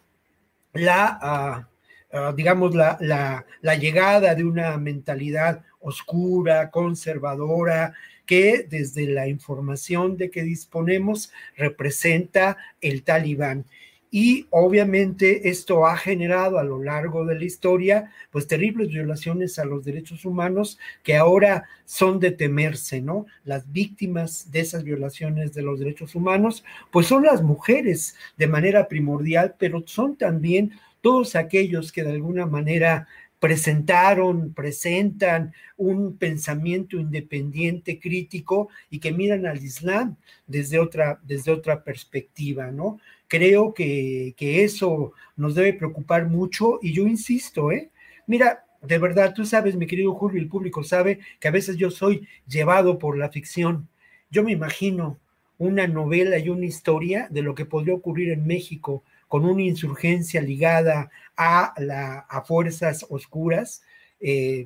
la, uh, uh, digamos, la, la, la llegada de una mentalidad oscura, conservadora, que desde la información de que disponemos representa el Talibán. Y obviamente esto ha generado a lo largo de la historia pues terribles violaciones a los derechos humanos que ahora son de temerse, ¿no? Las víctimas de esas violaciones de los derechos humanos pues son las mujeres de manera primordial, pero son también todos aquellos que de alguna manera presentaron, presentan un pensamiento independiente, crítico, y que miran al Islam desde otra, desde otra perspectiva, ¿no? Creo que, que eso nos debe preocupar mucho, y yo insisto, ¿eh? Mira, de verdad, tú sabes, mi querido Julio, y el público sabe que a veces yo soy llevado por la ficción. Yo me imagino una novela y una historia de lo que podría ocurrir en México con una insurgencia ligada a, la, a fuerzas oscuras, eh,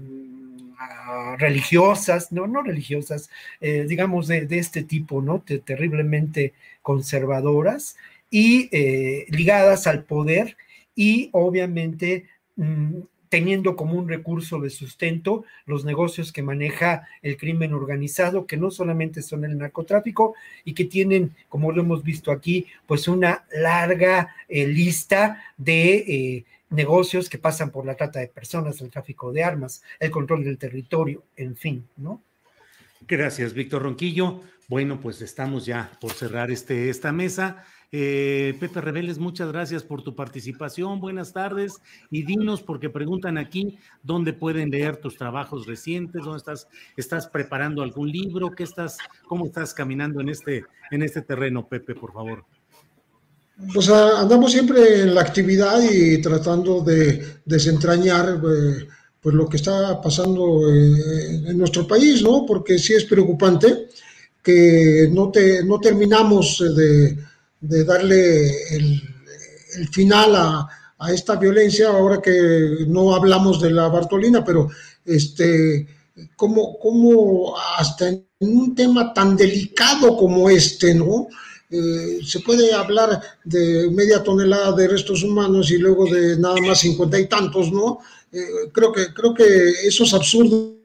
a religiosas, no, no religiosas, eh, digamos de, de este tipo, ¿no? Te, terriblemente conservadoras y eh, ligadas al poder y obviamente mmm, teniendo como un recurso de sustento los negocios que maneja el crimen organizado, que no solamente son el narcotráfico y que tienen, como lo hemos visto aquí, pues una larga eh, lista de eh, negocios que pasan por la trata de personas, el tráfico de armas, el control del territorio, en fin, ¿no? Gracias, Víctor Ronquillo. Bueno, pues estamos ya por cerrar este, esta mesa. Eh, Pepe Reveles, muchas gracias por tu participación, buenas tardes, y dinos, porque preguntan aquí, ¿dónde pueden leer tus trabajos recientes? ¿Dónde estás? ¿Estás preparando algún libro? ¿Qué estás, cómo estás caminando en este, en este terreno, Pepe, por favor? Pues a, andamos siempre en la actividad y tratando de desentrañar eh, pues lo que está pasando eh, en nuestro país, ¿no? Porque sí es preocupante que no, te, no terminamos de de darle el, el final a, a esta violencia, ahora que no hablamos de la Bartolina, pero este, cómo, cómo hasta en un tema tan delicado como este, ¿no? Eh, se puede hablar de media tonelada de restos humanos y luego de nada más cincuenta y tantos, ¿no? Eh, creo que, creo que eso es absurdo.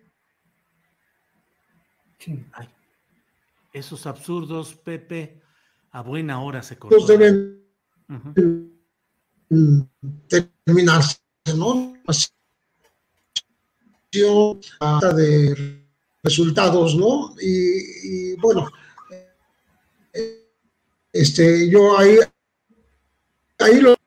Ay, esos absurdos, Pepe, a buena hora se cortó. Los deben uh-huh. terminarse, ¿no? De resultados, ¿no? Y, y bueno, este, yo ahí, ahí lo.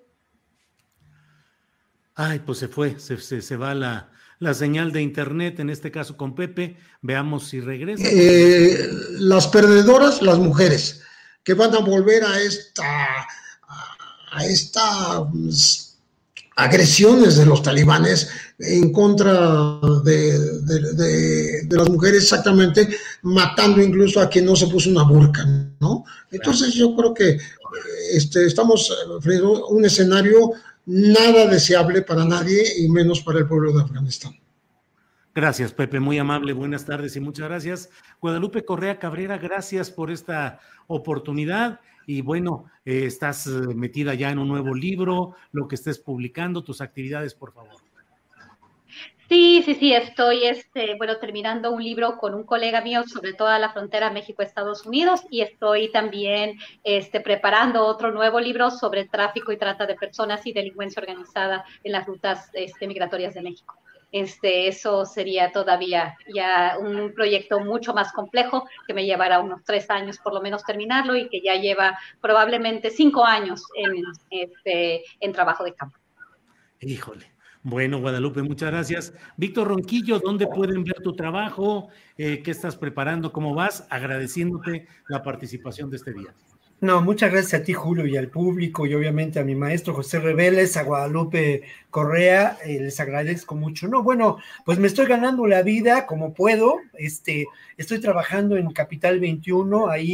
Ay, pues se fue, se, se, se va la, la señal de internet, en este caso con Pepe. Veamos si regresa. Eh, las perdedoras, las mujeres, que van a volver a esta, a estas agresiones de los talibanes en contra de, de, de, de las mujeres, exactamente, matando incluso a quien no se puso una burka, ¿no? Entonces yo creo que este, estamos frente a un escenario nada deseable para nadie y menos para el pueblo de Afganistán. Gracias, Pepe, muy amable, buenas tardes y muchas gracias. Guadalupe Correa Cabrera, gracias por esta oportunidad y bueno, eh, estás metida ya en un nuevo libro, lo que estés publicando, tus actividades, por favor. Sí, sí, sí, estoy, este, bueno, terminando un libro con un colega mío sobre toda la frontera México-Estados Unidos y estoy también este, preparando otro nuevo libro sobre tráfico y trata de personas y delincuencia organizada en las rutas este, migratorias de México. Este, eso sería todavía ya un proyecto mucho más complejo que me llevará unos tres años por lo menos terminarlo y que ya lleva probablemente cinco años en, este, en trabajo de campo. Híjole. Bueno, Guadalupe, muchas gracias. Víctor Ronquillo, ¿dónde pueden ver tu trabajo? Eh, ¿Qué estás preparando? ¿Cómo vas? Agradeciéndote la participación de este día. No, muchas gracias a ti, Julio, y al público, y obviamente a mi maestro José Reveles, a Guadalupe Correa, eh, les agradezco mucho. No, bueno, pues me estoy ganando la vida como puedo, este, estoy trabajando en Capital veintiuno, ahí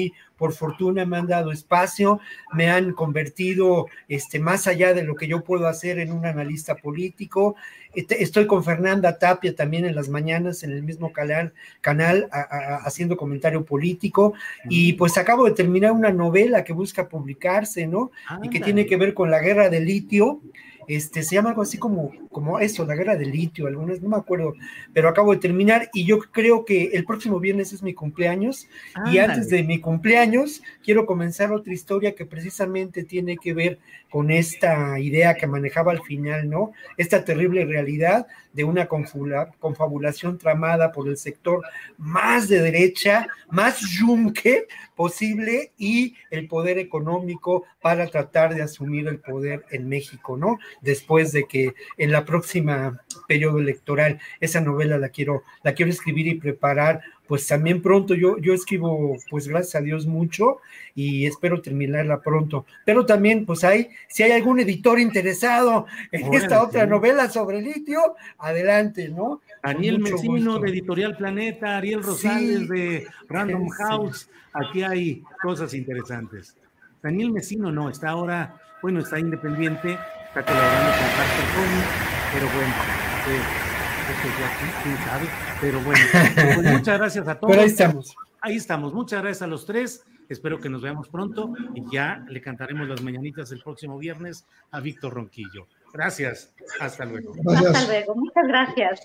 por fortuna me han dado espacio, me han convertido este, más allá de lo que yo puedo hacer en un analista político. Estoy con Fernanda Tapia también en las mañanas en el mismo canal, canal a, a, haciendo comentario político, y pues acabo de terminar una novela que busca publicarse, ¿no? Y que tiene que ver con la guerra del litio. Este, se llama algo así como, como eso, la guerra del litio, algunas, no me acuerdo, pero acabo de terminar y yo creo que el próximo viernes es mi cumpleaños. Ah, y antes de mi cumpleaños quiero comenzar otra historia que precisamente tiene que ver con esta idea que manejaba al final, ¿no? Esta terrible realidad de una confula, confabulación tramada por el sector más de derecha, más yunque posible, y el poder económico para tratar de asumir el poder en México, ¿no? Después de que en la próxima periodo electoral, esa novela la quiero, la quiero escribir y preparar, pues también pronto. Yo, yo escribo, pues gracias a Dios, mucho, y espero terminarla pronto, pero también, pues hay, si hay algún editor interesado en bueno, esta otra sí. novela sobre litio, adelante, ¿no? Daniel Mesino de Editorial Planeta, Ariel Rosales sí. de Random House, sí. Aquí hay cosas interesantes. Daniel Mesino no, está ahora, bueno, está independiente, está colaborando con Carter Comics, pero bueno, eh, esto ya aquí, quién sabe, pero bueno, pues muchas gracias a todos. Pero ahí estamos. Ahí estamos, muchas gracias a los tres, espero que nos veamos pronto y ya le cantaremos las mañanitas el próximo viernes a Víctor Ronquillo. Gracias, hasta luego. Gracias. Hasta luego, muchas gracias.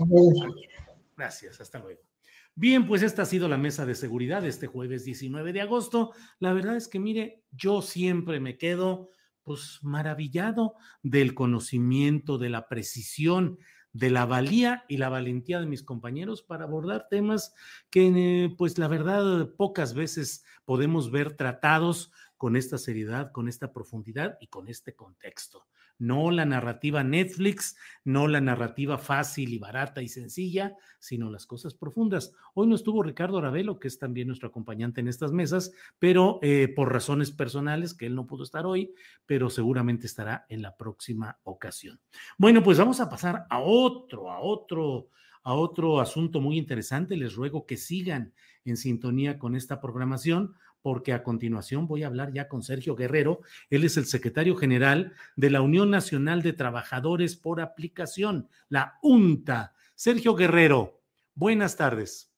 Gracias, hasta luego. Bien, pues esta ha sido la mesa de seguridad este jueves diecinueve de agosto. La verdad es que, mire, yo siempre me quedo pues maravillado del conocimiento, de la precisión, de la valía y la valentía de mis compañeros para abordar temas que, pues la verdad, pocas veces podemos ver tratados con esta seriedad, con esta profundidad y con este contexto. No la narrativa Netflix, no la narrativa fácil y barata y sencilla, sino las cosas profundas. Hoy no estuvo Ricardo Ravelo, que es también nuestro acompañante en estas mesas, pero eh, por razones personales, que él no pudo estar hoy, pero seguramente estará en la próxima ocasión. Bueno, pues vamos a pasar a otro, a otro, a otro asunto muy interesante. Les ruego que sigan en sintonía con esta programación, porque a continuación voy a hablar ya con Sergio Guerrero. Él es el secretario general de la Unión Nacional de Trabajadores por Aplicación, la UNTA. Sergio Guerrero, buenas tardes.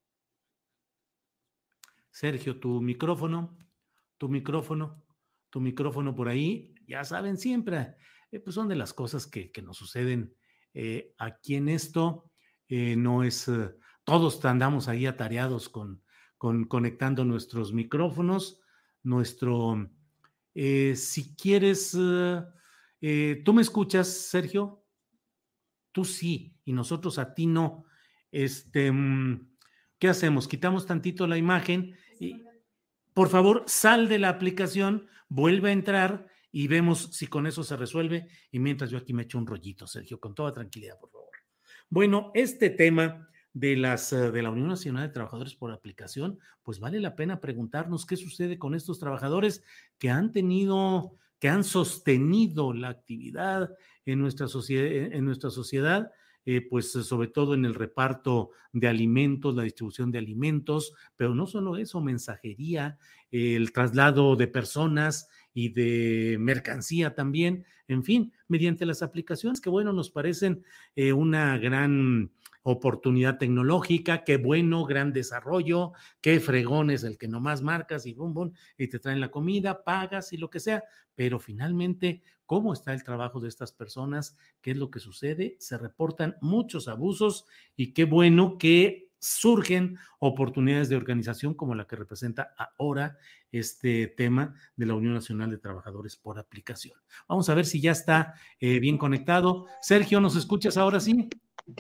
Sergio, tu micrófono, tu micrófono, tu micrófono por ahí. Ya saben, siempre eh, pues son de las cosas que, que nos suceden eh, aquí en esto. Eh, no es, eh, todos andamos ahí atareados con Con, conectando nuestros micrófonos, nuestro, eh, si quieres, eh, eh, ¿tú me escuchas, Sergio? Tú sí, y nosotros a ti no. Este, ¿qué hacemos? Quitamos tantito la imagen y, por favor, sal de la aplicación, vuelve a entrar y vemos si con eso se resuelve. Y mientras yo aquí me echo un rollito, Sergio, con toda tranquilidad, por favor. Bueno, este tema de las de la Unión Nacional de Trabajadores por Aplicación, pues vale la pena preguntarnos qué sucede con estos trabajadores que han tenido, que han sostenido la actividad en nuestra sociedad, en nuestra sociedad, eh, pues sobre todo en el reparto de alimentos, la distribución de alimentos, pero no solo eso, mensajería, eh, el traslado de personas y de mercancía también, en fin, mediante las aplicaciones que, bueno, nos parecen eh, una gran oportunidad tecnológica, qué bueno, gran desarrollo, qué fregón es el que nomás marcas y bum, bum, y te traen la comida, pagas y lo que sea, pero finalmente, ¿cómo está el trabajo de estas personas? ¿Qué es lo que sucede? Se reportan muchos abusos y qué bueno que surgen oportunidades de organización como la que representa ahora este tema de la Unión Nacional de Trabajadores por Aplicación. Vamos a ver si ya está eh, bien conectado. Sergio, ¿nos escuchas ahora sí?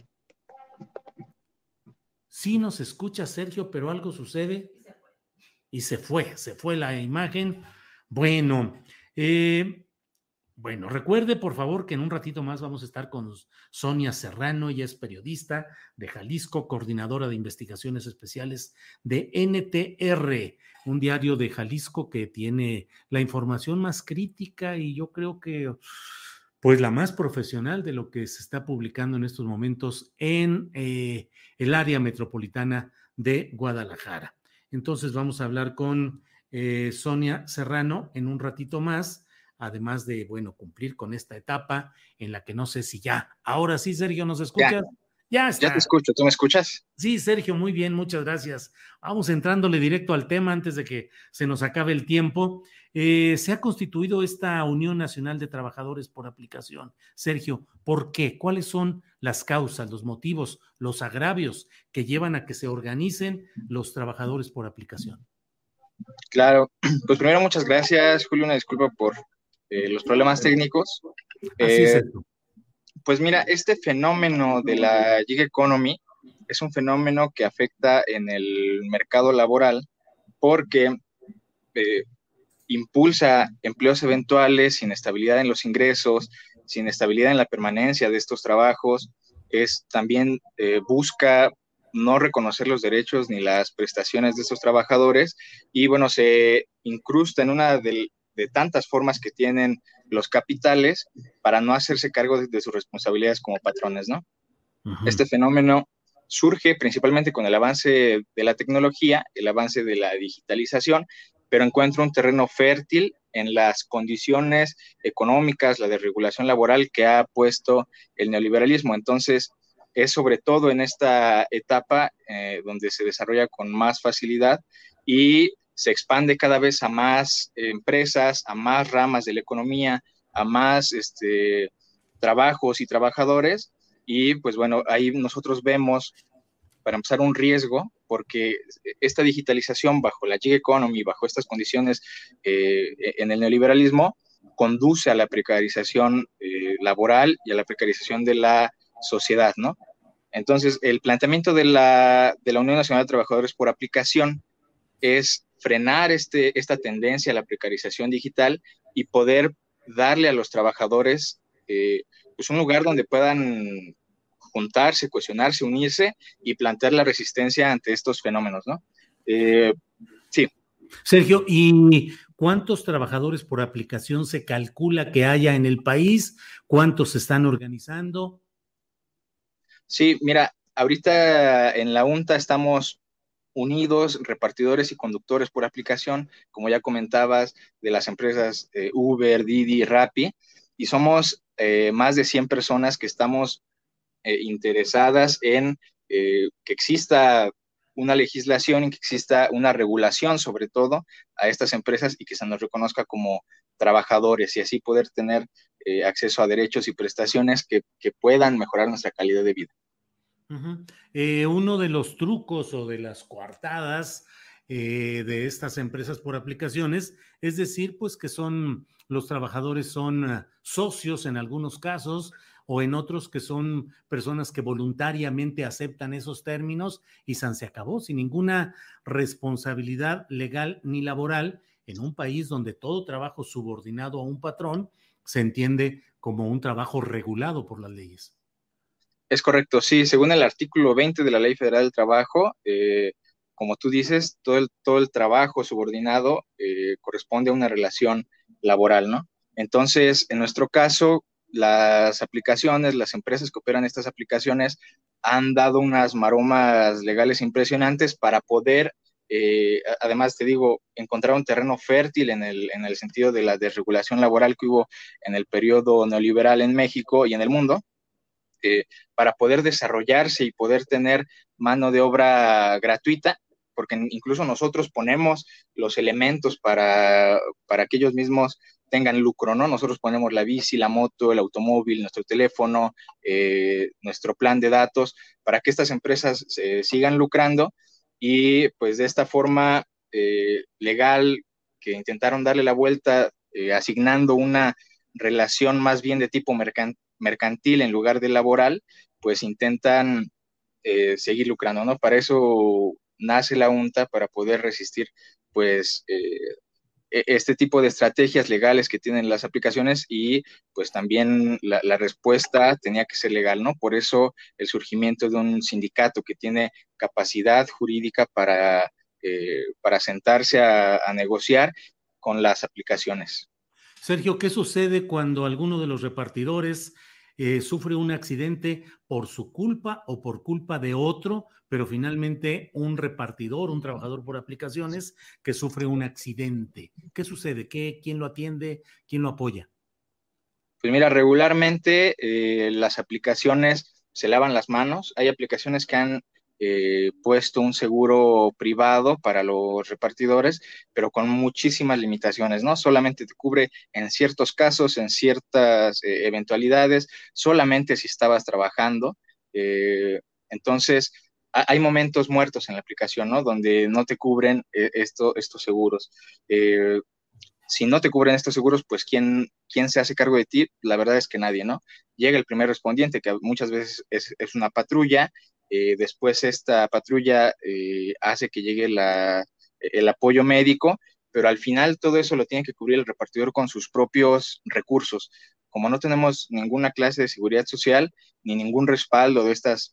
Sí nos escucha, Sergio, pero algo sucede y se fue, se fue la imagen. Bueno, eh, bueno, recuerde por favor que en un ratito más vamos a estar con Sonia Serrano. Ella es periodista de Jalisco, coordinadora de investigaciones especiales de N T R, un diario de Jalisco que tiene la información más crítica y yo creo que pues la más profesional de lo que se está publicando en estos momentos en eh, el área metropolitana de Guadalajara. Entonces vamos a hablar con eh, Sonia Serrano en un ratito más, además de, bueno, cumplir con esta etapa en la que no sé si ya, ahora sí, Sergio, ¿nos escuchas? Ya, Ya está. ya te escucho, ¿tú me escuchas? Sí, Sergio, muy bien, muchas gracias. Vamos entrándole directo al tema antes de que se nos acabe el tiempo. Eh, se ha constituido esta Unión Nacional de Trabajadores por Aplicación. Sergio, ¿por qué? ¿Cuáles son las causas, los motivos, los agravios que llevan a que se organicen los trabajadores por aplicación? Claro, pues primero muchas gracias, Julio, una disculpa por eh, los problemas técnicos. Así es, Eh, Sergio. Pues mira, este fenómeno de la gig economy es un fenómeno que afecta en el mercado laboral porque eh, impulsa empleos eventuales, inestabilidad en los ingresos, inestabilidad en la permanencia de estos trabajos, es también eh, busca no reconocer los derechos ni las prestaciones de estos trabajadores y bueno, se incrusta en una de, de tantas formas que tienen los capitales para no hacerse cargo de, de sus responsabilidades como patrones, ¿no? Uh-huh. Este fenómeno surge principalmente con el avance de la tecnología, el avance de la digitalización, pero encuentra un terreno fértil en las condiciones económicas, la desregulación laboral que ha puesto el neoliberalismo. Entonces, es sobre todo en esta etapa eh, donde se desarrolla con más facilidad y se expande cada vez a más eh, empresas, a más ramas de la economía, a más este, trabajos y trabajadores. Y pues bueno, ahí nosotros vemos, para empezar, un riesgo, porque esta digitalización bajo la gig economy, bajo estas condiciones eh, en el neoliberalismo, conduce a la precarización eh, laboral y a la precarización de la sociedad, ¿no? Entonces, el planteamiento de la, de la Unión Nacional de Trabajadores por Aplicación es frenar este, esta tendencia a la precarización digital y poder darle a los trabajadores eh, pues un lugar donde puedan juntarse, cohesionarse, unirse y plantear la resistencia ante estos fenómenos, ¿no? Eh, sí. Sergio, ¿y cuántos trabajadores por aplicación se calcula que haya en el país? ¿Cuántos se están organizando? Sí, mira, ahorita en la UNTA estamos unidos, repartidores y conductores por aplicación, como ya comentabas, de las empresas eh, Uber, Didi, Rappi, y somos eh, más de cien personas que estamos eh, interesadas en eh, que exista una legislación y que exista una regulación, sobre todo, a estas empresas y que se nos reconozca como trabajadores y así poder tener eh, acceso a derechos y prestaciones que, que puedan mejorar nuestra calidad de vida. Uh-huh. Eh, uno de los trucos o de las coartadas eh, de estas empresas por aplicaciones es decir, pues que son, los trabajadores son uh, socios en algunos casos o en otros que son personas que voluntariamente aceptan esos términos y san se acabó, sin ninguna responsabilidad legal ni laboral en un país donde todo trabajo subordinado a un patrón se entiende como un trabajo regulado por las leyes. Es correcto, sí, según el artículo veinte de la Ley Federal del Trabajo, eh, como tú dices, todo el, todo el trabajo subordinado eh, corresponde a una relación laboral, ¿no? Entonces, en nuestro caso, las aplicaciones, las empresas que operan estas aplicaciones han dado unas maromas legales impresionantes para poder, eh, además te digo, encontrar un terreno fértil en el, en el sentido de la desregulación laboral que hubo en el periodo neoliberal en México y en el mundo. Eh, para poder desarrollarse y poder tener mano de obra gratuita, porque incluso nosotros ponemos los elementos para, para que ellos mismos tengan lucro, ¿no? Nosotros ponemos la bici, la moto, el automóvil, nuestro teléfono, eh, nuestro plan de datos, para que estas empresas eh, sigan lucrando y pues de esta forma eh, legal que intentaron darle la vuelta eh, asignando una relación más bien de tipo mercantil mercantil en lugar de laboral, pues intentan eh, seguir lucrando, ¿no? Para eso nace la UNTA, para poder resistir, pues, eh, este tipo de estrategias legales que tienen las aplicaciones y, pues, también la, la respuesta tenía que ser legal, ¿no? Por eso el surgimiento de un sindicato que tiene capacidad jurídica para, eh, para sentarse a, a negociar con las aplicaciones. Sergio, ¿qué sucede cuando alguno de los repartidores eh, sufre un accidente por su culpa o por culpa de otro, pero finalmente un repartidor, un trabajador por aplicaciones que sufre un accidente. ¿Qué sucede? ¿Qué, ¿Quién lo atiende? ¿Quién lo apoya? Pues mira, regularmente eh, las aplicaciones se lavan las manos. Hay aplicaciones que han eh, puesto un seguro privado para los repartidores, pero con muchísimas limitaciones, ¿no? Solamente te cubre en ciertos casos, en ciertas eh, eventualidades, solamente si estabas trabajando. Eh, entonces, hay momentos muertos en la aplicación, ¿no? Donde no te cubren eh, esto, estos seguros. Eh, si no te cubren estos seguros, pues ¿quién, quién se hace cargo de ti? La verdad es que nadie, ¿no? Llega el primer respondiente, que muchas veces es, es una patrulla, eh, después esta patrulla eh, hace que llegue la, el apoyo médico, pero al final todo eso lo tiene que cubrir el repartidor con sus propios recursos. Como no tenemos ninguna clase de seguridad social, ni ningún respaldo de estas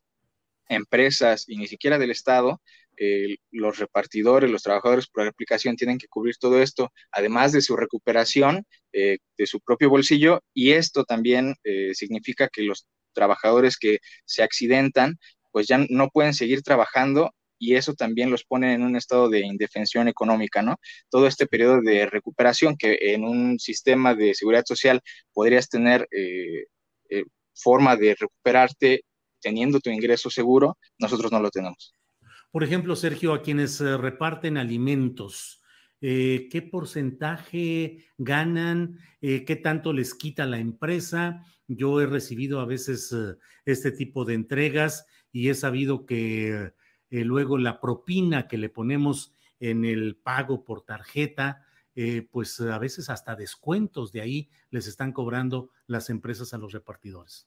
empresas y ni siquiera del Estado, eh, los repartidores, los trabajadores por aplicación tienen que cubrir todo esto, además de su recuperación eh, de su propio bolsillo, y esto también eh, significa que los trabajadores que se accidentan, pues ya no pueden seguir trabajando, y eso también los pone en un estado de indefensión económica, ¿no? Todo este periodo de recuperación que en un sistema de seguridad social podrías tener eh, eh, forma de recuperarte teniendo tu ingreso seguro, nosotros no lo tenemos. Por ejemplo, Sergio, a quienes eh, reparten alimentos, eh, ¿qué porcentaje ganan? Eh, ¿Qué tanto les quita la empresa? Yo he recibido a veces eh, este tipo de entregas y he sabido que eh, luego la propina que le ponemos en el pago por tarjeta, eh, pues a veces hasta descuentos de ahí les están cobrando las empresas a los repartidores.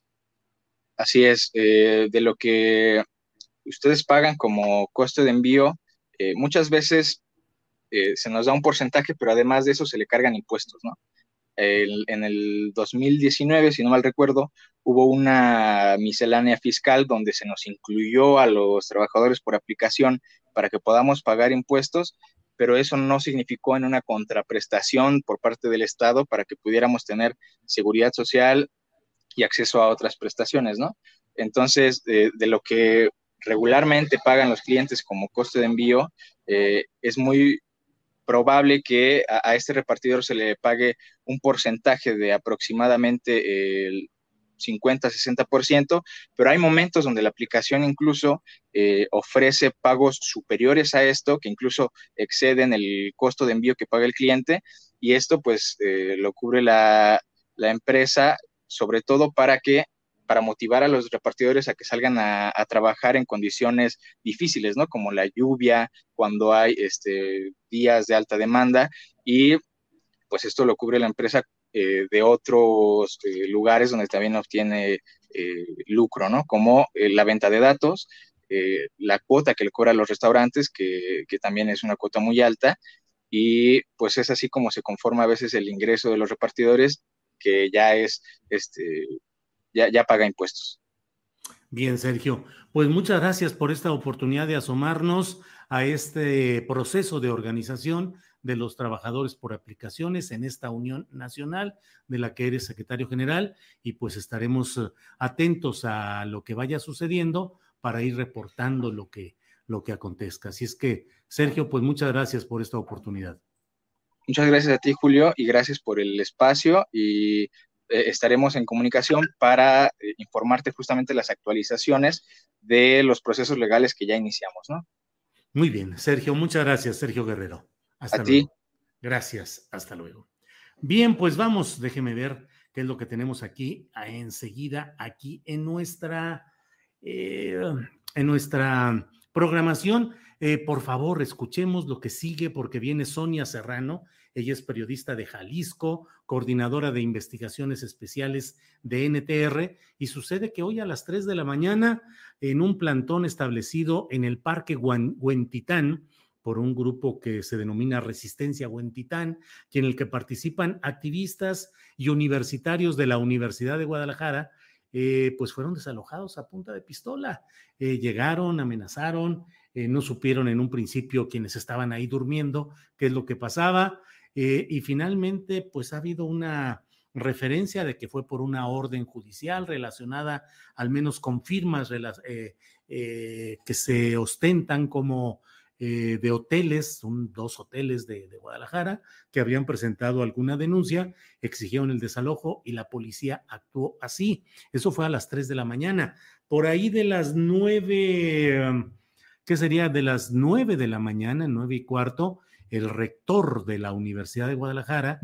Así es, eh, de lo que ustedes pagan como costo de envío, eh, muchas veces eh, se nos da un porcentaje, pero además de eso se le cargan impuestos, ¿no? El, en el dos mil diecinueve, si no mal recuerdo, hubo una miscelánea fiscal donde se nos incluyó a los trabajadores por aplicación para que podamos pagar impuestos, pero eso no significó en una contraprestación por parte del Estado para que pudiéramos tener seguridad social y acceso a otras prestaciones, ¿no? Entonces, de, de lo que regularmente pagan los clientes como coste de envío, eh, es muy probable que a, a este repartidor se le pague un porcentaje de aproximadamente el cincuenta a sesenta por ciento, pero hay momentos donde la aplicación incluso eh, ofrece pagos superiores a esto, que incluso exceden el costo de envío que paga el cliente, y esto pues eh, lo cubre la, la empresa, sobre todo para que para motivar a los repartidores a que salgan a, a trabajar en condiciones difíciles, ¿no? Como la lluvia, cuando hay este, días de alta demanda, y pues esto lo cubre la empresa eh, de otros eh, lugares donde también obtiene eh, lucro, ¿no? Como eh, la venta de datos, eh, la cuota que le cobra a los restaurantes, que, que también es una cuota muy alta, y pues es así como se conforma a veces el ingreso de los repartidores, que ya es, este, ya, ya paga impuestos. Bien, Sergio, pues muchas gracias por esta oportunidad de asomarnos a este proceso de organización de los trabajadores por aplicaciones en esta Unión Nacional de la que eres secretario general, y pues estaremos atentos a lo que vaya sucediendo para ir reportando lo que, lo que acontezca. Así es que, Sergio, pues muchas gracias por esta oportunidad. Muchas gracias a ti, Julio, y gracias por el espacio, y eh, estaremos en comunicación para eh, informarte justamente las actualizaciones de los procesos legales que ya iniciamos, ¿no? Muy bien, Sergio, muchas gracias, Sergio Guerrero. Hasta a luego. ti. Gracias, hasta luego. Bien, pues vamos, déjeme ver qué es lo que tenemos aquí enseguida, aquí en nuestra, eh, en nuestra programación. Eh, por favor, escuchemos lo que sigue porque viene Sonia Serrano. Ella es periodista de Jalisco, coordinadora de investigaciones especiales de N T R, y sucede que hoy a las tres de la mañana, en un plantón establecido en el Parque Huentitán, por un grupo que se denomina Resistencia Huentitán, y en el que participan activistas y universitarios de la Universidad de Guadalajara, eh, pues fueron desalojados a punta de pistola. Eh, llegaron, amenazaron, eh, no supieron en un principio quienes estaban ahí durmiendo qué es lo que pasaba, eh, y finalmente pues ha habido una referencia de que fue por una orden judicial relacionada al menos con firmas eh, eh, que se ostentan como eh, de hoteles, son dos hoteles de, de Guadalajara que habían presentado alguna denuncia, exigieron el desalojo y la policía actuó así. Eso fue a las tres de la mañana. Por ahí de las nueve, ¿qué sería? De las nueve de la mañana, nueve y cuarto, el rector de la Universidad de Guadalajara,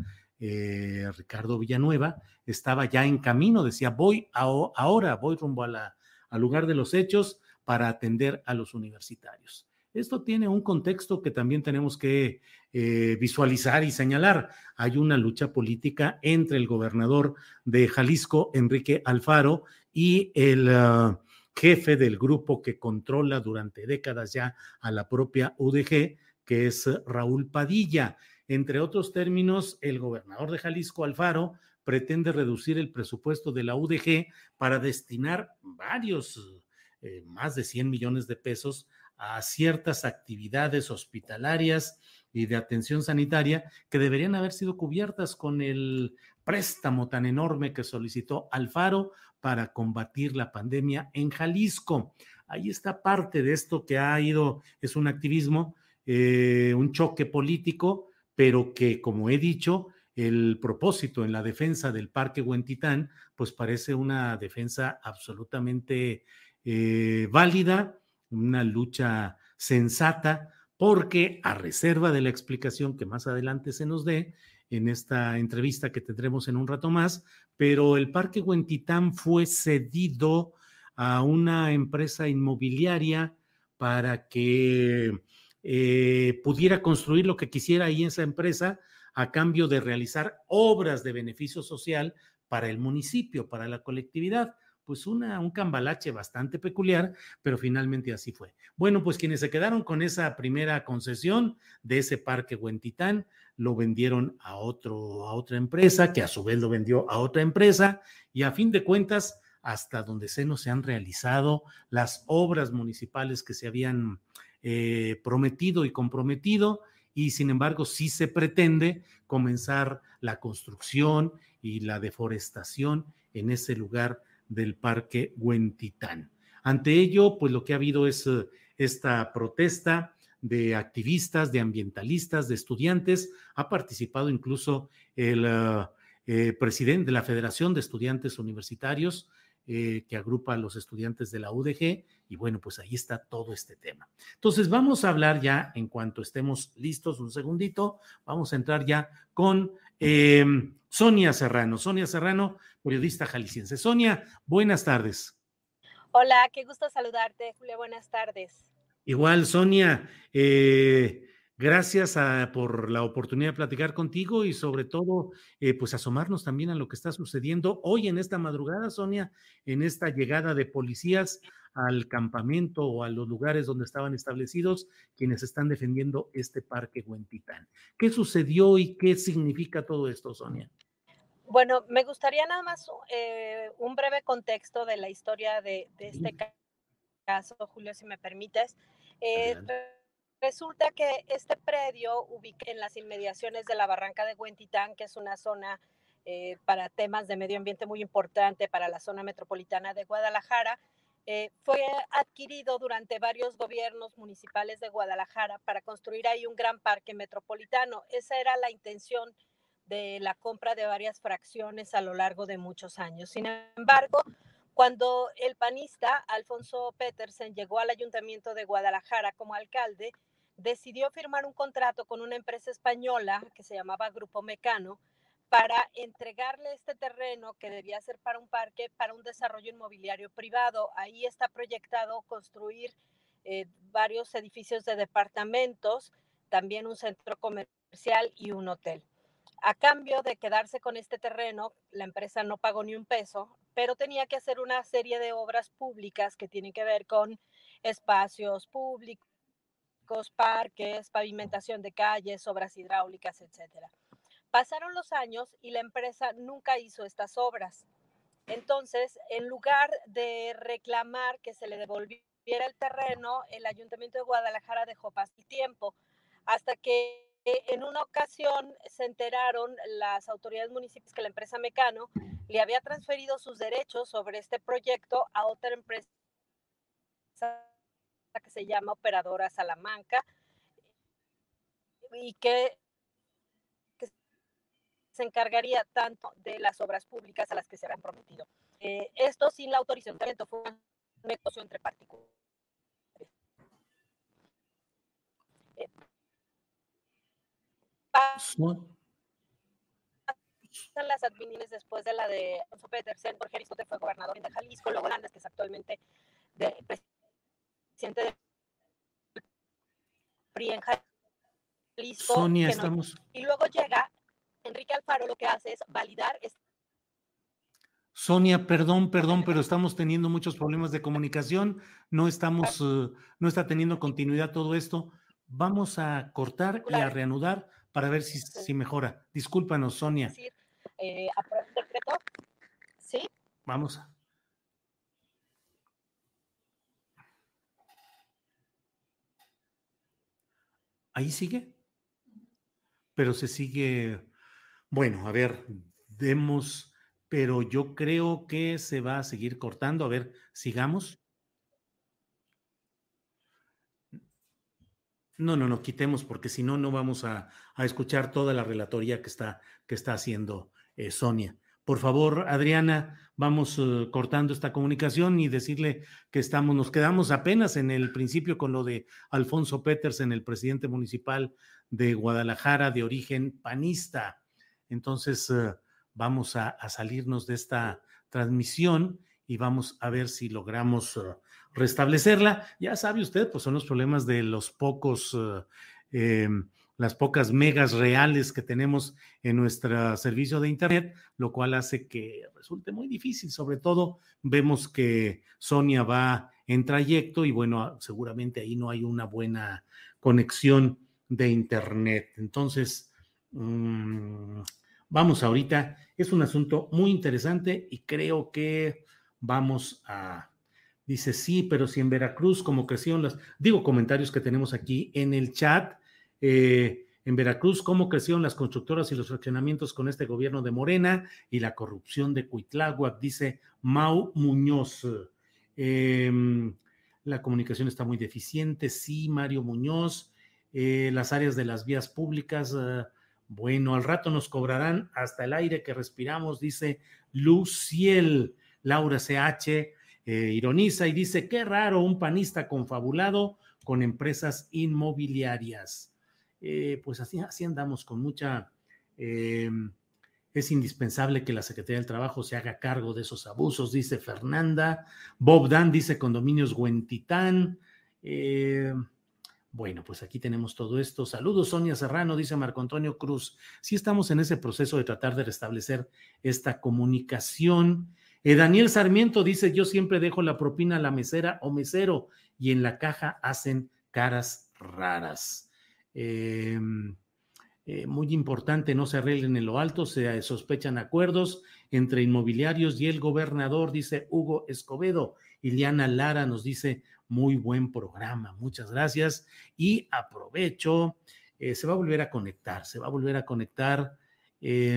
Eh, Ricardo Villanueva, estaba ya en camino, decía, voy a, ahora, voy rumbo a la, al lugar de los hechos para atender a los universitarios. Esto tiene un contexto que también tenemos que eh, visualizar y señalar. Hay una lucha política entre el gobernador de Jalisco, Enrique Alfaro, y el uh, jefe del grupo que controla durante décadas ya a la propia U D G, que es Raúl Padilla. Entre otros términos, el gobernador de Jalisco, Alfaro, pretende reducir el presupuesto de la U D G para destinar varios, eh, más de cien millones de pesos a ciertas actividades hospitalarias y de atención sanitaria que deberían haber sido cubiertas con el préstamo tan enorme que solicitó Alfaro para combatir la pandemia en Jalisco. Ahí está parte de esto que ha ido, es un activismo, eh, un choque político, pero que, como he dicho, el propósito en la defensa del Parque Huentitán, pues parece una defensa absolutamente eh, válida, una lucha sensata, porque a reserva de la explicación que más adelante se nos dé en esta entrevista que tendremos en un rato más, pero el Parque Huentitán fue cedido a una empresa inmobiliaria para que Eh, pudiera construir lo que quisiera ahí esa empresa a cambio de realizar obras de beneficio social para el municipio, para la colectividad. Pues una, un cambalache bastante peculiar, pero finalmente así fue. Bueno, pues quienes se quedaron con esa primera concesión de ese Parque Huentitán lo vendieron a, otro, a otra empresa, que a su vez lo vendió a otra empresa, y a fin de cuentas, hasta donde se nos se han realizado las obras municipales que se habían Eh, prometido y comprometido, y sin embargo sí se pretende comenzar la construcción y la deforestación en ese lugar del Parque Huentitán. Ante ello, pues lo que ha habido es uh, esta protesta de activistas, de ambientalistas, de estudiantes. Ha participado incluso el uh, eh, presidente de la Federación de Estudiantes Universitarios, Eh, que agrupa a los estudiantes de la U D G, y bueno, pues ahí está todo este tema. Entonces vamos a hablar ya, en cuanto estemos listos, un segundito, vamos a entrar ya con eh, Sonia Serrano. Sonia Serrano, periodista jalisciense. Sonia, buenas tardes. Hola, qué gusto saludarte, Julio, buenas tardes. Igual, Sonia, eh, gracias a, por la oportunidad de platicar contigo y sobre todo, eh, pues asomarnos también a lo que está sucediendo hoy en esta madrugada, Sonia, en esta llegada de policías al campamento o a los lugares donde estaban establecidos quienes están defendiendo este Parque Huentitán. ¿Qué sucedió y qué significa todo esto, Sonia? Bueno, me gustaría nada más eh, un breve contexto de la historia de, de este caso, Julio, si me permites. Eh, Resulta que este predio ubica en las inmediaciones de la Barranca de Huentitán, que es una zona eh, para temas de medio ambiente muy importante para la zona metropolitana de Guadalajara. Eh, fue adquirido durante varios gobiernos municipales de Guadalajara para construir ahí un gran parque metropolitano. Esa era la intención de la compra de varias fracciones a lo largo de muchos años. Sin embargo, cuando el panista Alfonso Petersen llegó al Ayuntamiento de Guadalajara como alcalde, decidió firmar un contrato con una empresa española que se llamaba Grupo Mecano para entregarle este terreno que debía ser para un parque, para un desarrollo inmobiliario privado. Ahí está proyectado construir eh, varios edificios de departamentos, también un centro comercial y un hotel. A cambio de quedarse con este terreno, la empresa no pagó ni un peso, pero tenía que hacer una serie de obras públicas que tienen que ver con espacios públicos, parques, pavimentación de calles, obras hidráulicas, etcétera. Pasaron los años y la empresa nunca hizo estas obras. Entonces, en lugar de reclamar que se le devolviera el terreno, el Ayuntamiento de Guadalajara dejó pasar el tiempo hasta que en una ocasión se enteraron las autoridades municipales que la empresa Mecano le había transferido sus derechos sobre este proyecto a otra empresa que se llama Operadora Salamanca y que, que se encargaría tanto de las obras públicas a las que se habían prometido. Eh, esto sin la autorización, fue un negocio entre particulares. Eh, pasan las adminiles después de la de Alfonso Petersen, Jorge Aristote fue gobernador de Jalisco, luego Hernández, que es actualmente de, presidente del P R I en Jalisco. Sonia, no, estamos... Y luego llega Enrique Alfaro, lo que hace es validar... Este... Sonia, perdón, perdón, pero estamos teniendo muchos problemas de comunicación, no estamos, uh, no está teniendo continuidad todo esto. Vamos a cortar y a reanudar para ver si, si mejora. Discúlpanos, Sonia. Es decir, eh, aprueba el decreto, ¿sí? Vamos. ¿Ahí sigue? Pero se sigue... Bueno, a ver, demos... Pero yo creo que se va a seguir cortando. A ver, sigamos. No, no, no, quitemos, porque si no, no vamos a, a escuchar toda la relatoría que está, que está haciendo eh, Sonia. Por favor, Adriana, vamos uh, cortando esta comunicación y decirle que estamos, nos quedamos apenas en el principio con lo de Alfonso Petersen, el presidente municipal de Guadalajara, de origen panista. Entonces, uh, vamos a, a salirnos de esta transmisión y vamos a ver si logramos uh, restablecerla. Ya sabe usted, pues son los problemas de los pocos, uh, eh, las pocas megas reales que tenemos en nuestro servicio de internet, lo cual hace que resulte muy difícil. Sobre todo vemos que Sonia va en trayecto y bueno, seguramente ahí no hay una buena conexión de internet. Entonces, mmm, vamos ahorita, es un asunto muy interesante y creo que vamos a, dice sí, pero si en Veracruz, como crecieron las, digo comentarios que tenemos aquí en el chat, eh, en Veracruz, cómo crecieron las constructoras y los fraccionamientos con este gobierno de Morena y la corrupción de Cuitláhuac, dice Mau Muñoz. Eh, la comunicación está muy deficiente, sí, Mario Muñoz. Eh, las áreas de las vías públicas, eh, bueno, al rato nos cobrarán hasta el aire que respiramos, dice Luciel. Laura C H eh, ironiza y dice, qué raro un panista confabulado con empresas inmobiliarias. Eh, pues así, así andamos con mucha... Eh, es indispensable que la Secretaría del Trabajo se haga cargo de esos abusos, dice Fernanda. Bob Dan dice condominios Huentitán. Eh, bueno, pues aquí tenemos todo esto. Saludos, Sonia Serrano, dice Marco Antonio Cruz. Sí estamos en ese proceso de tratar de restablecer esta comunicación. Eh, Daniel Sarmiento dice, yo siempre dejo la propina a la mesera o mesero y en la caja hacen caras raras. Eh, eh, muy importante, no se arreglen en lo alto, se sospechan acuerdos entre inmobiliarios y el gobernador, dice Hugo Escobedo. Iliana Lara nos dice, muy buen programa, muchas gracias. Y aprovecho, eh, se va a volver a conectar, se va a volver a conectar... Eh,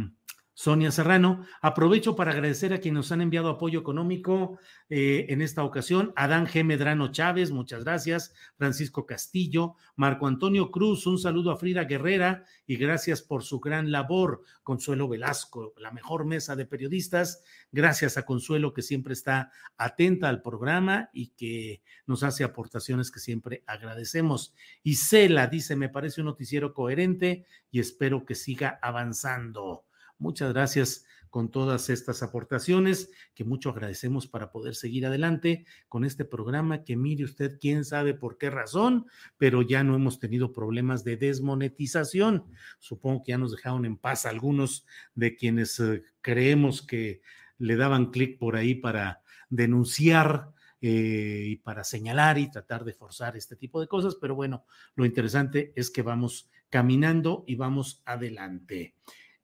Sonia Serrano, aprovecho para agradecer a quienes nos han enviado apoyo económico eh, en esta ocasión. Adán G. Medrano Chávez, muchas gracias. Francisco Castillo, Marco Antonio Cruz, un saludo a Frida Guerrera y gracias por su gran labor. Consuelo Velasco, la mejor mesa de periodistas. Gracias a Consuelo que siempre está atenta al programa y que nos hace aportaciones que siempre agradecemos. Isela dice, me parece un noticiero coherente y espero que siga avanzando. Muchas gracias con todas estas aportaciones que mucho agradecemos para poder seguir adelante con este programa que mire usted quién sabe por qué razón, pero ya no hemos tenido problemas de desmonetización. Supongo que ya nos dejaron en paz algunos de quienes eh, creemos que le daban clic por ahí para denunciar eh, y para señalar y tratar de forzar este tipo de cosas, pero bueno, lo interesante es que vamos caminando y vamos adelante.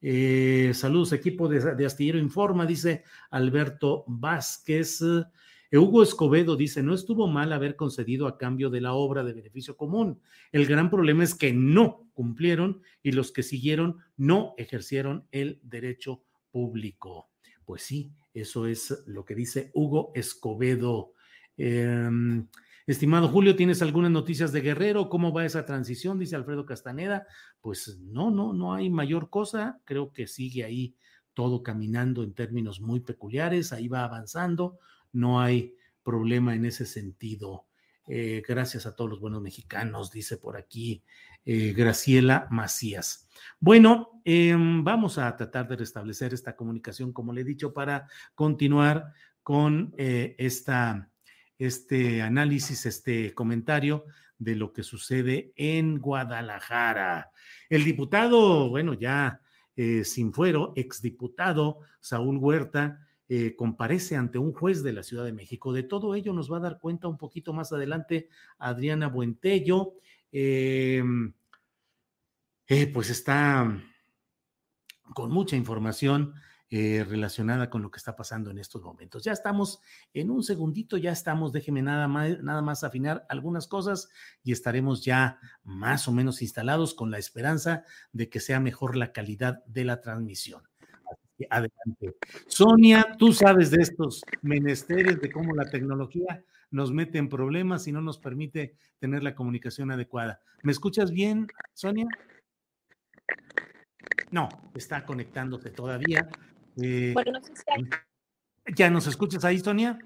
Eh, saludos, equipo de, de Astillero Informa, dice Alberto Vázquez. Hugo Escobedo dice, no estuvo mal haber concedido a cambio de la obra de beneficio común. El gran problema es que no cumplieron y los que siguieron no ejercieron el derecho público. Pues sí, eso es lo que dice Hugo Escobedo. Eh, estimado Julio, ¿tienes algunas noticias de Guerrero? ¿Cómo va esa transición? Dice Alfredo Castaneda. Pues no, no, no hay mayor cosa. Creo que sigue ahí todo caminando en términos muy peculiares. Ahí va avanzando. No hay problema en ese sentido. Eh, gracias a todos los buenos mexicanos, dice por aquí eh, Graciela Macías. Bueno, eh, vamos a tratar de restablecer esta comunicación, como le he dicho, para continuar con eh, esta, este análisis, este comentario de lo que sucede en Guadalajara. El diputado, bueno, ya eh, sin fuero, exdiputado Saúl Huerta, Eh, comparece ante un juez de la Ciudad de México. De todo ello nos va a dar cuenta un poquito más adelante Adriana Buentello. Eh, eh, pues está con mucha información eh, relacionada con lo que está pasando en estos momentos. Ya estamos en un segundito, ya estamos, déjeme nada más, nada más afinar algunas cosas y estaremos ya más o menos instalados con la esperanza de que sea mejor la calidad de la transmisión. Adelante. Sonia, tú sabes de estos menesteres, de cómo la tecnología nos mete en problemas y no nos permite tener la comunicación adecuada. ¿Me escuchas bien, Sonia? No, está conectándose todavía. Eh, bueno, no sé si hay... ¿Ya nos escuchas ahí, Sonia?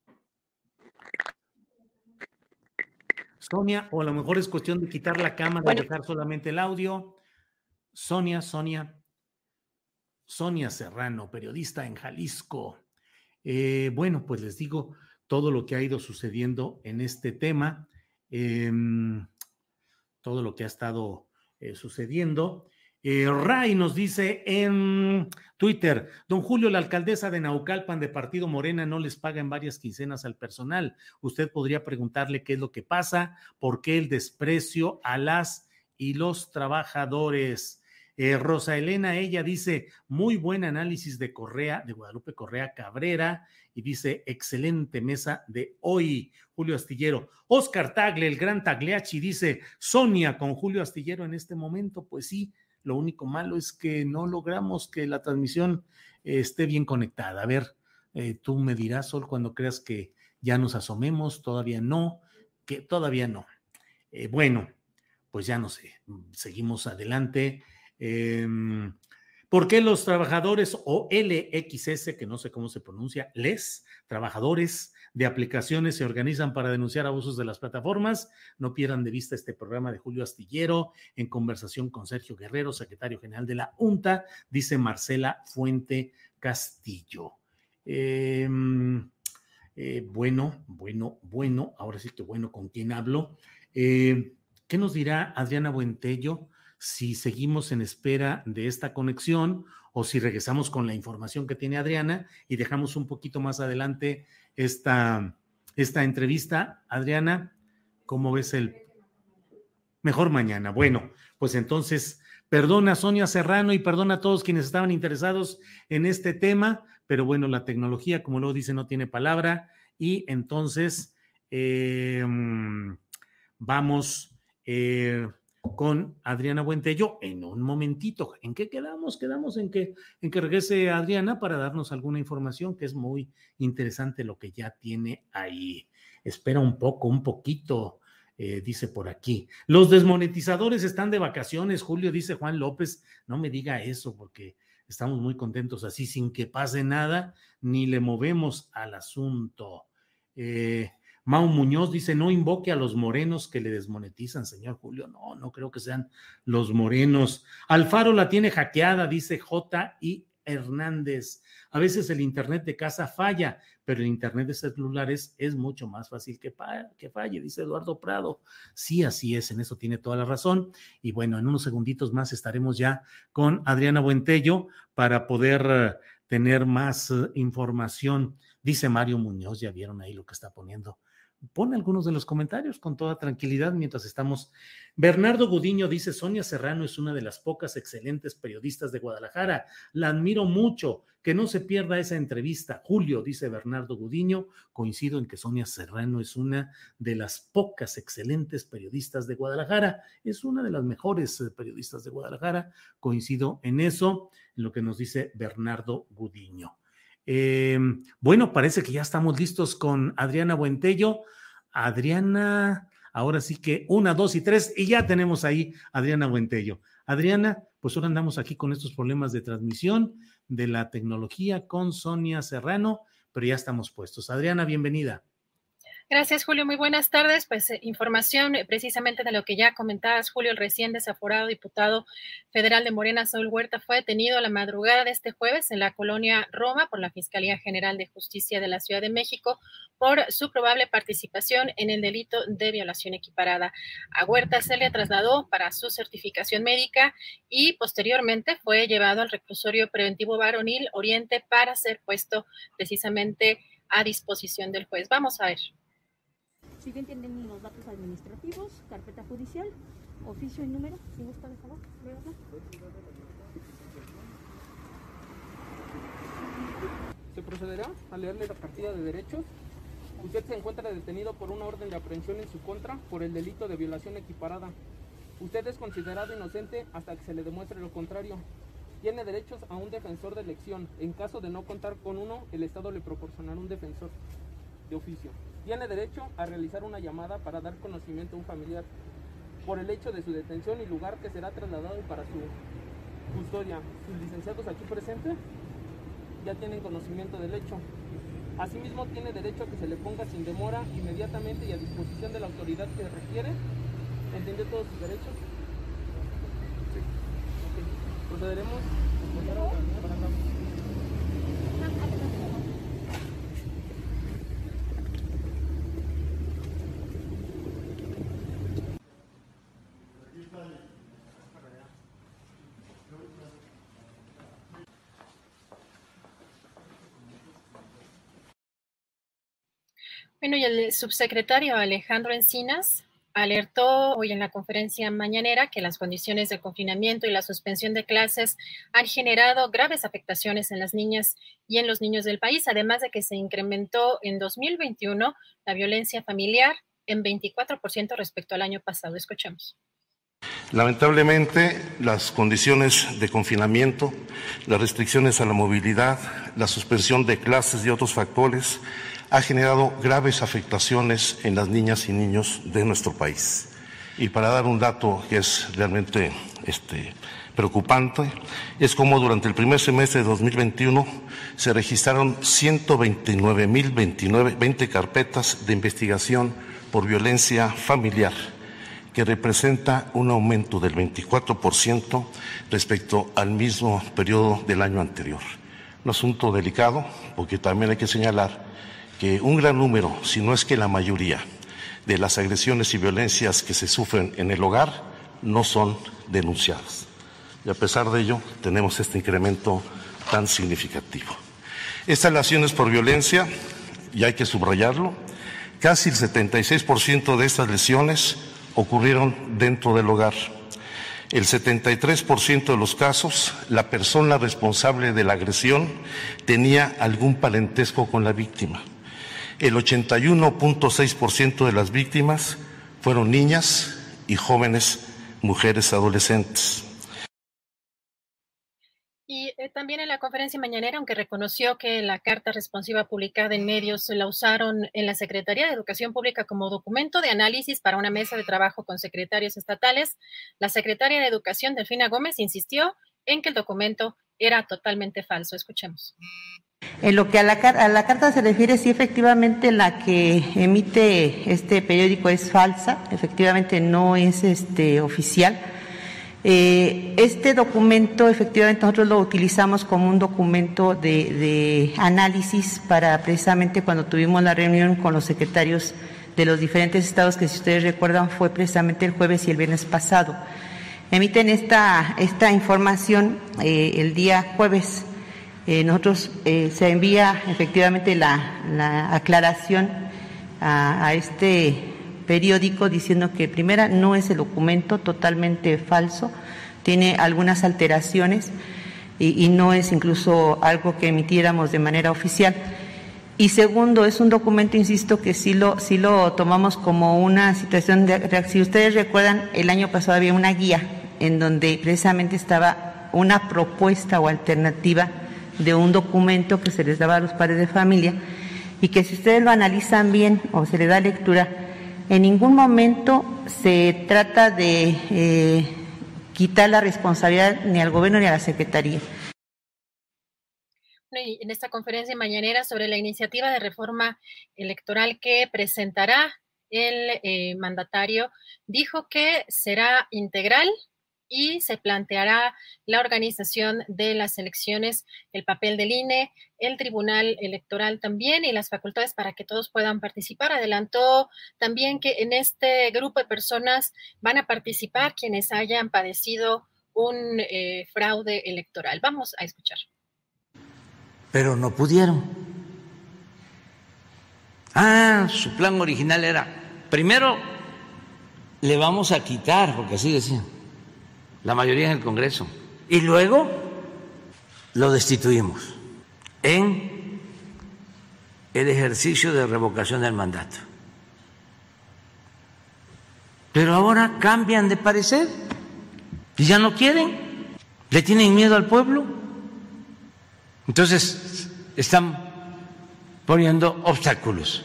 Sonia, o a lo mejor es cuestión de quitar la cámara bueno. y dejar solamente el audio. Sonia, Sonia. Sonia Serrano, periodista en Jalisco. Eh, bueno, pues les digo todo lo que ha ido sucediendo en este tema, eh, todo lo que ha estado eh, sucediendo. Eh, Ray nos dice en Twitter, don Julio, la alcaldesa de Naucalpan de Partido Morena no les paga en varias quincenas al personal. Usted podría preguntarle qué es lo que pasa, por qué el desprecio a las y los trabajadores. Eh, Rosa Elena, ella dice, muy buen análisis de Correa, de Guadalupe Correa Cabrera, y dice, excelente mesa de hoy, Julio Astillero. Oscar Tagle, el gran Tagliachi, dice, Sonia con Julio Astillero en este momento, pues sí, lo único malo es que no logramos que la transmisión eh, esté bien conectada. A ver, eh, tú me dirás, Sol, cuando creas que ya nos asomemos, todavía no, que todavía no. Eh, bueno, pues ya no sé, seguimos adelante. Eh, ¿Por qué los trabajadores o L X S, que no sé cómo se pronuncia, les, trabajadores de aplicaciones se organizan para denunciar abusos de las plataformas? No pierdan de vista este programa de Julio Astillero en conversación con Sergio Guerrero, secretario general de la UNTA, dice Marcela Fuente Castillo. Eh, eh, bueno, bueno, bueno, ahora sí que bueno, ¿con quién hablo? Eh, ¿Qué nos dirá Adriana Buentello? Si seguimos en espera de esta conexión o si regresamos con la información que tiene Adriana y dejamos un poquito más adelante esta, esta entrevista. Adriana, ¿cómo ves el mejor mañana? Bueno, pues entonces, perdona Sonia Serrano y perdona a todos quienes estaban interesados en este tema, pero bueno, la tecnología, como luego dice, no tiene palabra y entonces eh, vamos... Eh, con Adriana Buentello en un momentito. ¿En qué quedamos? Quedamos en que, en que regrese Adriana para darnos alguna información que es muy interesante lo que ya tiene ahí. Espera un poco, un poquito, eh, dice por aquí. Los desmonetizadores están de vacaciones, Julio, dice Juan López. No me diga eso porque estamos muy contentos así sin que pase nada, ni le movemos al asunto. Eh, Mau Muñoz dice, no invoque a los morenos que le desmonetizan, señor Julio. No, no creo que sean los morenos. Alfaro la tiene hackeada, dice J. I. Hernández. A veces el internet de casa falla, pero el internet de celulares es mucho más fácil que, que falle, dice Eduardo Prado. Sí, así es, en eso tiene toda la razón. Y bueno, en unos segunditos más estaremos ya con Adriana Buentello para poder uh, tener más uh, información. Dice Mario Muñoz, ya vieron ahí lo que está poniendo pone algunos de los comentarios con toda tranquilidad mientras estamos. Bernardo Gudiño dice: Sonia Serrano es una de las pocas excelentes periodistas de Guadalajara, la admiro mucho, que no se pierda esa entrevista. Julio, dice Bernardo Gudiño, coincido en que Sonia Serrano es una de las pocas excelentes periodistas de Guadalajara, es una de las mejores periodistas de Guadalajara, coincido en eso, en lo que nos dice Bernardo Gudiño. Eh, bueno, parece que ya estamos listos con Adriana Buentello. Adriana, ahora sí que una, dos y tres, y ya tenemos ahí a Adriana Buentello. Adriana, pues ahora andamos aquí con estos problemas de transmisión de la tecnología con Sonia Serrano, pero ya estamos puestos. Adriana, bienvenida. Gracias, Julio. Muy buenas tardes. Pues eh, información eh, precisamente de lo que ya comentabas, Julio. El recién desaforado diputado federal de Morena, Saúl Huerta, fue detenido a la madrugada de este jueves en la colonia Roma por la Fiscalía General de Justicia de la Ciudad de México por su probable participación en el delito de violación equiparada. A Huerta se le trasladó para su certificación médica y posteriormente fue llevado al reclusorio preventivo varonil Oriente para ser puesto precisamente a disposición del juez. Vamos a ver. Si bien tienen los datos administrativos, carpeta judicial, oficio y número, si gusta, de favor, léalo. Se procederá a leerle la partida de derechos. Usted se encuentra detenido por una orden de aprehensión en su contra por el delito de violación equiparada. Usted es considerado inocente hasta que se le demuestre lo contrario. Tiene derechos a un defensor de elección. En caso de no contar con uno, el Estado le proporcionará un defensor de oficio. Tiene derecho a realizar una llamada para dar conocimiento a un familiar por el hecho de su detención y lugar que será trasladado para su custodia. Sus licenciados aquí presentes ya tienen conocimiento del hecho. Asimismo, tiene derecho a que se le ponga sin demora, inmediatamente y a disposición de la autoridad que requiere. ¿Entiende todos sus derechos? Sí. Okay. Procederemos a votar ahora para acá. Bueno, y el subsecretario Alejandro Encinas alertó hoy en la conferencia mañanera que las condiciones de confinamiento y la suspensión de clases han generado graves afectaciones en las niñas y en los niños del país, además de que se incrementó en dos mil veintiuno la violencia familiar en veinticuatro por ciento respecto al año pasado. Escuchemos. Lamentablemente, las condiciones de confinamiento, las restricciones a la movilidad, la suspensión de clases y otros factores ha generado graves afectaciones en las niñas y niños de nuestro país. Y para dar un dato que es realmente este, preocupante, es como durante el primer semestre de dos mil veintiuno se registraron ciento veintinueve mil veinte carpetas de investigación por violencia familiar, que representa un aumento del veinticuatro por ciento respecto al mismo periodo del año anterior. Un asunto delicado, porque también hay que señalar que un gran número, si no es que la mayoría, de las agresiones y violencias que se sufren en el hogar no son denunciadas. Y a pesar de ello, tenemos este incremento tan significativo. Estas lesiones por violencia, y hay que subrayarlo, casi el setenta y seis por ciento de estas lesiones ocurrieron dentro del hogar. El setenta y tres por ciento de los casos, la persona responsable de la agresión tenía algún parentesco con la víctima. El ochenta y uno punto seis por ciento de las víctimas fueron niñas y jóvenes mujeres adolescentes. Y eh, también en la conferencia mañanera, aunque reconoció que la carta responsiva publicada en medios la usaron en la Secretaría de Educación Pública como documento de análisis para una mesa de trabajo con secretarios estatales, la secretaria de Educación, Delfina Gómez, insistió en que el documento era totalmente falso. Escuchemos. En lo que a la, a la carta se refiere, sí, efectivamente la que emite este periódico es falsa, efectivamente no es este oficial. Eh, este documento, efectivamente, nosotros lo utilizamos como un documento de, de análisis para precisamente cuando tuvimos la reunión con los secretarios de los diferentes estados, que si ustedes recuerdan fue precisamente el jueves y el viernes pasado. Emiten esta, esta información eh, el día jueves. Eh, nosotros eh, se envía efectivamente la, la aclaración a, a este periódico diciendo que, primera, no es el documento, totalmente falso, tiene algunas alteraciones y, y no es incluso algo que emitiéramos de manera oficial. Y segundo, es un documento, insisto, que sí lo, sí lo tomamos como una situación de... Si ustedes recuerdan, el año pasado había una guía en donde precisamente estaba una propuesta o alternativa de un documento que se les daba a los padres de familia y que si ustedes lo analizan bien o se le da lectura, en ningún momento se trata de eh, quitar la responsabilidad ni al gobierno ni a la Secretaría. En esta conferencia mañanera sobre la iniciativa de reforma electoral que presentará el eh, mandatario, dijo que será integral y se planteará la organización de las elecciones, el papel del I N E, el Tribunal Electoral también y las facultades para que todos puedan participar. Adelantó también que en este grupo de personas van a participar quienes hayan padecido un eh, fraude electoral. Vamos a escuchar. Pero no pudieron. Ah, su plan original era, primero le vamos a quitar, porque así decían, la mayoría en el Congreso, y luego lo destituimos en el ejercicio de revocación del mandato. Pero ahora cambian de parecer y ya no quieren, le tienen miedo al pueblo. Entonces, están poniendo obstáculos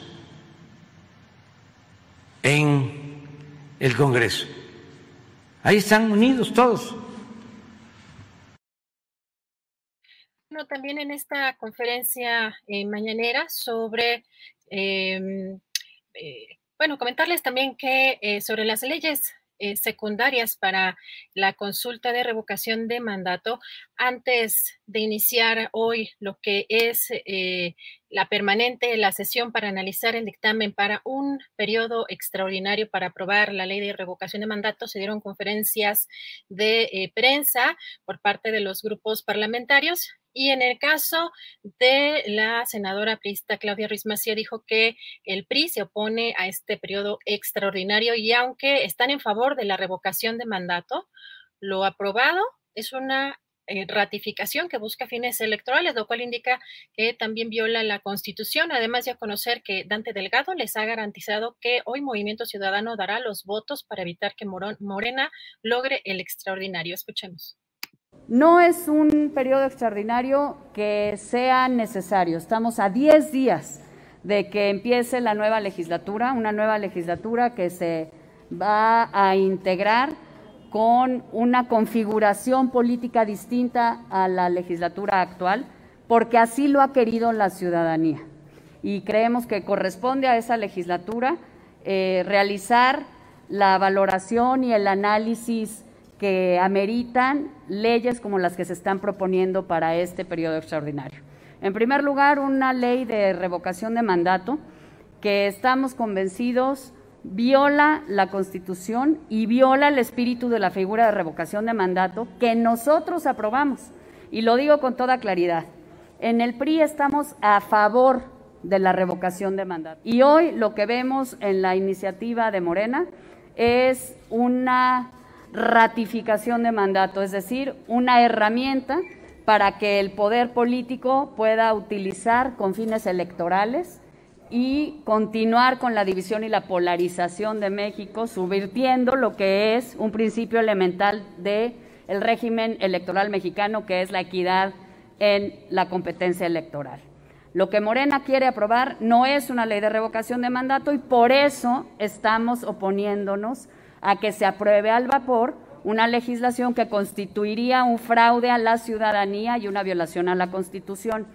en el Congreso. Ahí están unidos todos. Bueno, también en esta conferencia eh, mañanera sobre, eh, eh, bueno, comentarles también que eh, sobre las leyes Eh, secundarias para la consulta de revocación de mandato, antes de iniciar hoy lo que es eh, la permanente, la sesión para analizar el dictamen para un periodo extraordinario para aprobar la ley de revocación de mandato, se dieron conferencias de eh, prensa por parte de los grupos parlamentarios. Y en el caso de la senadora priista Claudia Ruiz Massieu, dijo que el P R I se opone a este periodo extraordinario y aunque están en favor de la revocación de mandato, lo aprobado es una eh, ratificación que busca fines electorales, lo cual indica que también viola la Constitución. Además de a conocer que Dante Delgado les ha garantizado que hoy Movimiento Ciudadano dará los votos para evitar que Morena logre el extraordinario. Escuchemos. No es un periodo extraordinario que sea necesario. Estamos a diez días de que empiece la nueva legislatura, una nueva legislatura que se va a integrar con una configuración política distinta a la legislatura actual, porque así lo ha querido la ciudadanía. Y creemos que corresponde a esa legislatura eh, realizar la valoración y el análisis que ameritan leyes como las que se están proponiendo para este periodo extraordinario. En primer lugar, una ley de revocación de mandato que estamos convencidos viola la Constitución y viola el espíritu de la figura de revocación de mandato que nosotros aprobamos. Y lo digo con toda claridad, en el P R I estamos a favor de la revocación de mandato. Y hoy lo que vemos en la iniciativa de Morena es una ratificación de mandato, es decir, una herramienta para que el poder político pueda utilizar con fines electorales y continuar con la división y la polarización de México, subvirtiendo lo que es un principio elemental del régimen electoral mexicano, que es la equidad en la competencia electoral. Lo que Morena quiere aprobar no es una ley de revocación de mandato y por eso estamos oponiéndonos a que se apruebe al vapor una legislación que constituiría un fraude a la ciudadanía y una violación a la Constitución.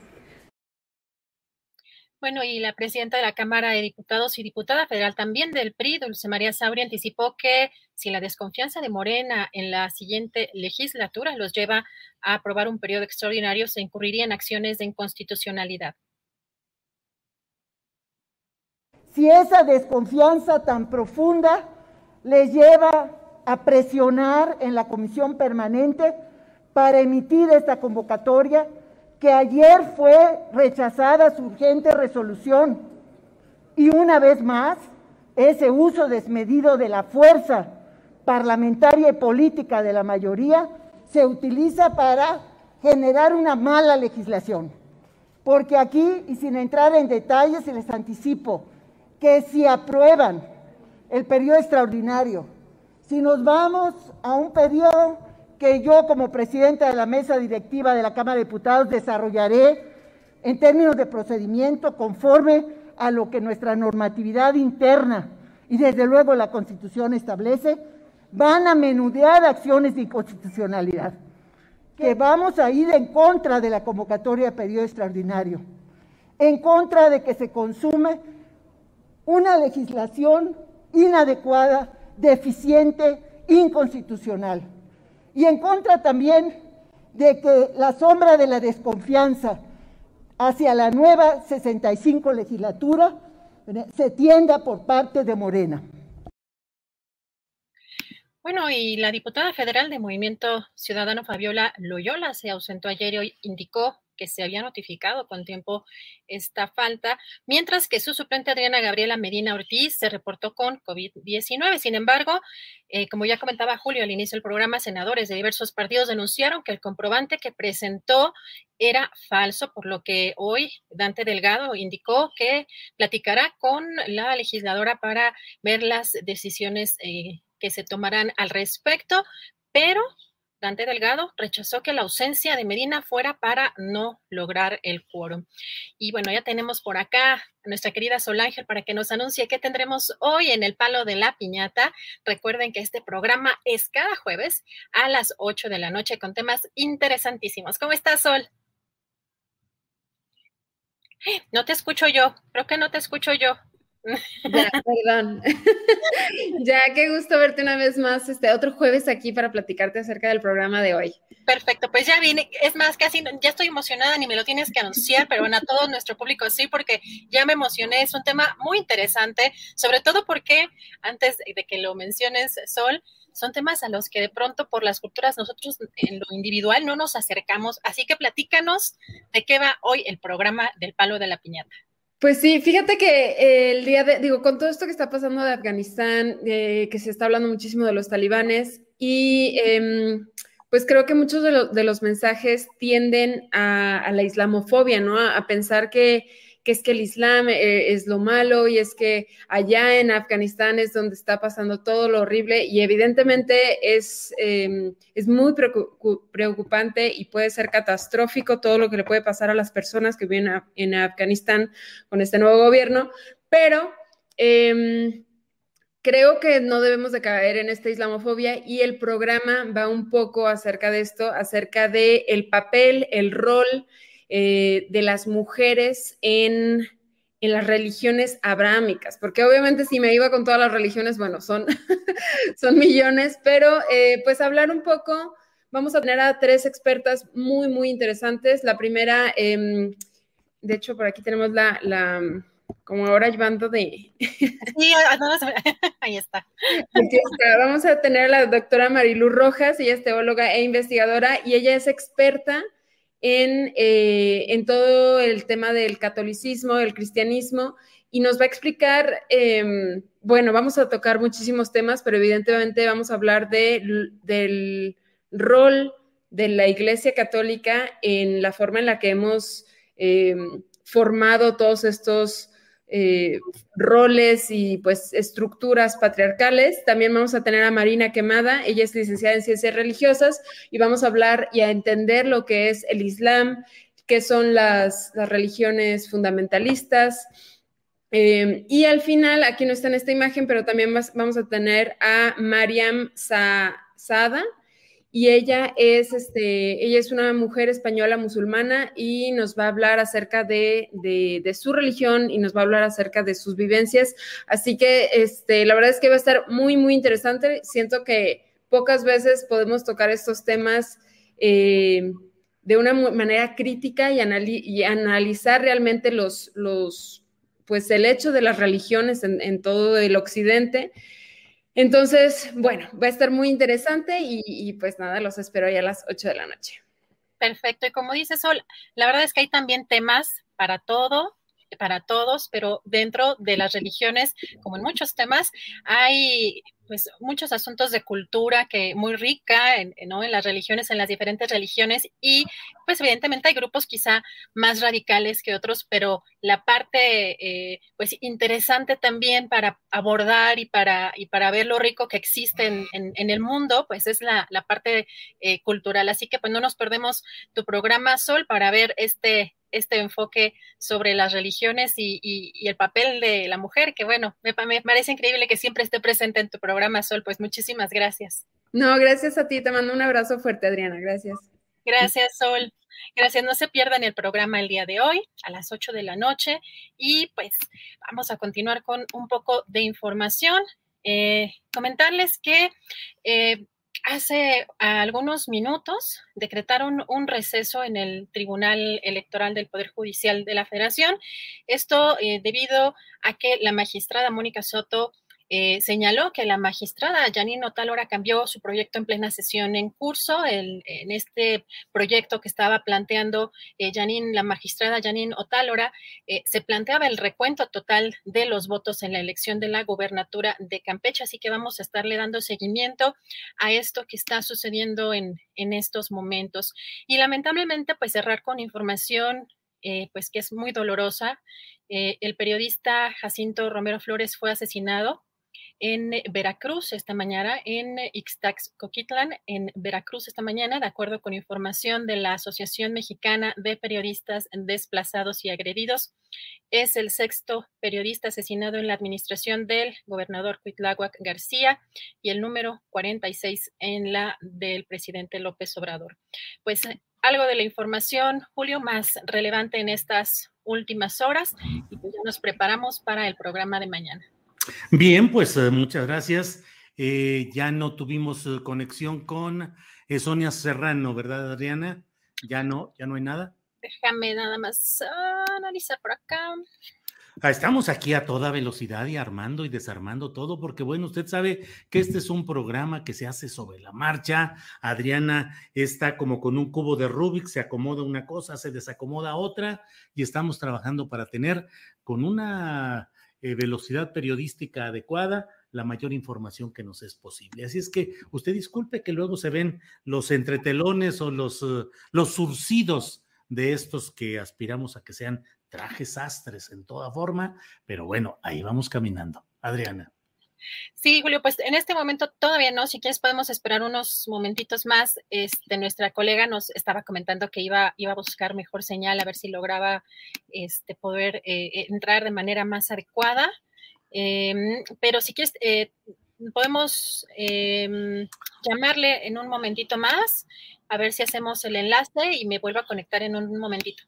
Bueno, y la presidenta de la Cámara de Diputados y diputada federal también del P R I, Dulce María Sauri, anticipó que si la desconfianza de Morena en la siguiente legislatura los lleva a aprobar un periodo extraordinario, se incurriría en acciones de inconstitucionalidad. Si esa desconfianza tan profunda les lleva a presionar en la comisión permanente para emitir esta convocatoria, que ayer fue rechazada su urgente resolución Y una vez más, ese uso desmedido de la fuerza parlamentaria y política de la mayoría se utiliza para generar una mala legislación. Porque aquí, y sin entrar en detalles, les anticipo que si aprueban el periodo extraordinario, si nos vamos a un periodo que yo como presidenta de la mesa directiva de la Cámara de Diputados desarrollaré en términos de procedimiento conforme a lo que nuestra normatividad interna y desde luego la Constitución establece, van a menudear acciones de inconstitucionalidad, que vamos a ir en contra de la convocatoria de periodo extraordinario, en contra de que se consume una legislación inadecuada, deficiente, inconstitucional, y en contra también de que la sombra de la desconfianza hacia la nueva sesenta y cinco legislatura se tienda por parte de Morena. Bueno, y la diputada federal de Movimiento Ciudadano Fabiola Loyola se ausentó ayer y hoy indicó que se había notificado con tiempo esta falta, mientras que su suplente Adriana Gabriela Medina Ortiz se reportó con COVID diecinueve. Sin embargo, eh, como ya comentaba Julio al inicio del programa, senadores de diversos partidos denunciaron que el comprobante que presentó era falso, por lo que hoy Dante Delgado indicó que platicará con la legisladora para ver las decisiones eh, que se tomarán al respecto, pero Dante Delgado rechazó que la ausencia de Medina fuera para no lograr el quórum. Y bueno, ya tenemos por acá a nuestra querida Sol Ángel para que nos anuncie qué tendremos hoy en el Palo de la Piñata. Recuerden que este programa es cada jueves a las ocho de la noche con temas interesantísimos. ¿Cómo estás, Sol? No te escucho yo, creo que no te escucho yo. Ya, perdón. Ya, qué gusto verte una vez más, este otro jueves aquí para platicarte acerca del programa de hoy. Perfecto, pues ya vine, es más, casi ya estoy emocionada, ni me lo tienes que anunciar, pero bueno, a todo nuestro público sí, porque ya me emocioné, es un tema muy interesante, sobre todo porque, antes de que lo menciones, Sol, son temas a los que de pronto por las culturas nosotros en lo individual no nos acercamos, así que platícanos de qué va hoy el programa del Palo de la Piñata. Pues sí, fíjate que el día de, digo, con todo esto que está pasando de Afganistán, eh, que se está hablando muchísimo de los talibanes, y eh, pues creo que muchos de, lo, de los mensajes tienden a, a la islamofobia, ¿no? A, a pensar que, que es que el Islam eh, es lo malo y es que allá en Afganistán es donde está pasando todo lo horrible, y evidentemente es, eh, es muy preocupante y puede ser catastrófico todo lo que le puede pasar a las personas que viven a, en Afganistán con este nuevo gobierno, pero eh, creo que no debemos de caer en esta islamofobia, y el programa va un poco acerca de esto, acerca de el papel, el rol Eh, de las mujeres en, en las religiones abrahámicas, porque obviamente si me iba con todas las religiones, bueno, son, son millones, pero eh, pues hablar un poco, vamos a tener a tres expertas muy, muy interesantes. La primera, eh, de hecho, por aquí tenemos la, la como ahora llevando de... Sí, ahí está. Aquí está. Vamos a tener a la doctora Marilu Rojas, ella es teóloga e investigadora, y ella es experta En, eh, en todo el tema del catolicismo, del cristianismo, y nos va a explicar, eh, bueno, vamos a tocar muchísimos temas, pero evidentemente vamos a hablar de, del rol de la Iglesia Católica en la forma en la que hemos eh, formado todos estos eh, roles y pues estructuras patriarcales. También vamos a tener a Marina Quemada, ella es licenciada en Ciencias Religiosas, y vamos a hablar y a entender lo que es el Islam, qué son las, las religiones fundamentalistas. Eh, y al final, aquí no está en esta imagen, pero también vas, vamos a tener a Mariam Sa Sada, y ella es, este, ella es una mujer española musulmana y nos va a hablar acerca de, de, de su religión, y nos va a hablar acerca de sus vivencias. Así que este, la verdad es que va a estar muy, muy interesante. Siento que pocas veces podemos tocar estos temas eh, de una manera crítica y, anali y analizar realmente los, los, pues el hecho de las religiones en, en todo el occidente. Entonces, bueno, va a estar muy interesante y, y pues nada, los espero ahí a las ocho de la noche. Perfecto, y como dice Sol, la verdad es que hay también temas para todo para todos, pero dentro de las religiones, como en muchos temas, hay pues muchos asuntos de cultura que muy rica en, ¿no? en las religiones, en las diferentes religiones, y pues evidentemente hay grupos quizá más radicales que otros, pero la parte eh, pues interesante también para abordar y para, y para ver lo rico que existe en, en, en el mundo, pues es la, la parte eh, cultural. Así que pues no nos perdemos tu programa, Sol, para ver este este enfoque sobre las religiones y, y, y el papel de la mujer, que bueno, me, me parece increíble que siempre esté presente en tu programa, Sol, pues muchísimas gracias. No, gracias a ti, te mando un abrazo fuerte, Adriana, gracias. Gracias, Sol. Gracias, no se pierdan el programa el día de hoy a las ocho de la noche y pues vamos a continuar con un poco de información. Eh, comentarles que eh, hace algunos minutos decretaron un receso en el Tribunal Electoral del Poder Judicial de la Federación. Esto eh, debido a que la magistrada Mónica Soto eh, señaló que la magistrada Janine Otálora cambió su proyecto en plena sesión en curso. El, en este proyecto que estaba planteando eh, Janine, la magistrada Janine Otálora, eh, se planteaba el recuento total de los votos en la elección de la gubernatura de Campeche, así que vamos a estarle dando seguimiento a esto que está sucediendo en, en estos momentos. Y lamentablemente, pues cerrar con información eh, pues que es muy dolorosa. Eh, el periodista Jacinto Romero Flores fue asesinado en Veracruz esta mañana, en Ixtaxcoquitlán, en Veracruz esta mañana, de acuerdo con información de la Asociación Mexicana de Periodistas Desplazados y Agredidos. Es el sexto periodista asesinado en la administración del gobernador Cuitláhuac García y el número cuarenta y seis en la del presidente López Obrador. Pues algo de la información, Julio, más relevante en estas últimas horas, y pues ya nos preparamos para el programa de mañana. Bien, pues eh, muchas gracias. Eh, ya no tuvimos eh, conexión con eh, Sonia Serrano, ¿verdad, Adriana? Ya no, ya no hay nada. Déjame nada más uh, analizar por acá. Ah, estamos aquí a toda velocidad y armando y desarmando todo, porque bueno, usted sabe que este es un programa que se hace sobre la marcha. Adriana está como con un cubo de Rubik, se acomoda una cosa, se desacomoda otra, y estamos trabajando para tener con una Eh, velocidad periodística adecuada, la mayor información que nos es posible. Así es que usted disculpe que luego se ven los entretelones o los, uh, los surcidos de estos que aspiramos a que sean trajes sastres en toda forma, pero bueno, ahí vamos caminando. Adriana. Sí, Julio, pues en este momento todavía no, si quieres podemos esperar unos momentitos más. Este, nuestra colega nos estaba comentando que iba, iba a buscar mejor señal, a ver si lograba este, poder eh, entrar de manera más adecuada, eh, pero si quieres eh, podemos eh, llamarle en un momentito más, a ver si hacemos el enlace y me vuelvo a conectar en un momentito.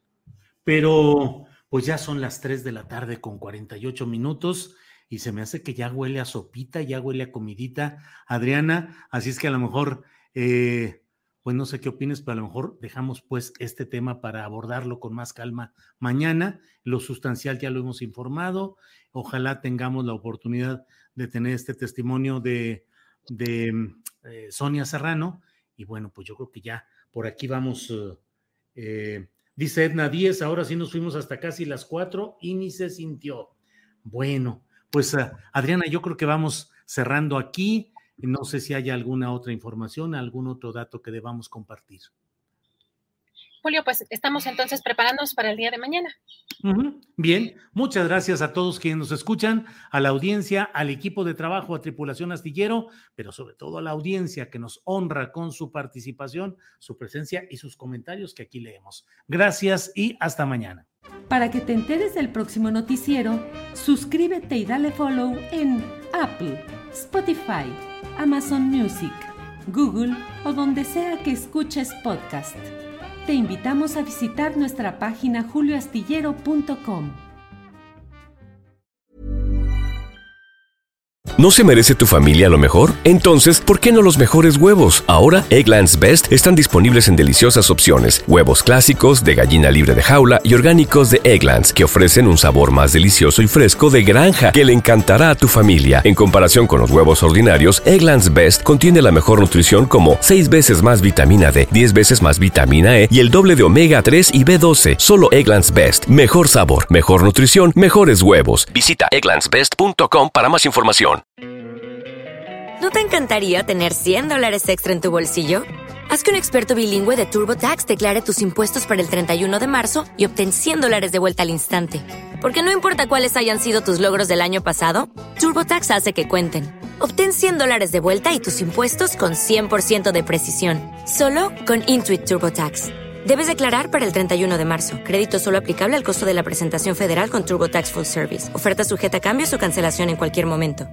Pero pues ya son las tres de la tarde con cuarenta y ocho minutos. Y se me hace que ya huele a sopita, ya huele a comidita, Adriana, así es que a lo mejor, eh, pues no sé qué opines, pero a lo mejor dejamos pues este tema para abordarlo con más calma mañana. Lo sustancial ya lo hemos informado, ojalá tengamos la oportunidad de tener este testimonio de, de eh, Sonia Serrano, y bueno, pues yo creo que ya por aquí vamos, eh, eh, dice Edna Díez, ahora sí nos fuimos hasta casi las cuatro y ni se sintió. Bueno, pues uh, Adriana, yo creo que vamos cerrando aquí. No sé si hay alguna otra información, algún otro dato que debamos compartir. Julio, pues estamos entonces preparándonos para el día de mañana. Uh-huh. Bien, muchas gracias a todos quienes nos escuchan, a la audiencia, al equipo de trabajo, a Tripulación Astillero, pero sobre todo a la audiencia que nos honra con su participación, su presencia y sus comentarios que aquí leemos. Gracias y hasta mañana. Para que te enteres del próximo noticiero, suscríbete y dale follow en Apple, Spotify, Amazon Music, Google o donde sea que escuches podcast. Te invitamos a visitar nuestra página julio astillero punto com. ¿No se merece tu familia lo mejor? Entonces, ¿por qué no los mejores huevos? Ahora, Eggland's Best están disponibles en deliciosas opciones. Huevos clásicos, de gallina libre de jaula y orgánicos de Eggland's, que ofrecen un sabor más delicioso y fresco de granja que le encantará a tu familia. En comparación con los huevos ordinarios, Eggland's Best contiene la mejor nutrición como seis veces más vitamina D, diez veces más vitamina E y el doble de omega tres y B doce. Solo Eggland's Best. Mejor sabor, mejor nutrición, mejores huevos. Visita egglands best punto com para más información. ¿No te encantaría tener cien dólares extra en tu bolsillo? Haz que un experto bilingüe de TurboTax declare tus impuestos para el treinta y uno de marzo y obtén cien dólares de vuelta al instante. Porque no importa cuáles hayan sido tus logros del año pasado, TurboTax hace que cuenten. Obtén cien dólares de vuelta y tus impuestos con cien por ciento de precisión. Solo con Intuit TurboTax. Debes declarar para el treinta y uno de marzo. Crédito solo aplicable al costo de la presentación federal con TurboTax Full Service. Oferta sujeta a cambios o cancelación en cualquier momento.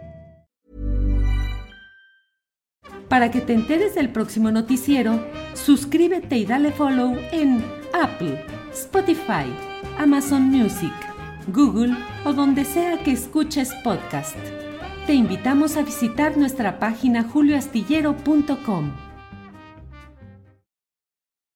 Para que te enteres del próximo noticiero, suscríbete y dale follow en Apple, Spotify, Amazon Music, Google o donde sea que escuches podcast. Te invitamos a visitar nuestra página julio astillero punto com.